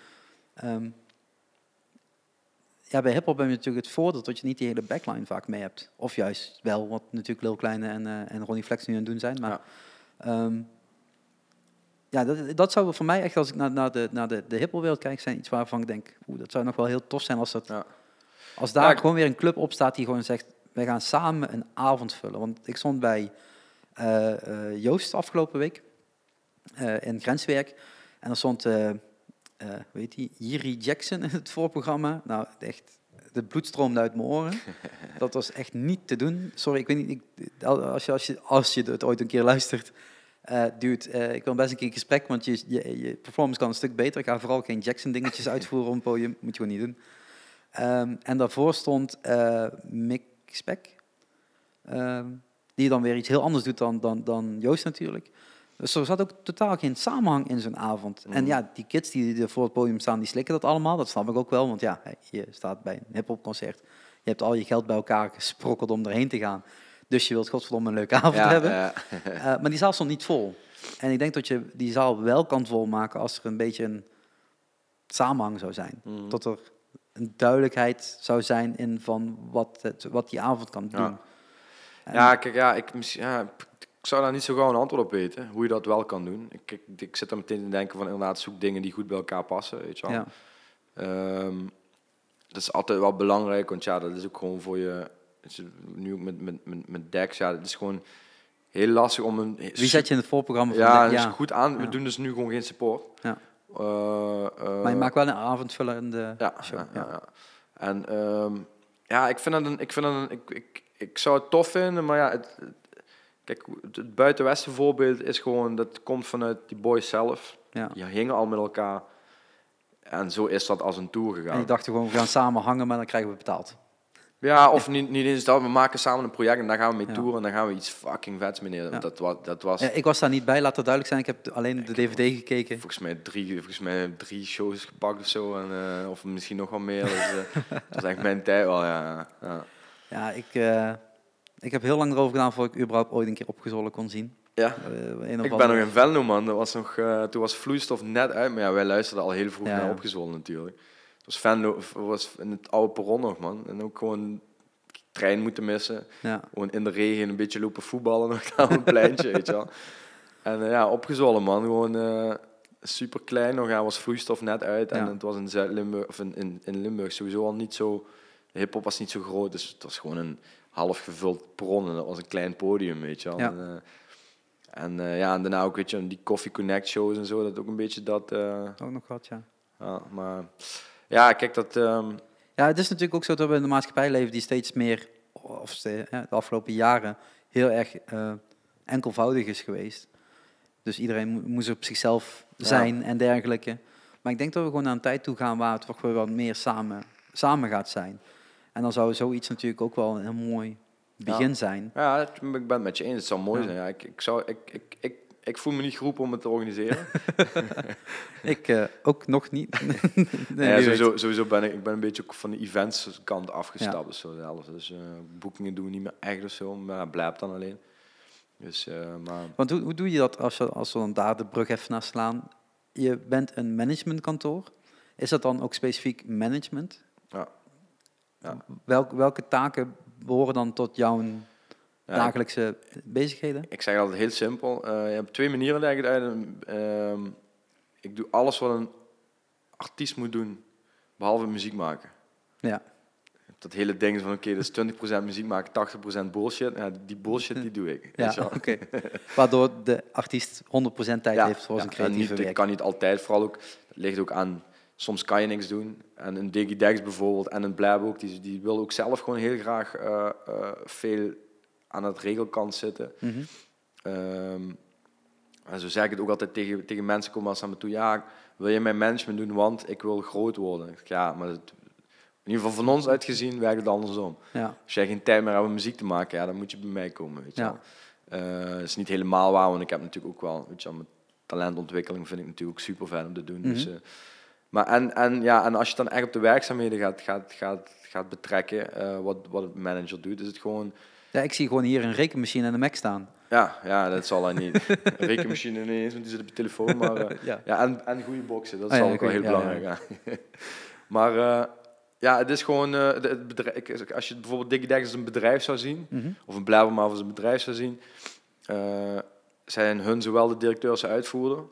Ja, bij hiphop heb je natuurlijk het voordeel dat je niet die hele backline vaak mee hebt. Of juist wel, wat natuurlijk Lil Kleine en Ronnie Flex nu aan het doen zijn. Maar dat zou voor mij echt, als ik naar de hiphopwereld kijk, zijn iets waarvan ik denk, dat zou nog wel heel tof zijn als daar gewoon weer een club op staat die gewoon zegt, wij gaan samen een avond vullen. Want ik stond bij Joost afgelopen week in Grenswerk en er stond, weet je, Jiri Jackson in het voorprogramma. Nou, echt, de bloed stroomde uit mijn oren. Dat was echt niet te doen. Sorry, ik weet niet, als je het ooit een keer luistert, dude, ik wil best een keer in gesprek, want je performance kan een stuk beter. Ik ga vooral geen Jackson dingetjes uitvoeren op het podium, moet je gewoon niet doen. En daarvoor stond Mick Speck, die dan weer iets heel anders doet dan Joost natuurlijk. Dus er zat ook totaal geen samenhang in zo'n avond. En ja, die kids die er voor het podium staan, die slikken dat allemaal. Dat snap ik ook wel, want ja, je staat bij een hiphopconcert. Je hebt al je geld bij elkaar gesprokkeld om erheen te gaan. Dus je wilt godverdomme een leuke avond hebben. Maar die zaal stond niet vol. En ik denk dat je die zaal wel kan volmaken als er een beetje een samenhang zou zijn. Dat er een duidelijkheid zou zijn in van wat die avond kan doen. Ja, kijk, ik zou daar niet zo gauw een antwoord op weten, hoe je dat wel kan doen. Ik zit er meteen te denken van inderdaad, zoek dingen die goed bij elkaar passen, weet je wel. Ja. Dat is altijd wel belangrijk, want ja, dat is ook gewoon voor je, nu ook met Dex, ja, dat is gewoon heel lastig om een... Wie zet je in het voorprogramma van Dex? Ja, dat is goed aan. We doen dus nu gewoon geen support. Ja. Maar je maakt wel een avondvullende show. Ja. En ik zou het tof vinden, maar ja, kijk, het buitenwesten voorbeeld is gewoon, dat komt vanuit die boys zelf. Ja. Die hingen al met elkaar. En zo is dat als een tour gegaan. En die dachten gewoon, we gaan samen hangen, maar dan krijgen we betaald. Ja, of niet eens dat. We maken samen een project en daar gaan we mee toeren en dan gaan we iets fucking vets mee neer. Ja. Dat was... Ja, ik was daar niet bij, laat het duidelijk zijn. Ik heb alleen de DVD gekeken. Volgens mij drie shows gepakt of zo. Of misschien nog wel meer. Dus, dat was echt mijn tijd wel, ja. Ja, ik heb heel lang erover gedaan voordat ik überhaupt ooit een keer Opgezwollen kon zien. Ja, ik ben nog in Venlo, man. Toen was Vloeistof net uit, maar ja, wij luisterden al heel vroeg naar Opgezwollen natuurlijk. Het was Venlo, was in het oude perron nog, man. En ook gewoon trein moeten missen. Ja. Gewoon in de regen een beetje lopen voetballen nog aan een pleintje, weet je wel. En Opgezwollen, man. Gewoon super klein nog. Ja, was Vloeistof net uit. En het was in Zuid-Limburg, of in Limburg sowieso al niet zo... De hiphop was niet zo groot, dus het was gewoon een half gevuld perron. En dat was een klein podium, weet je wel. Ja. En daarna ook, weet je, die Coffee Connect shows en zo, dat ook een beetje dat... Ook nog wat, ja. Ja, maar... Ja, kijk, dat... Ja, het is natuurlijk ook zo dat we in de maatschappij leven die steeds meer, de afgelopen jaren, heel erg enkelvoudig is geweest. Dus iedereen moest op zichzelf zijn en dergelijke. Maar ik denk dat we gewoon naar een tijd toe gaan waar het toch weer wat meer samen gaat zijn. En dan zou zoiets natuurlijk ook wel een heel mooi begin zijn. Ja, ik ben het met je eens. Het zou mooi zijn. Ja, ik voel me niet geroepen om het te organiseren. Ik ook nog niet. Sowieso ben ik een beetje van de events kant afgestapt. Dus boekingen doen we niet meer echt of zo. Maar blijft dan alleen. Dus, maar... Want hoe doe je dat als we dan daar de brug even naar slaan? Je bent een managementkantoor. Is dat dan ook specifiek management? Ja. Welke taken behoren dan tot jouw dagelijkse bezigheden? Ik zeg altijd heel simpel. Je hebt 2 manieren leg ik het uit. Ik doe alles wat een artiest moet doen, behalve muziek maken. Ja. Dat hele ding van oké, dus 20% muziek maken, 80% bullshit. Ja, die bullshit die doe ik. Ja, oké. Waardoor de artiest 100% tijd heeft voor zijn creatieve werk. Dat kan niet altijd, vooral ook, het ligt ook aan, soms kan je niks doen. En een Digidex bijvoorbeeld en een Blab ook, die wil ook zelf gewoon heel graag veel aan het regelkant zitten. Mm-hmm. En zo zeg ik het ook altijd tegen mensen, komen als aan me toe, ja, wil je mijn management doen, want ik wil groot worden. Ja, maar in ieder geval van ons uitgezien werkt het andersom. Ja. Als jij geen tijd meer hebt om muziek te maken, ja, dan moet je bij mij komen. Weet je wel. Dat is niet helemaal waar, want ik heb natuurlijk ook wel, weet je wel, met talentontwikkeling vind ik natuurlijk ook super fijn om te doen. Mm-hmm. Dus, maar en als je dan echt op de werkzaamheden gaat betrekken, wat het manager doet, is het gewoon... Ja, ik zie gewoon hier een rekenmachine en een Mac staan. Ja, dat zal hij niet. Een rekenmachine niet eens, want die zit op je telefoon. Maar, en goede boxen, dat is ook wel heel belangrijk. Ja. Maar het is gewoon... het bedrijf, als je bijvoorbeeld Digidex als een bedrijf zou zien, Mm-hmm. of een Blabbermouth als een bedrijf zou zien, zijn hun zowel de directeur als de uitvoerder.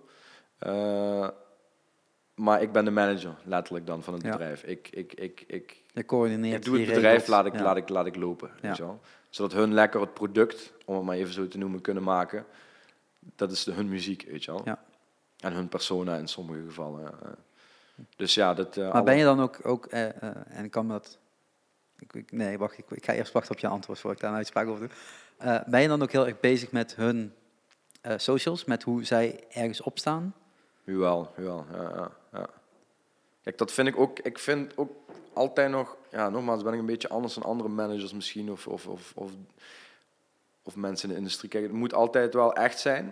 Maar ik ben de manager, letterlijk dan, van het bedrijf. Je coördineert. Ik doe het bedrijf, regels. laat ik lopen. Ja. Weet je wel? Zodat hun lekker het product, om het maar even zo te noemen, kunnen maken. Dat is hun muziek, weet je wel. Ja. En hun persona in sommige gevallen. Dus ja, dat... Maar ben je dan ook en ik kan me dat... Nee, wacht, ik ga eerst wachten op je antwoord voordat ik daar een uitspraak over doe. Ben je dan ook heel erg bezig met hun socials, met hoe zij ergens opstaan? Jawel, ja. Kijk, dat vind ik ook... Ik vind ook altijd nog... Ja, nogmaals ben ik een beetje anders dan andere managers misschien, of mensen in de industrie. Kijk, het moet altijd wel echt zijn.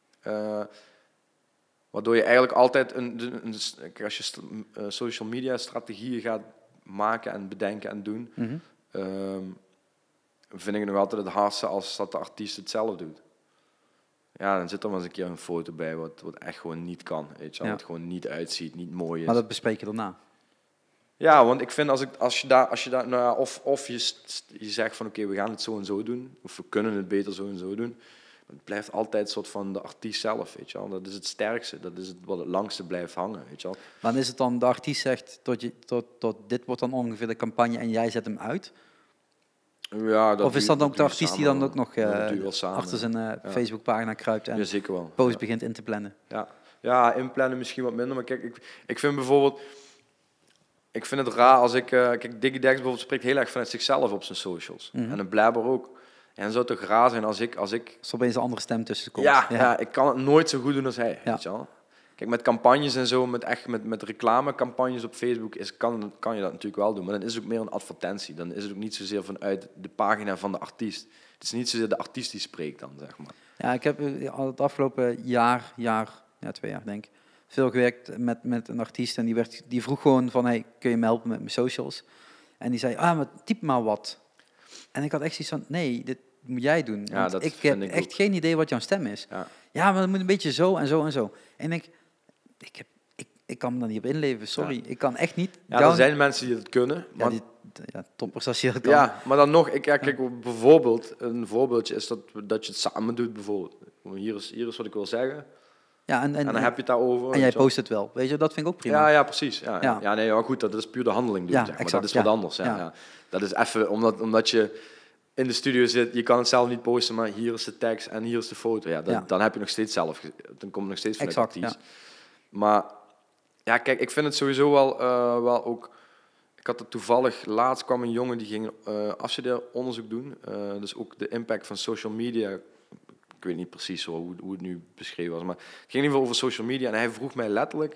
Waardoor je eigenlijk altijd als je social media strategieën gaat maken en bedenken en doen, Mm-hmm. vind ik het nog altijd het hardste als dat de artiest het zelf doet. Ja, dan zit er wel eens een keer een foto bij wat echt gewoon niet kan, weet je wel, wat gewoon niet uitziet, niet mooi is. Maar dat bespreek je daarna. Ja, want ik vind als je daar nou ja, of je zegt van oké, we gaan het zo en zo doen, of we kunnen het beter zo en zo doen. Het blijft altijd een soort van de artiest zelf, weet je wel. Dat is het sterkste, dat is het wat het langste blijft hangen, weet je wel. Maar dan is het dan de artiest zegt, tot dit wordt dan ongeveer de campagne en jij zet hem uit? Ja, of is dat ook de artiest die dan ook nog achter zijn Facebookpagina kruipt en zeker wel. post begint in te plannen? Ja, inplannen misschien wat minder, maar kijk, ik vind bijvoorbeeld... Ik vind het raar als ik... kijk, Digidex bijvoorbeeld spreekt heel erg vanuit zichzelf op zijn socials. Mm-hmm. En een Blabber ook. En dan zou het toch raar zijn als ik... Als er opeens een andere stem tussen komt. Ja, ik kan het nooit zo goed doen als hij. Ja. Weet je wel? Kijk, met campagnes en zo, met reclamecampagnes op Facebook, kan je dat natuurlijk wel doen. Maar dan is het ook meer een advertentie. Dan is het ook niet zozeer vanuit de pagina van de artiest. Het is niet zozeer de artiest die spreekt dan, zeg maar. Ja, ik heb al het afgelopen jaar, 2 jaar denk ik, veel gewerkt met een artiest. En die vroeg gewoon van, hey, kun je me helpen met mijn socials? En die zei, maar typ maar wat. En ik had echt zoiets van, nee, dit moet jij doen. Ja, want ik heb echt ook. geen idee wat jouw stem is. Ja, maar het moet een beetje zo en zo en zo. En ik kan me daar niet op inleven, sorry. Ja. Ik kan echt niet... Ja, er zijn mensen die dat kunnen. Maar... Ja, toppers als je dat kan. Ja, maar dan nog, kijk, bijvoorbeeld, een voorbeeldje is dat je het samen doet, bijvoorbeeld. Hier is wat ik wil zeggen. Ja, en dan heb je het daarover. En jij post het wel, weet je, dat vind ik ook prima. Ja, precies. Ja, goed, dat is puur de handeling doen, zeg maar. Exact, dat is wat anders. Ja. Dat is even, omdat je in de studio zit, je kan het zelf niet posten, maar hier is de tekst en hier is de foto. Ja, dan heb je nog steeds zelf, dan komt het nog steeds vanuit artiest. Ja. Maar ja, kijk, ik vind het sowieso wel ook... Ik had het toevallig, laatst kwam een jongen die ging afstudeeronderzoek doen. Dus ook de impact van social media. Ik weet niet precies hoe het nu beschreven was, maar het ging in ieder geval over social media. En hij vroeg mij letterlijk,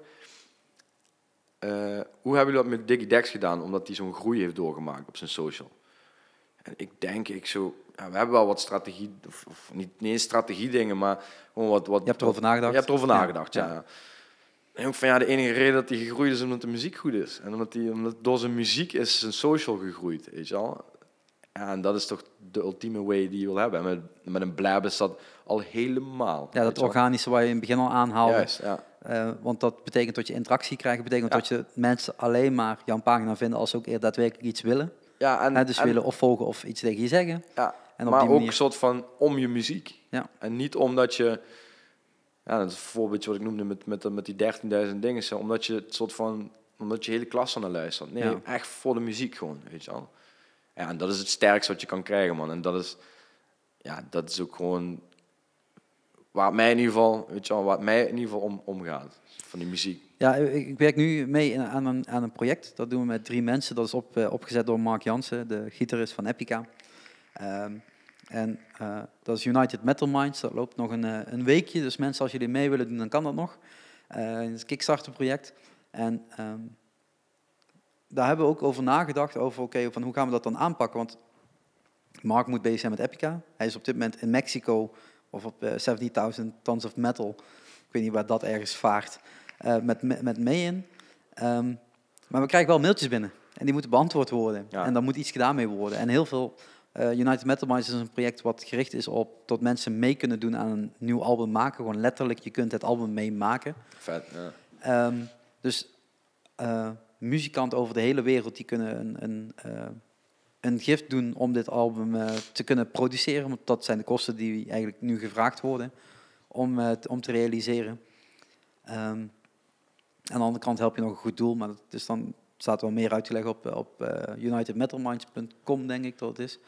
hoe hebben jullie dat met Digidex gedaan? Omdat hij zo'n groei heeft doorgemaakt op zijn social. En we hebben wel wat strategie, of niet eens strategie dingen, maar gewoon wat... Je hebt erover nagedacht? Je hebt erover nagedacht, ja. En ook van de enige reden dat hij gegroeid is omdat de muziek goed is. En omdat door zijn muziek is zijn social gegroeid, weet je wel. Ja, en dat is toch de ultieme way die je wil hebben. En met een blab is dat al helemaal. Ja, dat organische waar je in het begin al aanhaalde. Juist, ja. Want dat betekent dat je interactie krijgt. betekent dat je mensen alleen maar jouw pagina vinden als ze ook daadwerkelijk iets willen. Ja, Dus willen of volgen of iets tegen je zeggen. Ja, en maar ook een soort van om je muziek. Ja. En niet omdat je... Ja, dat is een voorbeeldje wat ik noemde met die 13.000 dingen. Omdat je het soort van... Omdat je hele klas aan luistert. Nee, echt voor de muziek gewoon, weet je wel. Ja, en dat is het sterkste wat je kan krijgen, man. En dat is ook gewoon... Waar het mij in ieder geval om omgaat. Van die muziek. Ja, ik werk nu mee aan een project. Dat doen we met 3 mensen. Dat is opgezet door Mark Jansen, de gitarist van Epica. Dat is United Metal Minds. Dat loopt nog een weekje. Dus mensen, als jullie mee willen doen, dan kan dat nog. Het is een Kickstarter-project. En daar hebben we ook over nagedacht. Van hoe gaan we dat dan aanpakken? Want Mark moet bezig zijn met Epica. Hij is op dit moment in Mexico of op 70.000 Tons of Metal. Ik weet niet waar dat ergens vaart. Met mee in. Maar we krijgen wel mailtjes binnen. En die moeten beantwoord worden. Ja. En daar moet iets gedaan mee worden. En heel veel... United Metal Minds is een project wat gericht is op dat mensen mee kunnen doen aan een nieuw album maken. Gewoon letterlijk, je kunt het album meemaken. Vet, ja. Dus muzikanten over de hele wereld die kunnen een gift doen om dit album te kunnen produceren. Want dat zijn de kosten die eigenlijk nu gevraagd worden om te realiseren. Aan de andere kant help je nog een goed doel, maar dat is dan... staat wel meer uitgelegd op unitedmetalminds.com, denk ik dat het is.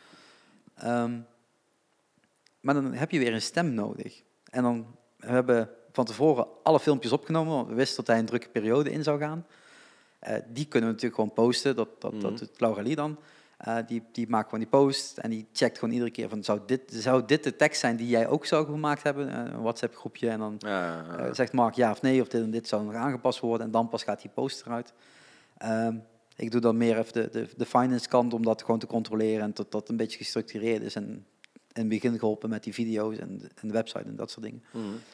Maar dan heb je weer een stem nodig. En dan hebben we van tevoren alle filmpjes opgenomen, want we wisten dat hij een drukke periode in zou gaan. Die kunnen we natuurlijk gewoon posten, dat doet Laura Lee dan. Die maakt gewoon die post en die checkt gewoon iedere keer van zou dit de tekst zijn die jij ook zou gemaakt hebben, een WhatsApp groepje, en dan zegt Mark ja of nee, of dit en dit zou nog aangepast worden en dan pas gaat die post eruit. Ik doe dan meer even de finance kant om dat gewoon te controleren en tot dat een beetje gestructureerd is en in het begin geholpen met die video's en de website en dat soort dingen.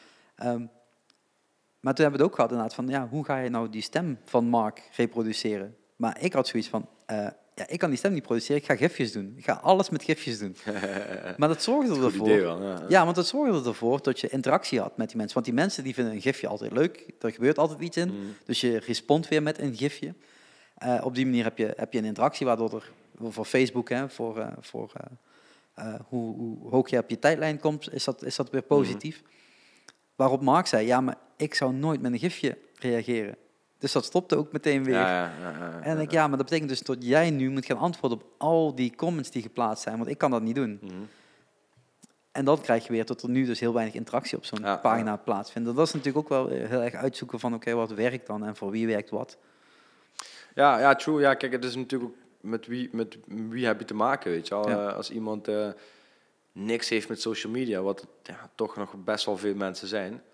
Maar toen hebben we het ook gehad inderdaad van hoe ga je nou die stem van Mark reproduceren? Maar ik had zoiets van ik kan die stem niet produceren, ik ga gifjes doen. Ik ga alles met gifjes doen. Maar dat zorgde ervoor. Idee wel, ja, want dat zorgde ervoor dat je interactie had met die mensen. Want die mensen die vinden een gifje altijd leuk. Er gebeurt altijd iets in. Dus je respondt weer met een gifje. Op die manier heb je een interactie, waardoor er voor Facebook, hoe hoog je op je tijdlijn komt, is dat weer positief. Waarop Mark zei, maar ik zou nooit met een gifje reageren. Dus dat stopte ook meteen weer. En ik maar dat betekent dus dat jij nu moet gaan antwoorden op al die comments die geplaatst zijn, want ik kan dat niet doen. En dan krijg je weer dat er nu dus heel weinig interactie op zo'n pagina plaatsvindt. Dat is natuurlijk ook wel heel erg uitzoeken van wat werkt dan en voor wie werkt wat. Ja, true. Ja, kijk, het is natuurlijk ook met wie heb je te maken, weet je wel. Als iemand niks heeft met social media, wat toch nog best wel veel mensen zijn,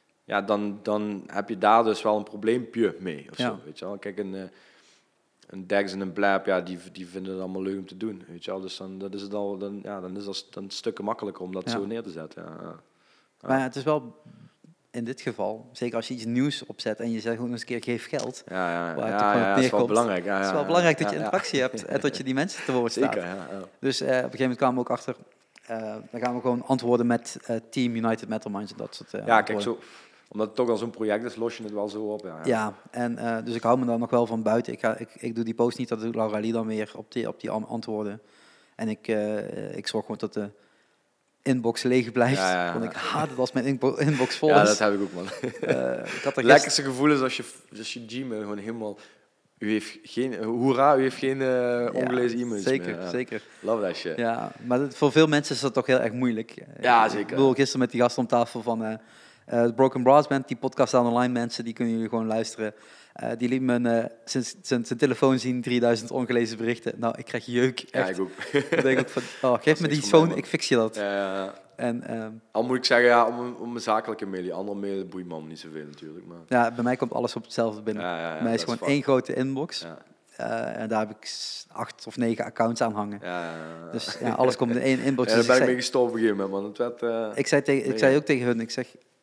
dan heb je daar dus wel een probleempje mee, of zo, weet je wel. Kijk, een Dex en een Blab, die vinden het allemaal leuk om te doen, weet je wel. Dus dan is het al, dan is het dan stukken makkelijker om dat zo neer te zetten. Maar het is wel... In dit geval, zeker als je iets nieuws opzet en je zegt gewoon eens een keer geef geld. Dat is wel belangrijk. Het is wel belangrijk dat je interactie hebt en dat je die mensen te woord staat. Zeker, Dus op een gegeven moment kwamen we ook achter, dan gaan we gewoon antwoorden met Team United Metal Minds en dat soort kijk, zo, omdat het toch al zo'n project is, los je het wel zo op. Dus ik hou me daar nog wel van buiten. Ik doe die post niet, dat doet Laura Lee dan weer op die antwoorden. En ik zorg gewoon dat de inbox leeg blijft. Want ik haat het als mijn inbox vol is. Ja, dat heb ik ook, man. Het lekkerste gevoel is als je Gmail gewoon helemaal... U heeft geen ongelezen e-mails zeker, meer. Zeker. Love that shit. Ja, maar voor veel mensen is dat toch heel erg moeilijk. Ja, zeker. Ik bedoel, gisteren met die gast om tafel van de Broken Brass Band, die podcast staan online, mensen, die kunnen jullie gewoon luisteren. Die liet me zijn telefoon zien, 3000 ongelezen berichten. Nou, ik krijg jeuk. Echt. Ja, ik ook. Dan denk ik van, geef me die phone, ik fix je dat. Ja. En, al moet ik zeggen, om een zakelijke mail. Die andere mail boeit me niet zoveel natuurlijk. Maar... Ja, bij mij komt alles op hetzelfde binnen. Bij mij is gewoon één grote inbox. En daar heb ik 8 of 9 accounts aan hangen. Dus alles komt in één inbox. Ja, daar ben ik mee gestopt op een gegeven moment, man. Ik zei ook tegen hun, ik zeg,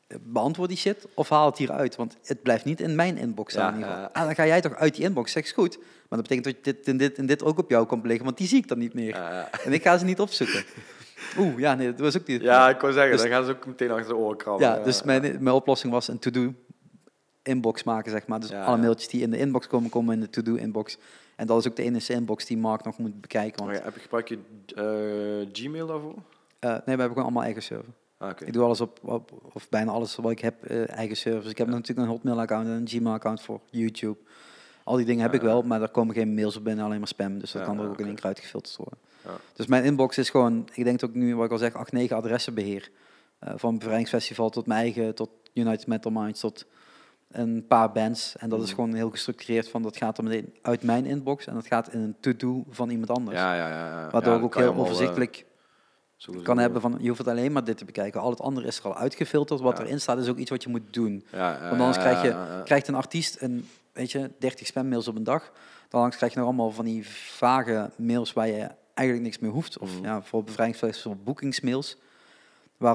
beantwoord die shit of haal het hieruit. Want het blijft niet in mijn inbox staan in ieder geval. Dan ga jij toch uit die inbox. Zeg, is goed. Maar dat betekent dat dit en dit ook op jou komt liggen, want die zie ik dan niet meer. En ik ga ze niet opzoeken. Nee, dat was ook niet. Ja, ik wou zeggen, dan gaan ze ook meteen achter de oren krabben. Ja, dus mijn oplossing was een to-do inbox maken, zeg maar. Dus alle mailtjes die in de inbox komen in de to-do inbox. En dat is ook de enige inbox die Mark nog moet bekijken. Want... Gebruik je Gmail daarvoor? Nee, we hebben gewoon allemaal eigen server. Okay. Ik doe alles of bijna alles wat ik heb, eigen servers. Ik heb natuurlijk een Hotmail-account en een Gmail-account voor YouTube. Al die dingen heb ik wel, maar daar komen geen mails op binnen, alleen maar spam. Dus dat kan er ook in één keer uitgefilterd worden. Ja. Dus mijn inbox is gewoon, ik denk ook nu, wat ik al zeg, 8, 9 adressenbeheer. Van Bevrijdingsfestival tot mijn eigen, tot United Metal Minds, tot een paar bands. En dat is gewoon heel gestructureerd van, dat gaat er meteen uit mijn inbox en dat gaat in een to-do van iemand anders. Waardoor ik ook heel overzichtelijk kan hebben van, je hoeft het alleen maar dit te bekijken. Al het andere is er al uitgefilterd. Wat erin staat is ook iets wat je moet doen. Want anders krijgt een artiest een, 30 spammails op een dag. Dan krijg je nog allemaal van die vage mails waar je eigenlijk niks meer hoeft. Of voor Bevrijdingsfestival boekingsmails. Waar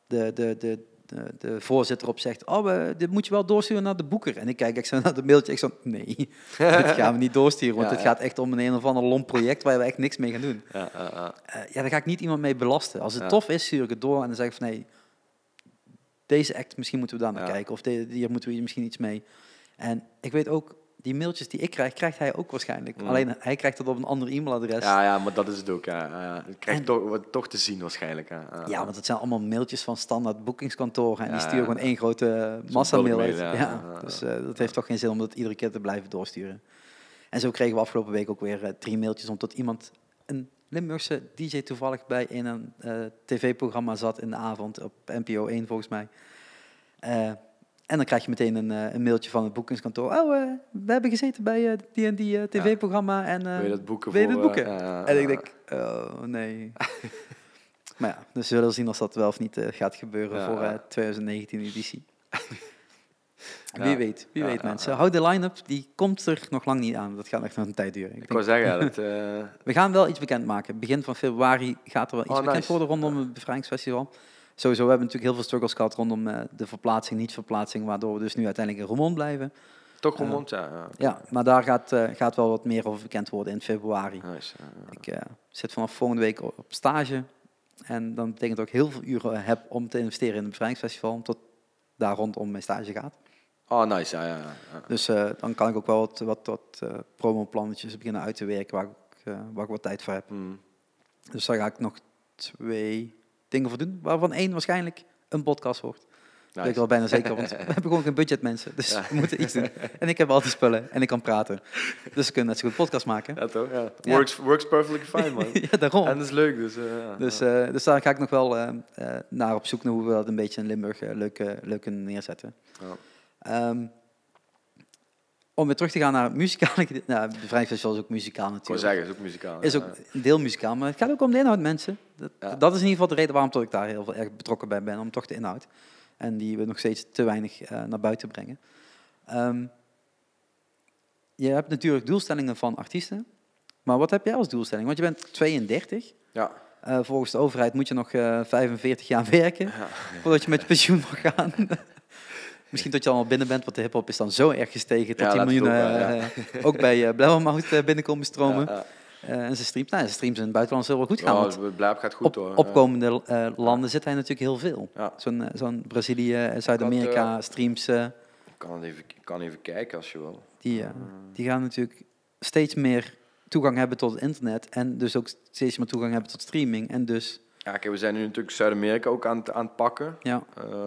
de voorzitter op zegt, dit moet je wel doorsturen naar de boeker. En ik kijk zo naar de mailtje, ik zeg, nee, dit gaan we niet doorsturen, want het gaat echt om een of ander lomp project waar we echt niks mee gaan doen. Daar ga ik niet iemand mee belasten. Als het tof is, stuur ik het door en dan zeg ik van, nee, deze act, misschien moeten we daar naar kijken. Of hier moeten we misschien iets mee. En ik weet ook, die mailtjes die ik krijg, krijgt hij ook waarschijnlijk. Alleen hij krijgt het op een ander e-mailadres. Ja, maar dat is het ook. Het krijgt toch te zien waarschijnlijk. Ja, want het zijn allemaal mailtjes van standaard boekingskantoren. En die sturen gewoon één grote massamail uit. Dus dat heeft toch geen zin om dat iedere keer te blijven doorsturen. En zo kregen we afgelopen week ook weer 3 mailtjes, omdat iemand, een Limburgse DJ toevallig bij een tv-programma zat in de avond, op NPO 1 volgens mij. En dan krijg je meteen een mailtje van het boekingskantoor. We hebben gezeten bij die en die tv-programma. En wil je dat boeken? En ik denk, nee. Maar ja, dus we zullen zien of dat wel of niet gaat gebeuren voor 2019 editie. Wie weet mensen. Houd de line-up, die komt er nog lang niet aan. Dat gaat echt nog een tijd duren. Ik wou zeggen, we gaan wel iets bekendmaken. Begin van februari gaat er wel iets bekend worden rondom het Bevrijdingsfestival. Sowieso, we hebben natuurlijk heel veel struggles gehad rondom de verplaatsing, niet-verplaatsing, waardoor we dus nu uiteindelijk in Roermond blijven. Toch Roermond, Ja, maar daar gaat wel wat meer over bekend worden in februari. Nice, Ik zit vanaf volgende week op stage. En dan betekent dat ik heel veel uren heb om te investeren in het Bevrijdingsfestival, tot daar rondom mijn stage gaat. Oh, nice, ja. Dus dan kan ik ook wel wat promoplannetjes beginnen uit te werken waar ik wat tijd voor heb. Dus daar ga ik nog 2 dingen voor doen, waarvan 1 waarschijnlijk een podcast wordt. Dat weet ik wel bijna zeker, want we hebben gewoon geen budget, mensen. Dus we moeten iets doen. En ik heb altijd spullen en ik kan praten. Dus we kunnen net zo goed een podcast maken. Ja, toch? Ja. Works perfectly fine, man. Ja, daarom. En dat is leuk, dus daar ga ik nog wel naar op zoek naar hoe we dat een beetje in Limburg leuk kunnen neerzetten. Om weer terug te gaan naar het muzikale. Het Bevrijdingsfestival is ook muzikaal natuurlijk. Ik wil zeggen, is ook muzikaal. Is ook een deel muzikaal, maar het gaat ook om de inhoud, mensen. Dat is in ieder geval de reden waarom ik daar heel erg betrokken bij ben, om toch de inhoud. En die we nog steeds te weinig naar buiten brengen. Je hebt natuurlijk doelstellingen van artiesten. Maar wat heb jij als doelstelling? Want je bent 32. Ja. Volgens de overheid moet je nog 45 jaar werken voordat je met pensioen mag gaan. Misschien dat je al binnen bent, want de hiphop is dan zo erg gestegen tot 10 miljoen ook bij Blauwmout binnenkomen stromen. En ze streams in het buitenland zullen wel goed gaan. Het gaat goed hoor. Opkomende landen zit hij natuurlijk heel veel. Ja. Zo'n Brazilië, Zuid-Amerika streams. Ik kan even kijken als je wil. Die gaan natuurlijk steeds meer toegang hebben tot het internet. En dus ook steeds meer toegang hebben tot streaming. En dus... Ja, kijk, we zijn nu natuurlijk Zuid-Amerika ook aan het pakken. Ja.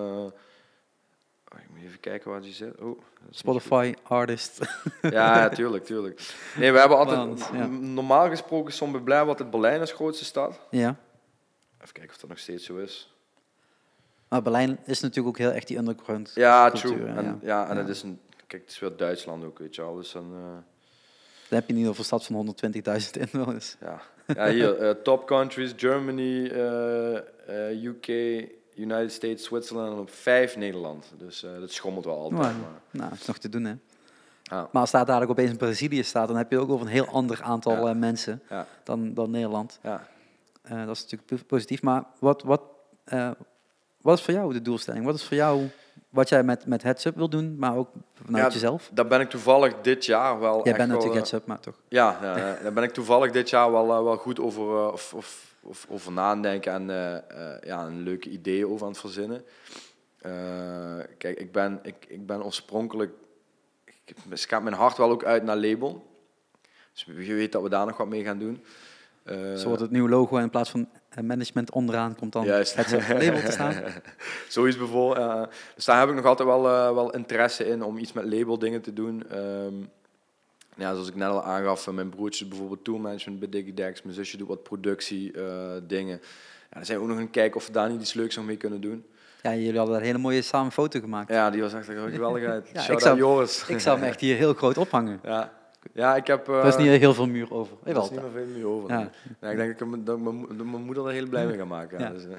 Ik moet even kijken waar die zit. Spotify, artist. Ja, tuurlijk. Nee, we hebben altijd... Normaal gesproken stond bij Blijven altijd Berlijn als grootste stad. Ja. Even kijken of dat nog steeds zo is. Maar Berlijn is natuurlijk ook heel echt die underground cultuur. True. En het is kijk, het is weer Duitsland ook, weet je al. Dus dan heb je niet over een stad van 120.000 inwoners. Ja, hier, top countries, Germany, UK... United States, Zwitserland en op 5 Nederland. Dus dat schommelt wel altijd. Maar dat is nog te doen, hè. Ja. Maar als daar dadelijk opeens in Brazilië staat, dan heb je ook over een heel ander aantal mensen dan Nederland. Ja. Dat is natuurlijk positief. Maar Wat is voor jou de doelstelling? Wat is voor jou wat jij met Heads Up wil doen, maar ook vanuit jezelf? Daar ben ik toevallig dit jaar wel Jij bent natuurlijk Heads Up, maar toch? Ja, daar ben ik toevallig dit jaar wel goed over, over nadenken en een leuke idee over aan het verzinnen. Kijk, ik ben oorspronkelijk... Ik gaat mijn hart wel ook uit naar label. Dus je weet dat we daar nog wat mee gaan doen. Zo wordt het nieuwe logo en in plaats van management onderaan komt dan het label te staan. Zoiets bijvoorbeeld. Dus daar heb ik nog altijd wel interesse in om iets met label dingen te doen. Zoals ik net al aangaf, mijn broertje doet bijvoorbeeld tourmanagement bij Digidex. Mijn zusje doet wat productie dingen. Dan zijn we ook nog aan het kijken of we daar niet iets leuks nog mee kunnen doen. Ja, jullie hadden een hele mooie samen foto gemaakt. Ja, die was echt geweldig uit. Joris. Ik zou hem echt hier heel groot ophangen. Ja, ik heb... er is niet heel veel muur over. Er is niet meer veel muur over. Ja. Ja, ik denk dat mijn moeder er heel blij mee gaat maken. Ja. Dus,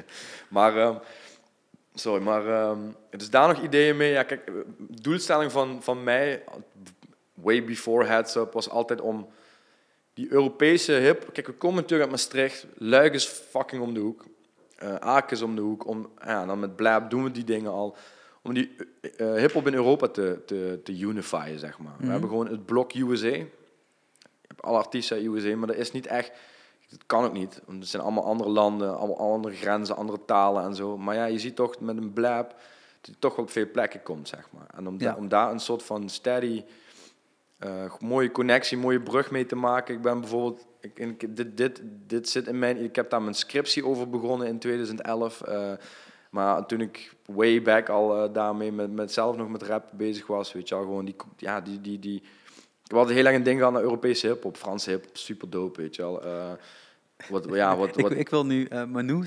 dus daar nog ideeën mee. Ja, kijk, de doelstelling van mij, way before Heads Up, was altijd om die Europese hip... Kijk, we komen natuurlijk uit Maastricht. Luik is fucking om de hoek. Aken is om de hoek. Dan met Blab doen we die dingen al. Om die hip-hop in Europa te unifyen, zeg maar. We hebben gewoon het blok USA. Je hebt alle artiesten uit USA, maar dat is niet echt... Dat kan ook niet. Want het zijn allemaal andere landen, allemaal andere grenzen, andere talen en zo. Maar ja, je ziet toch met een Blab dat je toch wel op veel plekken komt, zeg maar. En om daar een soort van steady, mooie connectie, mooie brug mee te maken. Ik ben bijvoorbeeld... Dit zit in mijn... Ik heb daar mijn scriptie over begonnen in 2011... Maar toen ik way back al daarmee met zelf nog met rap bezig was, weet je wel, gewoon die we hadden heel erg een ding gehad naar Europese hip-hop, Franse hip-hop, super dope, weet je wel. Ik wil nu Manu,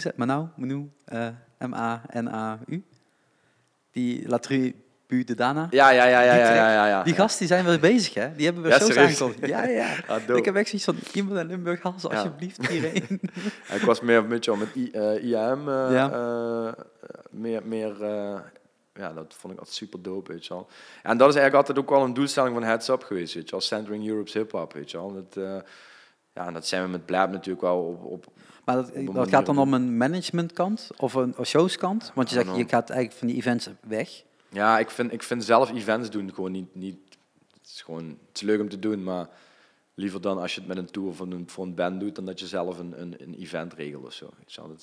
M-A-N-A-U, die La Tribu de Dana. Ja. Die gasten die zijn wel bezig, hè? Die hebben weer shows aangekondigd. Ja. Ik heb echt zoiets van, iemand in Limburg, haal ze alsjeblieft hierheen. Ik was meer met IAM, dat vond ik altijd super dope, weet je wel. En dat is eigenlijk altijd ook wel een doelstelling van Heads Up geweest, weet je wel. Centering Europe's hip-hop, weet je wel. Dat zijn we met Blab natuurlijk wel op maar dat gaat dan om een managementkant of een showskant? Want je zegt, je gaat eigenlijk van die events weg. Ja, ik vind zelf events doen gewoon niet het is leuk om te doen, maar liever dan als je het met een tour of voor een band doet, dan dat je zelf een event regelt of zo.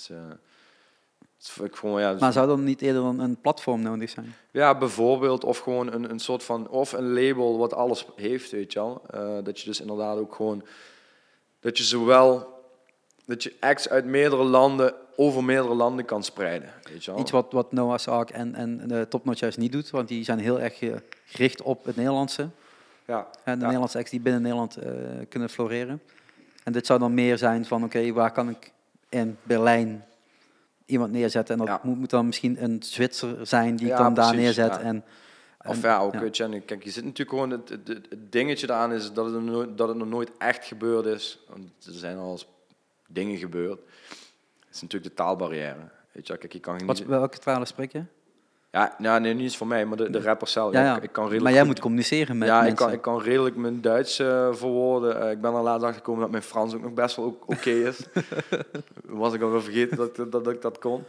Maar zou dan niet eerder een platform nodig zijn? Ja, bijvoorbeeld, of gewoon een soort van, of een label wat alles heeft, weet je wel. Dat je dus inderdaad ook gewoon, dat je acts uit meerdere landen over meerdere landen kan spreiden. Weet je wel? Iets wat Noah's Ark en de Top Notch juist niet doet, want die zijn heel erg gericht op het Nederlandse. Ja. En de Nederlandse acts die binnen Nederland kunnen floreren. En dit zou dan meer zijn van, oké, waar kan ik in Berlijn iemand neerzetten? En dat moet dan misschien een Zwitser zijn die ik dan daar neerzet. Ja. Weet je, kijk, je zit natuurlijk gewoon, het dingetje daaraan is dat het nog nooit echt gebeurd is. Want er zijn al eens dingen gebeurd. Het is natuurlijk de taalbarrière. Weet je, kijk, je kan niet... Welke talen spreek je? Ja, nee, niet eens voor mij, maar de rapper zelf. Ik kan maar jij moet communiceren met mensen. Ik kan redelijk mijn Duits verwoorden. Ik ben er laatst achter gekomen dat mijn Frans ook nog best wel oké is. Was ik al wel vergeten dat ik dat kon.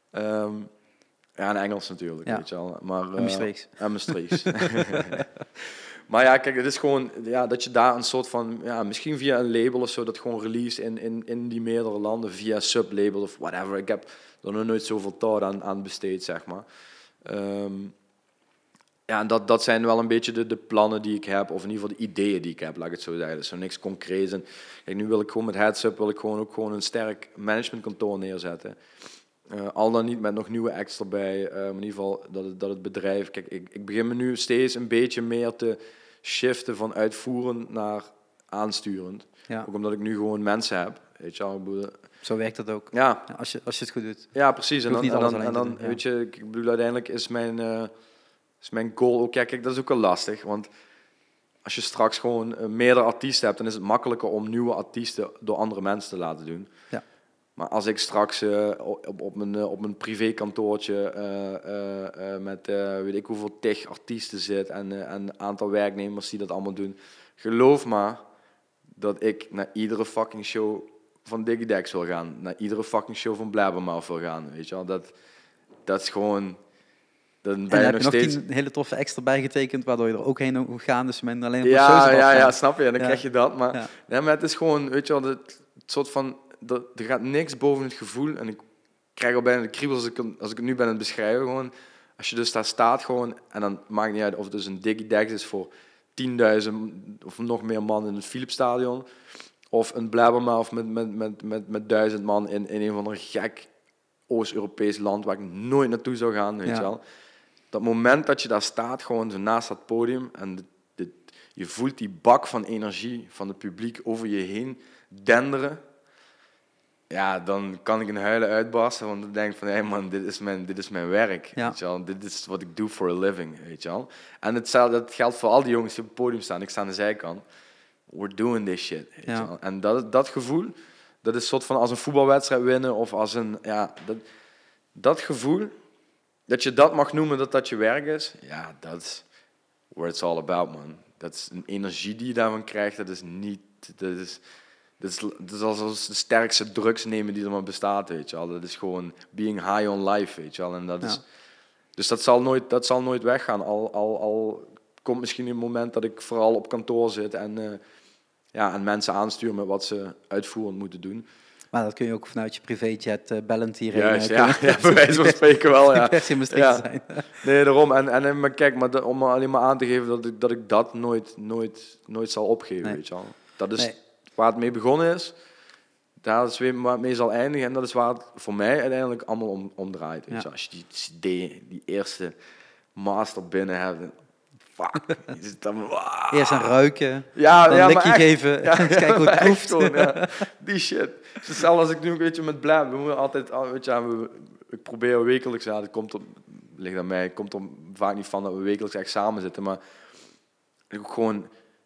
En Engels natuurlijk, weet je wel. Maar, en Maastrichts. Maar ja, kijk, het is gewoon dat je daar een soort van, misschien via een label of zo, dat gewoon release in die meerdere landen, via sublabel of whatever. Ik heb er nog nooit zoveel tijd aan besteed, zeg maar. En dat zijn wel een beetje de plannen die ik heb, of in ieder geval de ideeën die ik heb, laat ik het zo zeggen. Dus zo niks concreets. En kijk, nu wil ik gewoon met Heads Up ook gewoon een sterk managementkantoor neerzetten. Al dan niet met nog nieuwe acts erbij. In ieder geval dat het bedrijf... Kijk, ik begin me nu steeds een beetje meer te shiften van uitvoerend naar aansturend. Ja. Ook omdat ik nu gewoon mensen heb. Weet je wel, zo werkt dat ook. Ja. Als je het goed doet. Ja, precies. En dan weet je, ik bedoel, uiteindelijk is mijn goal ook... Ja, kijk, dat is ook wel lastig, want als je straks gewoon meerdere artiesten hebt, dan is het makkelijker om nieuwe artiesten door andere mensen te laten doen. Ja. Maar als ik straks op mijn privékantoortje met weet ik hoeveel tig artiesten zit en een aantal werknemers die dat allemaal doen, geloof maar dat ik naar iedere fucking show van Digidex wil gaan, naar iedere fucking show van Blabbermouth wil gaan, weet je wel. dat is gewoon... Dan ben je nog steeds... een hele toffe extra bijgetekend, waardoor je er ook heen moet gaan. Dus men alleen maar ja, snap je. En dan krijg je dat. Maar, maar het is gewoon, weet je wel, het soort van... Er gaat niks boven het gevoel. En ik krijg al bijna de kriebels als ik het nu ben aan het beschrijven. Gewoon. Als je dus daar staat gewoon... En dan maakt niet uit of het dus een Digidex is voor 10.000 of nog meer man in het Philipsstadion. Of een Blabbermouth met 1000 man in een van een gek Oost-Europees land waar ik nooit naartoe zou gaan, weet je wel. Dat moment dat je daar staat, gewoon zo naast dat podium en je voelt die bak van energie van het publiek over je heen denderen, ja, dan kan ik in huilen uitbarsten, want dan denk ik van, hey man, dit is mijn werk, weet je wel. Dit is wat ik doe for a living, weet je wel. En dat geldt voor al die jongens die op het podium staan. Ik sta aan de zijkant. We're doing this shit, weet je wel. En dat gevoel, dat is soort van als een voetbalwedstrijd winnen of als een, dat gevoel, dat je dat mag noemen dat je werk is, ja, dat is where it's all about, man. Dat is een energie die je daarvan krijgt, dat is als de sterkste drugs nemen die er maar bestaat, weet je wel. Dat is gewoon being high on life, weet je wel. En dat is, dus dat zal nooit weggaan. Al komt misschien een moment dat ik vooral op kantoor zit en mensen aanstuur met wat ze uitvoerend moeten doen. Maar dat kun je ook vanuit je privéjet bellend hierheen. Juist, bij wijze van spreken wel, ja. Per se in Maastricht zijn. Nee, daarom. Maar kijk, om alleen maar aan te geven dat ik dat nooit zal opgeven, weet je wel. Dat is waar het mee begonnen is. Daar is weer waar het mee zal eindigen. En dat is waar het voor mij uiteindelijk allemaal om draait. Weet je. Als je die eerste master binnen hebt... Fuck. Eerst een ruiken, dan een likje geven, kijken hoe het proeft. Gewoon, die shit. Zelfs als ik nu een beetje met Blab, we moeten altijd, weet je, ik probeer wekelijks, dat ligt aan mij, het komt er vaak niet van dat we wekelijks echt samen zitten, maar gewoon,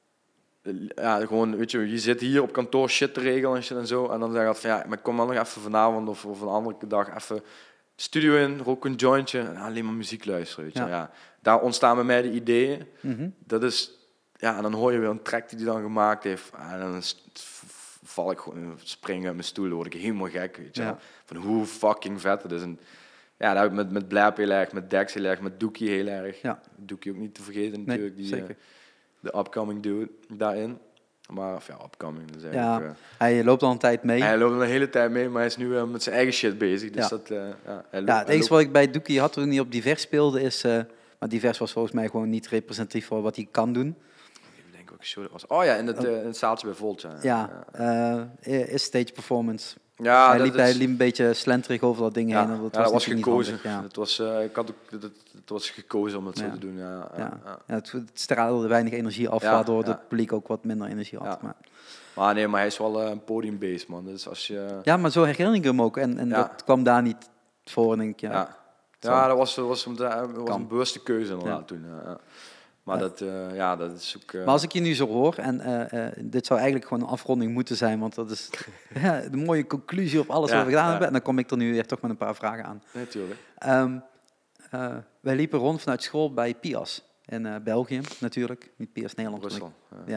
weet je zit hier op kantoor shit te regelen en zo, en dan zeg je van, maar kom dan nog even vanavond of een andere dag even studio in, rook een jointje en alleen maar muziek luisteren, weet je. Daar ontstaan bij mij de ideeën. Mm-hmm. Dat is, en dan hoor je weer een track die hij dan gemaakt heeft. En dan val ik gewoon, spring uit mijn stoel, dan word ik helemaal gek, weet je wel. Van hoe fucking vet het is. En dat heb ik met Blab heel erg, met Dex heel erg, met Dookie heel erg. Dookie ook niet te vergeten natuurlijk, de upcoming dude daarin. Maar, upcoming. Dus hij loopt al een tijd mee. Hij loopt al een hele tijd mee, maar hij is nu met zijn eigen shit bezig. Dus het enige wat ik bij Dookie had toen hij op Divers speelde is... maar Divers was volgens mij gewoon niet representatief voor wat hij kan doen. Ik denk ook show dat was. Oh ja, in het zaaltje bij Volt. Is stage performance. Ja, hij liep een beetje slenterig over dat ding heen. Dat was gekozen. Het was gekozen om het zo te doen. Het straalde weinig energie af, waardoor het publiek ook wat minder energie had. Maar hij is wel een podiumbeest, man. Dus als je... Ja, maar zo herinner ik hem ook. En dat kwam daar niet voor, denk ik. Dat was een bewuste keuze inderdaad toen. Maar dat is ook... Maar als ik je nu zo hoor, en dit zou eigenlijk gewoon een afronding moeten zijn, want dat is de mooie conclusie op alles wat we gedaan hebben. En dan kom ik er nu echt toch met een paar vragen aan. Natuurlijk. Wij liepen rond vanuit school bij Pias in België natuurlijk. Niet Pias Nederland. Brussel.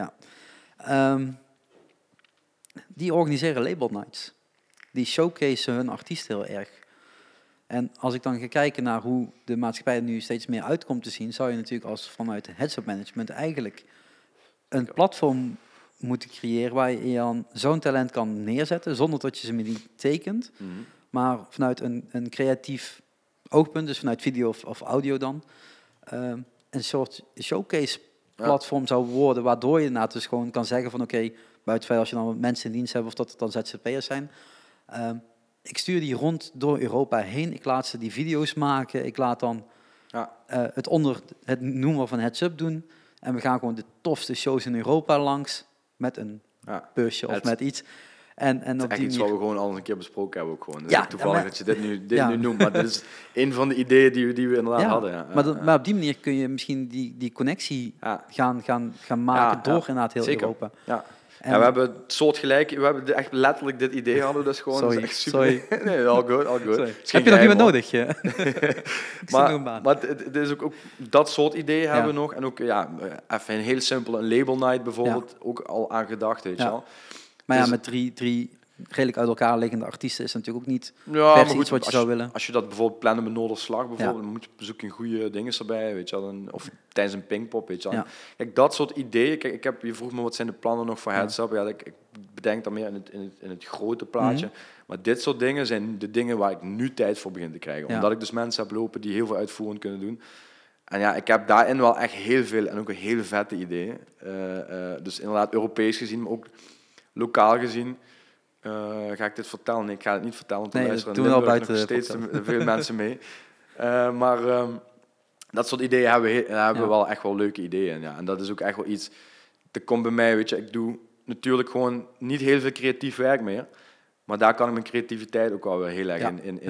Die organiseren label nights. Die showcase hun artiesten heel erg. En als ik dan ga kijken naar hoe de maatschappij er nu steeds meer uitkomt te zien, zou je natuurlijk als vanuit heads-up management eigenlijk een platform moeten creëren waar je dan zo'n talent kan neerzetten, zonder dat je ze niet tekent, maar vanuit een creatief oogpunt, dus vanuit video of audio dan, een soort showcase platform zou worden, waardoor je inderdaad dus gewoon kan zeggen van oké, buiten feit als je dan mensen in dienst hebt of dat het dan ZZP'ers zijn, ik stuur die rond door Europa heen. Ik laat ze die video's maken. Ik laat dan het onder het noemen van Heads-up doen. En we gaan gewoon de tofste shows in Europa langs. Met een busje of met iets. En het is op echt die iets manier... wat we gewoon al een keer besproken hebben. Ook gewoon. Dus toevallig dat je dit nu noemt. Maar dit is een van de ideeën die we inderdaad hadden. Maar op die manier kun je misschien die connectie gaan maken door inderdaad heel Europa. Ja. We hebben het soortgelijk, we hebben echt letterlijk dit idee hadden, dus gewoon sorry, echt super. Nee, all good. Heb je nog iemand nodig? maar het is ook dat soort ideeën hebben we nog. En ook even een heel simpel, een label night bijvoorbeeld, ook al aan gedacht, weet je wel. Maar dus, met drie redelijk uit elkaar liggende artiesten is natuurlijk ook niet maar iets wat je zou willen. Als je dat bijvoorbeeld plannen met Noorderslag, bijvoorbeeld, dan moet je bezoeken goede dingen erbij, weet je wel, of tijdens een Pinkpop, weet je wel. Kijk, dat soort ideeën. Kijk, je vroeg me wat zijn de plannen nog voor Heads Up. Ja, ik bedenk dan meer in het grote plaatje. Maar dit soort dingen zijn de dingen waar ik nu tijd voor begin te krijgen. Omdat ik dus mensen heb lopen die heel veel uitvoerend kunnen doen. En ja, ik heb daarin wel echt heel veel en ook heel vette ideeën. Dus inderdaad Europees gezien, maar ook lokaal gezien. Ga ik dit vertellen? Nee, ik ga het niet vertellen. Want luisteren in Limburg nog steeds veel mensen mee. Maar dat soort ideeën hebben we wel echt wel leuke ideeën. Ja. En dat is ook echt wel iets... Dat komt bij mij, weet je. Ik doe natuurlijk gewoon niet heel veel creatief werk meer. Maar daar kan ik mijn creativiteit ook wel weer heel erg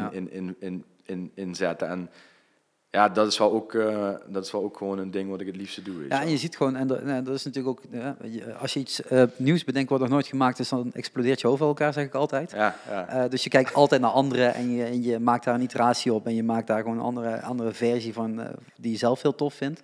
in zetten. En ja, dat is wel ook gewoon een ding wat ik het liefste doe. Weet je en je ziet gewoon, en dat is natuurlijk ook, als je iets nieuws bedenkt wat nog nooit gemaakt is, dan explodeert je hoofd aan elkaar, zeg ik altijd. Dus je kijkt altijd naar anderen en je maakt daar een iteratie op en je maakt daar gewoon een andere versie van die je zelf heel tof vindt.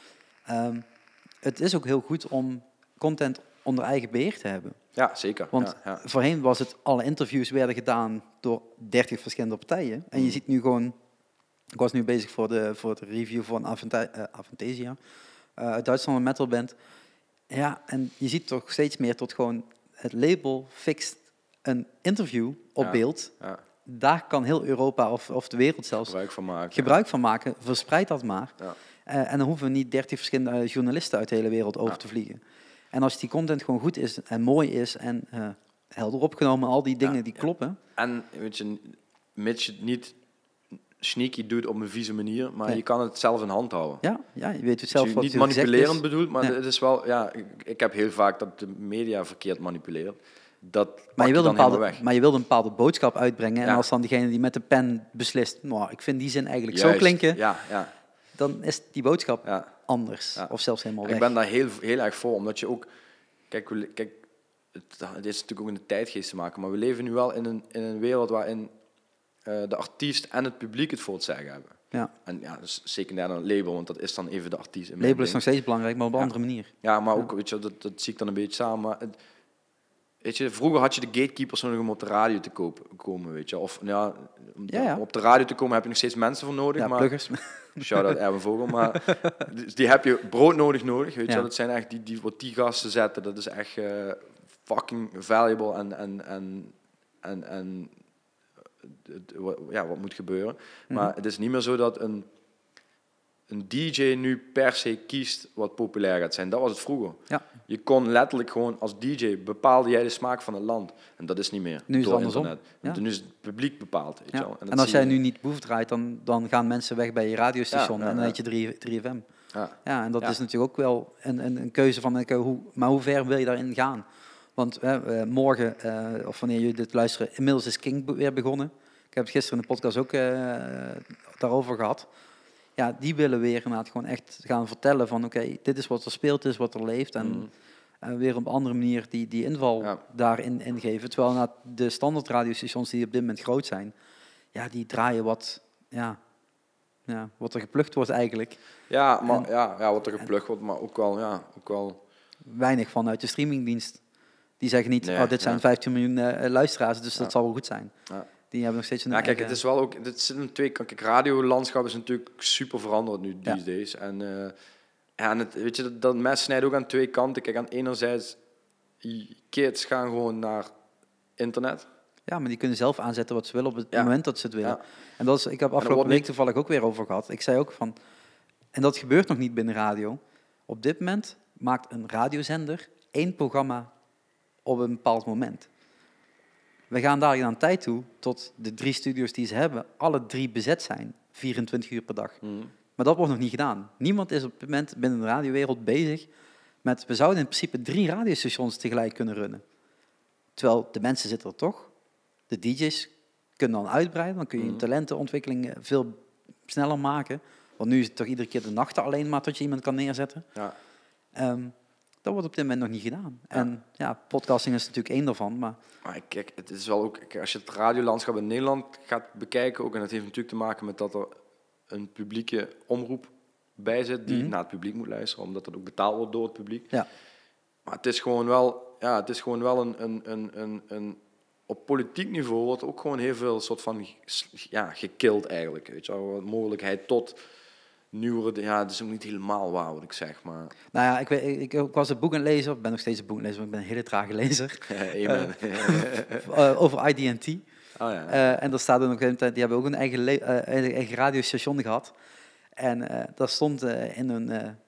Het is ook heel goed om content onder eigen beheer te hebben. Ja, zeker. Want voorheen was het, alle interviews werden gedaan door 30 verschillende partijen. En je ziet nu gewoon... Ik was nu bezig voor de review van Avantasia, uit Duitsland, een metalband. Ja, en je ziet toch steeds meer tot gewoon het label fixt een interview op beeld. Ja. Daar kan heel Europa of de wereld zelfs gebruik van maken. Verspreid dat maar. Ja. En dan hoeven we niet 30 verschillende journalisten uit de hele wereld over te vliegen. En als die content gewoon goed is en mooi is en helder opgenomen, al die dingen die kloppen. En weet je, mits je het niet sneaky doet op een vieze manier, maar je kan het zelf in hand houden. Ja, je weet het zelf wat niet manipulerend bedoeld, maar het is wel, ik heb heel vaak dat de media verkeerd manipuleert. Maar je wilt een bepaalde boodschap uitbrengen en als dan diegene die met de pen beslist, nou, ik vind die zin eigenlijk zo klinken, dan is die boodschap anders of zelfs helemaal weg. Ik ben daar heel erg voor, omdat je ook, kijk, het is natuurlijk ook in de tijdgeest te maken, maar we leven nu wel in een wereld waarin de artiest en het publiek het voor het zeggen hebben. Ja. En dus secundair dan het label, want dat is dan even de artiest. Label is nog steeds belangrijk, maar op een andere manier. Ja, maar ook, weet je, dat zie ik dan een beetje samen. Maar weet je, vroeger had je de gatekeepers nodig om op de radio te komen, weet je. Of om op de radio te komen heb je nog steeds mensen voor nodig. Ja, pluggers. Shout-out Erwin Vogel. Maar die heb je broodnodig nodig, weet je. Dat zijn echt die gasten zetten. Dat is echt fucking valuable en wat moet gebeuren. Maar het is niet meer zo dat een DJ nu per se kiest wat populair gaat zijn. Dat was het vroeger. Ja. Je kon letterlijk gewoon als DJ bepaalde jij de smaak van het land. En dat is niet meer. Nu is het andersom. Internet. Ja. Nu is het publiek bepaald. Weet je wel. En als jij nu niet Boef draait, dan gaan mensen weg bij je radiostation en dan heet je 3FM. Ja, en dat is natuurlijk ook wel een keuze van hoe ver wil je daarin gaan? Want morgen, of wanneer jullie dit luisteren, inmiddels is King weer begonnen. Ik heb het gisteren in de podcast ook daarover gehad. Ja, die willen weer inderdaad gewoon echt gaan vertellen van oké, dit is wat er speelt, dit is wat er leeft. En weer op een andere manier die inval daarin ingeven. Terwijl de standaard radiostations die op dit moment groot zijn, die draaien wat er geplukt wordt eigenlijk. Ja, maar wat er geplukt wordt, maar ook wel weinig vanuit de streamingdienst. Die zeggen niet, dit zijn 15 miljoen luisteraars, dus dat zal wel goed zijn. Ja. Die hebben nog steeds een kijk, het is wel ook... Het zit in twee kanten. Kijk, radiolandschap is natuurlijk super veranderd nu, these days. En weet je, dat mes snijdt ook aan twee kanten. Kijk, aan enerzijds, kids gaan gewoon naar internet. Ja, maar die kunnen zelf aanzetten wat ze willen op het moment dat ze het willen. Ja. En dat is, ik heb afgelopen week toevallig ook weer over gehad. Ik zei ook van... En dat gebeurt nog niet binnen radio. Op dit moment maakt een radiozender 1 programma op een bepaald moment. We gaan daar aan tijd toe tot de 3 studio's die ze hebben, alle 3 bezet zijn, 24 uur per dag. Maar dat wordt nog niet gedaan. Niemand is op dit moment binnen de radiowereld bezig met, we zouden in principe 3 radiostations tegelijk kunnen runnen. Terwijl de mensen zitten er toch. De DJ's kunnen dan uitbreiden, dan kun je talentenontwikkeling veel sneller maken. Want nu is het toch iedere keer de nachten alleen maar tot je iemand kan neerzetten. Ja. Dat wordt op dit moment nog niet gedaan. Ja. En podcasting is natuurlijk 1 daarvan. Maar kijk, het is wel ook, als je het radiolandschap in Nederland gaat bekijken, ook, en dat heeft natuurlijk te maken met dat er een publieke omroep bij zit die naar het publiek moet luisteren, omdat dat ook betaald wordt door het publiek. Ja. Maar het is gewoon wel, op politiek niveau wordt ook gewoon heel veel soort van gekild eigenlijk. Weet je wel, mogelijkheid tot nieuwere... Ja, dat is ook niet helemaal waar wat ik zeg, maar... Nou ja, ik was een boek aan het lezen, ik ben nog steeds een boek aan het lezen, maar ik ben een hele trage lezer. Amen. Over IDT. Oh, ja. En daar staat er nog een tijd, die hebben ook een eigen radiostation gehad. En daar stond in hun...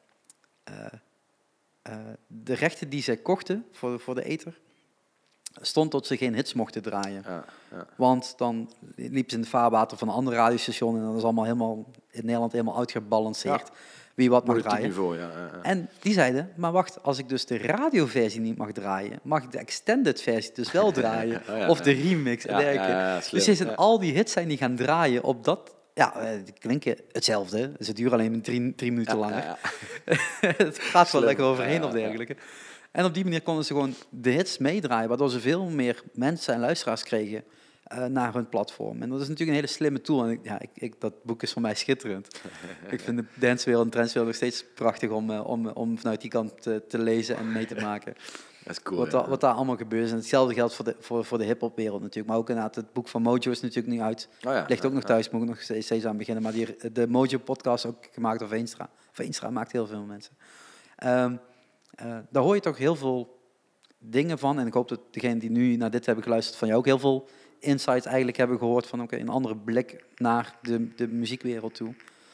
de rechten die zij kochten voor de ether, stond dat ze geen hits mochten draaien. Ja. Want dan liepen ze in het vaarwater van een andere radiostation en dat is allemaal helemaal in Nederland helemaal uitgebalanceerd. Wie wat mag draaien. Niveau, ja. En die zeiden, maar wacht, als ik dus de radioversie niet mag draaien, mag ik de extended versie dus wel draaien. Of de remix en dergelijke. Dus zijn al die hits zijn die gaan draaien op dat... Ja, die klinken hetzelfde. Ze duren alleen 3 minuten langer. Het gaat wel lekker overheen of dergelijke. En op die manier konden ze gewoon de hits meedraaien, waardoor ze veel meer mensen en luisteraars kregen naar hun platform. En dat is natuurlijk een hele slimme tool. En dat boek is voor mij schitterend. Ik vind de dancewereld en trendswereld nog steeds prachtig om vanuit die kant te lezen en mee te maken. Dat is cool, wat daar allemaal gebeurt. En hetzelfde geldt voor de hip-hopwereld natuurlijk. Maar ook inderdaad, het boek van Mojo is natuurlijk nu uit. Ligt ook nog thuis, moet ik nog steeds aan beginnen. Maar de Mojo-podcast ook gemaakt door Veenstra. Veenstra maakt heel veel mensen. Daar hoor je toch heel veel dingen van. En ik hoop dat degenen die nu naar dit hebben geluisterd van jou ook heel veel insights eigenlijk hebben gehoord van een andere blik naar de muziekwereld toe.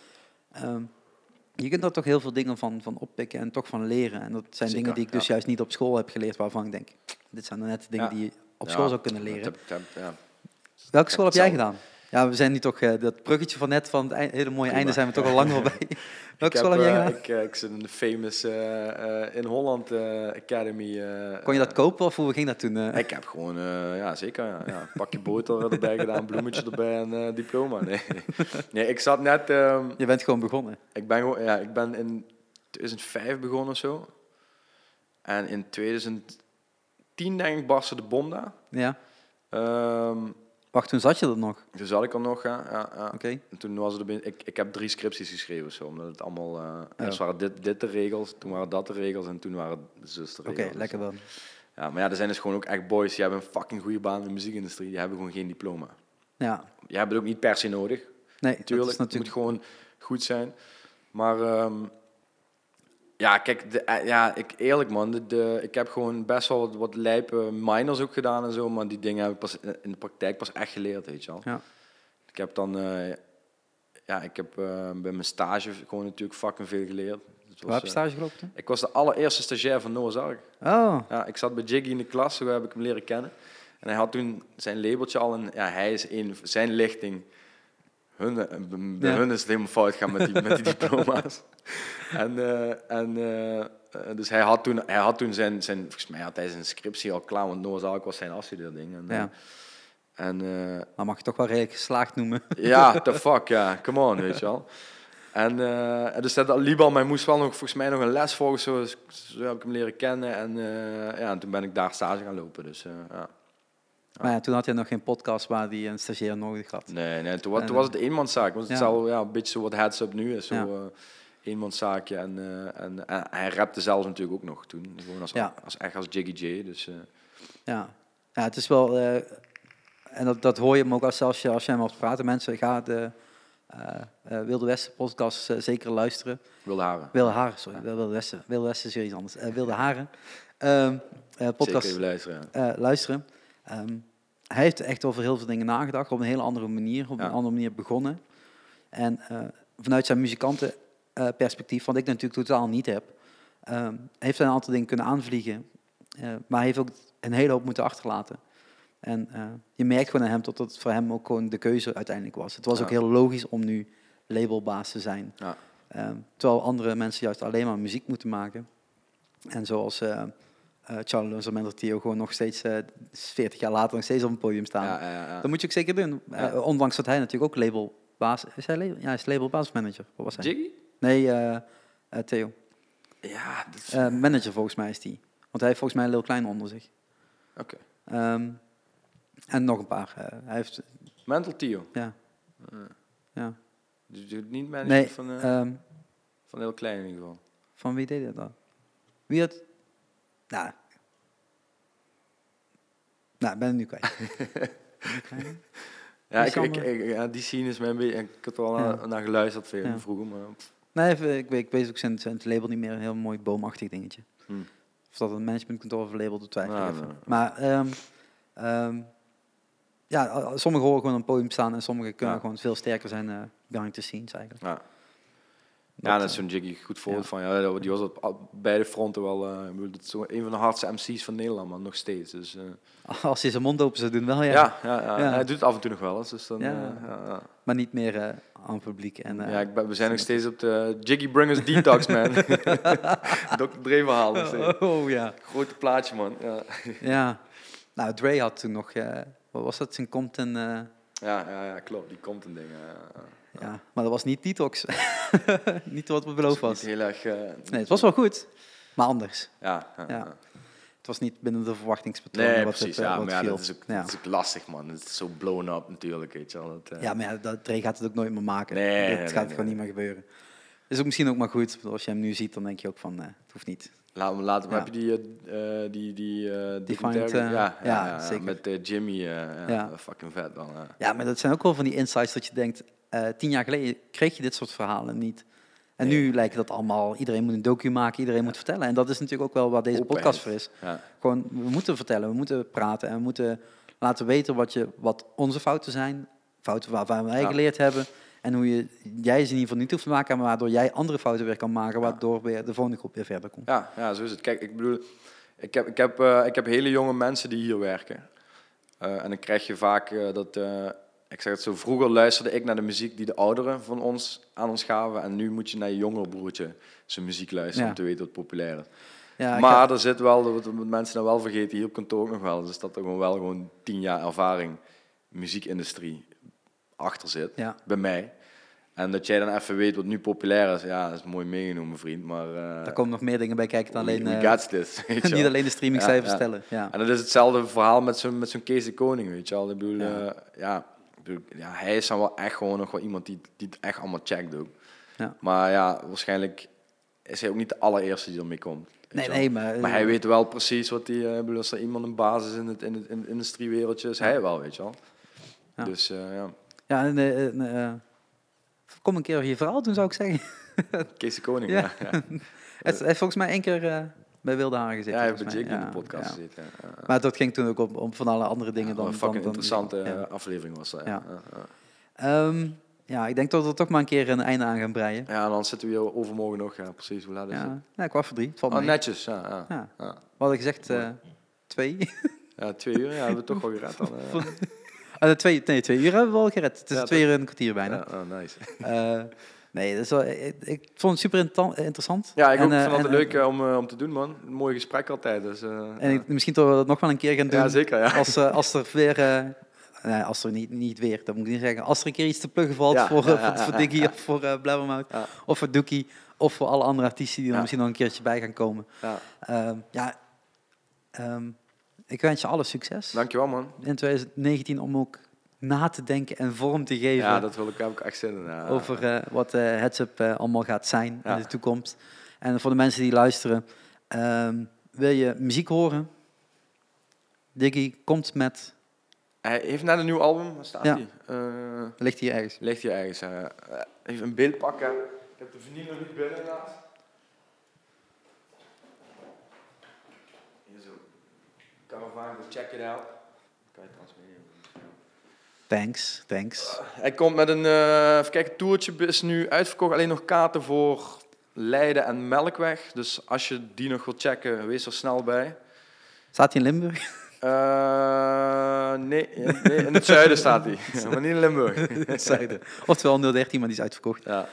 Je kunt daar toch heel veel dingen van oppikken en toch van leren. En dat zijn dingen die ik dus juist niet op school heb geleerd, waarvan ik denk, dit zijn net de dingen die je op school zou kunnen leren. Welke school heb jij gedaan? Ja, we zijn nu toch, dat bruggetje van net, van het hele mooie einde, zijn we toch al lang voorbij. Welke school heb jij gedaan? Ik zit in de famous in Holland Academy. Kon je dat kopen of hoe ging dat toen? Ik heb gewoon, zeker. Ja. Pakje boter erbij gedaan, bloemetje erbij en diploma. Nee, ik zat net... Je bent gewoon begonnen? Ik ben in 2005 begonnen of zo. En in 2010 denk ik barstte de bom daar. Ja. Wacht, toen zat je er nog? Toen zat ik er nog, ja. Okay. En toen was het ik heb 3 scripties geschreven, zo, omdat het allemaal... Eerst waren dit de regels, toen waren dat de regels en toen waren de zus de regels. Oké, lekker dan. Ja, maar er zijn dus gewoon ook echt boys, die hebben een fucking goede baan in de muziekindustrie, die hebben gewoon geen diploma. Ja. Je hebt het ook niet per se nodig. Nee, natuurlijk. Het moet gewoon goed zijn. Maar... kijk, eerlijk man, ik heb gewoon best wel wat lijpe minors ook gedaan en zo, maar die dingen heb ik pas in de praktijk pas echt geleerd, weet je wel. Ja. Ik heb dan, bij mijn stage gewoon natuurlijk fucking veel geleerd. Waar heb je stage gelopen toen? Ik was de allereerste stagiair van Noah's Ark. Oh. Ja, ik zat bij Jiggy in de klas, zo heb ik hem leren kennen. En hij had toen zijn labeltje al en hij is zijn lichting. Hun is het helemaal fout gaan met die diploma's. Dus hij had toen zijn volgens mij had hij zijn scriptie al klaar, want Noah's Ark was zijn afstudeerding. Maar mag je toch wel redelijk geslaagd noemen. Ja, the fuck, ja, come on, weet je wel. Dus dat liep al, maar hij moest wel nog, volgens mij nog een les volgen, zo heb ik hem leren kennen. En toen ben ik daar stage gaan lopen, dus ja. Maar ja, toen had je nog geen podcast waar hij een stagiair nodig had. Nee, toen was het eenmanszaak. Het is al een beetje zo wat Heads Up nu is. Zo eenmanszaakje. En hij rapte zelf natuurlijk ook nog toen. Gewoon als Jiggy J. Dus, ja, het is wel... en dat hoor je hem ook als je hem hoort praten. Mensen, ga de Wilde Westen podcast zeker luisteren. Wilde Haren. Wilde Haren, sorry. Wilde Westen is weer iets anders. Wilde Haren. Podcast zeker even luisteren. Luisteren. Hij heeft echt over heel veel dingen nagedacht, op een hele andere manier, een andere manier begonnen. En vanuit zijn muzikantenperspectief, wat ik natuurlijk totaal niet heb, heeft hij een aantal dingen kunnen aanvliegen. Maar hij heeft ook een hele hoop moeten achterlaten. En je merkt gewoon aan hem dat het voor hem ook gewoon de keuze uiteindelijk was. Het was ook heel logisch om nu labelbaas te zijn. Ja. Terwijl andere mensen juist alleen maar muziek moeten maken. En zoals... Charles en Theo gewoon nog steeds 40 jaar later nog steeds op een podium staan. Ja. Dat moet je ook zeker doen. Ondanks dat hij natuurlijk ook labelbaas is. Hij is labelbaas of manager? Wat was hij? Jiggy? Nee, Theo. Ja. Manager volgens mij is die. Want hij heeft volgens mij een Lil Klein onder zich. Oké. En nog een paar. Hij heeft... Mental Theo? Ja. Ja. Dus je doet niet manager van Lil Klein in ieder geval. Van wie deed dat dan? Wie had... Nou, ben ik nu kwijt. Ja, die scene is mij een beetje... Ik heb er wel naar geluisterd veel vroeger, maar... Nee, ik weet ook zijn label niet meer een heel mooi boomachtig dingetje. Of dat een managementkantoor of een label, dat twijfel ik even. Maar sommigen horen gewoon op een podium staan en sommigen kunnen gewoon veel sterker zijn behind the scenes eigenlijk. Ja. Dat is zo'n Jiggy goed voorbeeld van. Ja, die was op beide fronten wel... dat is een van de hardste MC's van Nederland, man, nog steeds. Dus, als hij zijn mond open zou doen, wel ja. Hij doet het af en toe nog wel eens. Dus dan, maar niet meer aan het publiek. En, we zijn nog steeds op de Jiggy Bringers Detox, man. Dr. Dre verhaal. Dus, oh ja. Grote plaatje, man. Ja. Nou, Dre had toen nog... wat was dat? Zijn Compton... Ja, klopt. Die Compton dingen. Ja, maar dat was niet Detox. Niet wat we beloofd was. Niet heel erg... nee, het was wel goed, maar anders. Ja. Het was niet binnen de verwachtingspatroon. Nee, wat precies. Het, maar dat is ook lastig, man. Het is zo blown up natuurlijk, weet je wel. Ja, maar Dre gaat het ook nooit meer maken. Nee, dat gaat gewoon niet meer gebeuren. Dat is ook misschien ook maar goed. Als je hem nu ziet, dan denk je ook van, het hoeft niet. Laat heb je die Defined, zeker. Met Jimmy, fucking vet dan. Ja, maar dat zijn ook wel van die insights dat je denkt, 10 jaar geleden kreeg je dit soort verhalen niet. En nu lijkt dat allemaal, iedereen moet een docu maken, iedereen moet vertellen. En dat is natuurlijk ook wel waar deze podcast voor is. Ja. Gewoon, we moeten vertellen, we moeten praten en we moeten laten weten wat onze fouten zijn. Fouten waarvan wij geleerd hebben. En hoe jij ze in ieder geval niet hoeft te maken, maar waardoor jij andere fouten weer kan maken, waardoor weer de volgende groep weer verder komt. Ja, zo is het. Kijk, ik bedoel, ik heb hele jonge mensen die hier werken. En dan krijg je vaak ik zeg het zo, vroeger luisterde ik naar de muziek die de ouderen van ons aan ons gaven. En nu moet je naar je jongere broertje zijn muziek luisteren om te weten wat populair is. Ja, maar er zit wel, wat mensen dan wel vergeten, hier op kantoor ook nog wel, dus dat er gewoon 10 jaar ervaring muziekindustrie achter zit, bij mij. En dat jij dan even weet wat nu populair is, dat is mooi meegenomen, vriend. Maar daar komen nog meer dingen bij kijken dan alleen... We got this, weet je niet alleen de streamingcijfers stellen. Ja. En dat is hetzelfde verhaal met zo'n Kees de Koning, weet je wel. Ik bedoel, hij is dan wel echt gewoon nog wel iemand die het echt allemaal checkt ook. Ja. Maar waarschijnlijk is hij ook niet de allereerste die ermee komt. Nee, maar hij weet wel precies wat hij... als er iemand een basis in het industriewereldje is, hij wel, weet je wel. Ja. Dus, kom een keer je verhaal doen, zou ik zeggen. Kees de Koning, ja. Hij heeft volgens mij 1 keer bij Wilde Haren gezeten. Ja, hij heeft bij Jake in de podcast gezeten. Ja. Maar dat ging toen ook om van alle andere dingen dan... Een fucking interessante aflevering was dat. Ja, ik denk dat we er toch maar een keer een einde aan gaan breien. Ja, en dan zitten we hier overmorgen nog. Ja, precies. Hoe laat is het? Nee, 2:15. Het valt mee. Netjes. Ja. We hadden gezegd 2. Ja, 2 uur. Ja, hebben we toch wel gered dan. 2 uur hebben we al gered. Het is 2 uur en een kwartier bijna. Ja, nice. Nee, dat is wel, ik vond het super interessant. Ja, ik vond het altijd leuk om te doen, man. Een mooi gesprek altijd. Dus, misschien toch dat nog wel een keer gaan doen. Ja, zeker. Ja. Als er weer... als er niet weer, dat moet ik niet zeggen. Als er een keer iets te pluggen valt voor Diggy of voor Blabbermouth of voor Dookie of voor alle andere artiesten die er misschien nog een keertje bij gaan komen. Ik wens je alle succes. Dankjewel, man. In 2019 om ook na te denken en vorm te geven. Ja, dat heb ik echt zin in. Over wat Heads Up allemaal gaat zijn in de toekomst. En voor de mensen die luisteren, wil je muziek horen? Diggy komt met... Hij heeft net een nieuw album. Waar staat hij? Ligt hier ergens. Even een beeld pakken. Ik heb de vinyl nog niet binnen inderdaad. Hier zo. Caravan, check it out. Kan je transfereren. Thanks. Hij komt met een toertje is nu uitverkocht. Alleen nog kaarten voor Leiden en Melkweg. Dus als je die nog wilt checken, wees er snel bij. Staat hij in Limburg? Nee, in het zuiden staat hij. Maar niet in Limburg. In het zuiden. Oftewel 013, maar die is uitverkocht. Ja.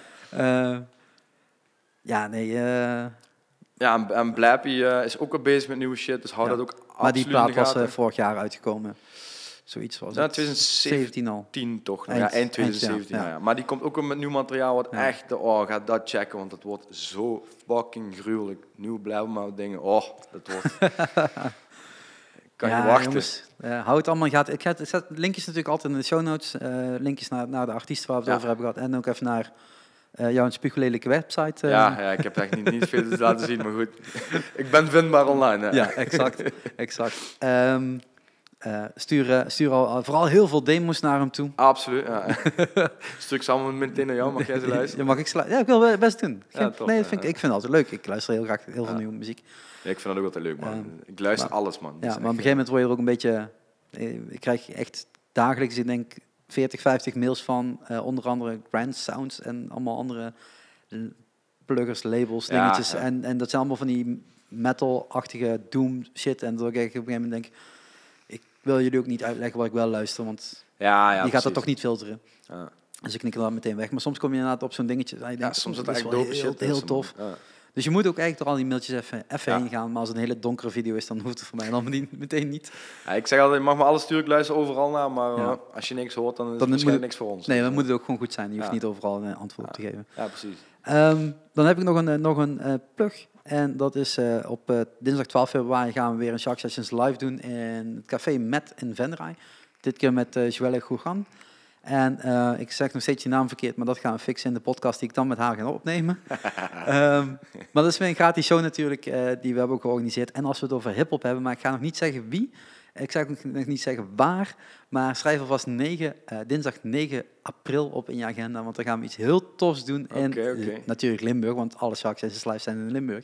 En Blappy is ook al bezig met nieuwe shit, dus hou dat ook absoluut. Maar die plaat was vorig jaar uitgekomen. Zoiets was het. 2017 al. 10 toch? Eind 2017. Ja. Maar die komt ook met nieuw materiaal wat echt... ga dat checken, want het wordt zo fucking gruwelijk. Nieuw Blabbermouth dingen. Dat wordt... Kan je wachten. Jongens, hou het allemaal in gaten. Ik zet linkjes natuurlijk altijd in de show notes. Linkjes naar de artiesten waar we het over hebben gehad. En ook even naar jouw spuuglelijke website. Ja, ik heb echt niet veel te laten zien, maar goed. Ik ben vindbaar online. Hè. Ja, exact. Stuur al, vooral heel veel demo's naar hem toe. Absoluut, ja. Stuur ik ze allemaal meteen naar jou, mag jij ze luisteren? Ja, ik wil het best doen. Top, ik vind het altijd leuk. Ik luister heel graag heel veel nieuwe muziek. Ja, ik vind dat ook altijd leuk, man. Ik luister alles, man. Ja, maar op een gegeven moment word je er ook een beetje... Ik krijg echt dagelijks, ik denk 40, 50 mails van onder andere Grand Sounds en allemaal andere pluggers, labels, dingetjes. Ja. En dat zijn allemaal van die metal-achtige doom shit. En dat ik op een gegeven moment denk, ik wil jullie ook niet uitleggen wat ik wel luister, want die gaat dat toch niet filteren. Ja. Dus ik knik er dan meteen weg. Maar soms kom je inderdaad op zo'n dingetje. Soms is het eigenlijk heel tof. Ja. Dus je moet ook eigenlijk door al die mailtjes even heen gaan. Maar als het een hele donkere video is, dan hoeft het voor mij dan meteen niet. Ja, ik zeg altijd, je mag me alles sturen, ik luister overal naar. Maar als je niks hoort, dan is het waarschijnlijk niks voor ons. Nee, dan moet het ook gewoon goed zijn. Je hoeft niet overal een antwoord op te geven. Ja, precies. Dan heb ik nog een plug. En dat is op dinsdag 12 februari gaan we weer een Shark Sessions live doen in het café Met in Venray. Dit keer met Joelle Gougan. En ik zeg nog steeds je naam verkeerd, maar dat gaan we fixen in de podcast die ik dan met haar ga opnemen. Maar dat is weer een gratis show natuurlijk, die we hebben ook georganiseerd. En als we het over hiphop hebben, maar ik ga nog niet zeggen wie. Ik ga nog niet zeggen waar, maar schrijf alvast dinsdag 9 april op in je agenda, want dan gaan we iets heel tofs doen in natuurlijk Limburg, want alle Shark Sessions live zijn in Limburg.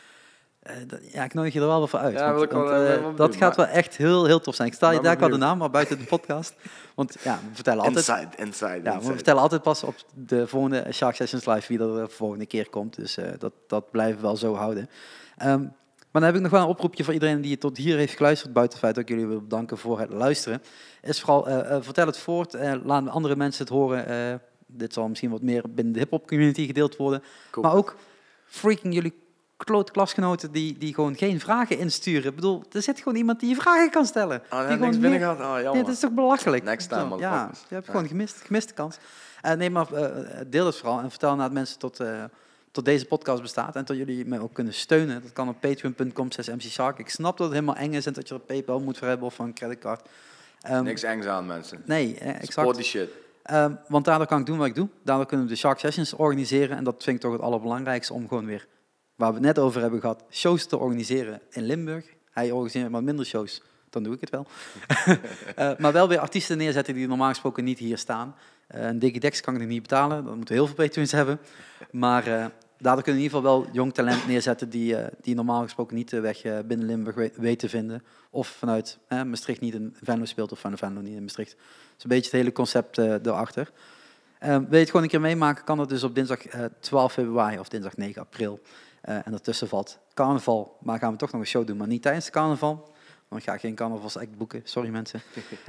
Ik nodig je er wel voor uit. Ja, dat gaat wel echt heel tof zijn. Ik stel je daar qua de naam, maar buiten de podcast. Want we vertellen altijd... Inside. We vertellen altijd pas op de volgende Shark Sessions Live wie er de volgende keer komt. Dus dat blijven we wel zo houden. Maar dan heb ik nog wel een oproepje voor iedereen die tot hier heeft geluisterd. Buiten het feit dat ik jullie wil bedanken voor het luisteren. Is vooral, vertel het voort. Laat andere mensen het horen. Dit zal misschien wat meer binnen de hip-hop community gedeeld worden. Cool. Maar ook freaking jullie klote klasgenoten die gewoon geen vragen insturen. Ik bedoel, er zit gewoon iemand die je vragen kan stellen. Die niks binnen gaat. Jammer. Nee, dat is toch belachelijk? Next time. Ja, je hebt gewoon gemiste kans. Nee, maar deel het vooral en vertel naar mensen tot deze podcast bestaat en tot jullie me ook kunnen steunen. Dat kan op patreon.com/mcshark. Ik snap dat het helemaal eng is en dat je er PayPal moet voor hebben of een creditcard. Niks engs aan, mensen. Nee, exact. Support die shit. Want daardoor kan ik doen wat ik doe. Daardoor kunnen we de Shark Sessions organiseren en dat vind ik toch het allerbelangrijkste om gewoon weer, waar we het net over hebben gehad, shows te organiseren in Limburg. Hij organiseert maar minder shows, dan doe ik het wel. Maar wel weer artiesten neerzetten die normaal gesproken niet hier staan. Een Digidex kan ik nog niet betalen, dan moeten we heel veel patrons hebben. Maar daardoor kunnen we in ieder geval wel jong talent neerzetten die normaal gesproken niet de weg binnen Limburg weet te vinden. Of vanuit Maastricht niet in Venlo speelt of van Venlo niet in Maastricht. Dat is een beetje het hele concept erachter. Wil je het gewoon een keer meemaken, kan dat dus op dinsdag 12 februari of dinsdag 9 april. En daartussen valt carnaval, maar gaan we toch nog een show doen, maar niet tijdens de carnaval. Want ik ga geen carnavalsact boeken, sorry mensen.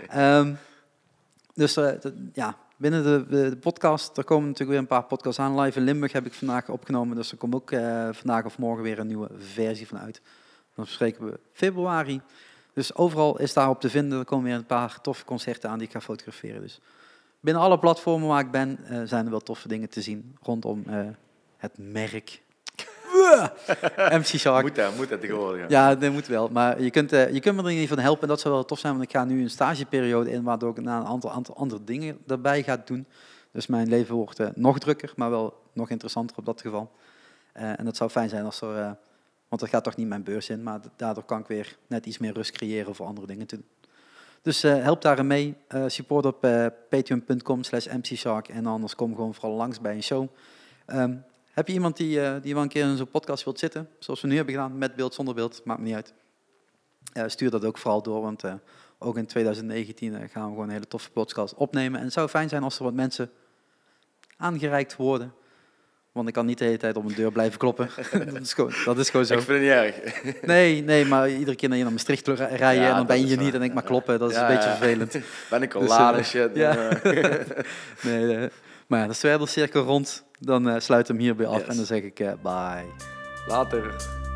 Binnen de podcast, er komen natuurlijk weer een paar podcasts aan. Live in Limburg heb ik vandaag opgenomen, dus er komt ook vandaag of morgen weer een nieuwe versie van uit. Dan bespreken we februari. Dus overal is daarop te vinden. Er komen weer een paar toffe concerten aan die ik ga fotograferen. Dus binnen alle platformen waar ik ben, zijn er wel toffe dingen te zien rondom het merk. MC Shark. Moet dat tegenwoordig. Ja, dat moet wel. Maar je kunt me er in ieder geval helpen en dat zou wel tof zijn, want ik ga nu een stageperiode in waardoor ik een aantal andere dingen erbij ga doen. Dus mijn leven wordt nog drukker, maar wel nog interessanter op dat geval. En dat zou fijn zijn als er, want dat gaat toch niet mijn beurs in, maar daardoor kan ik weer net iets meer rust creëren voor andere dingen te doen. Dus help daarin mee. Support op patreon.com/mcshark en anders kom gewoon vooral langs bij een show. Heb je iemand die wel een keer in zo'n podcast wilt zitten? Zoals we nu hebben gedaan, met beeld, zonder beeld, maakt me niet uit. Stuur dat ook vooral door, want ook in 2019 gaan we gewoon een hele toffe podcast opnemen. En het zou fijn zijn als er wat mensen aangereikt worden. Want ik kan niet de hele tijd op een deur blijven kloppen. dat is gewoon zo. Ik vind het niet erg. Nee, maar iedere keer dat je naar Maastricht rijden en dan ben je hier niet en ik maar kloppen. Dat is een beetje vervelend. Ben ik al laat en shit. Ja. Nee, maar ja, de zwerdelcirkel rond. Dan sluit hem hierbij af en dan zeg ik bye. Later.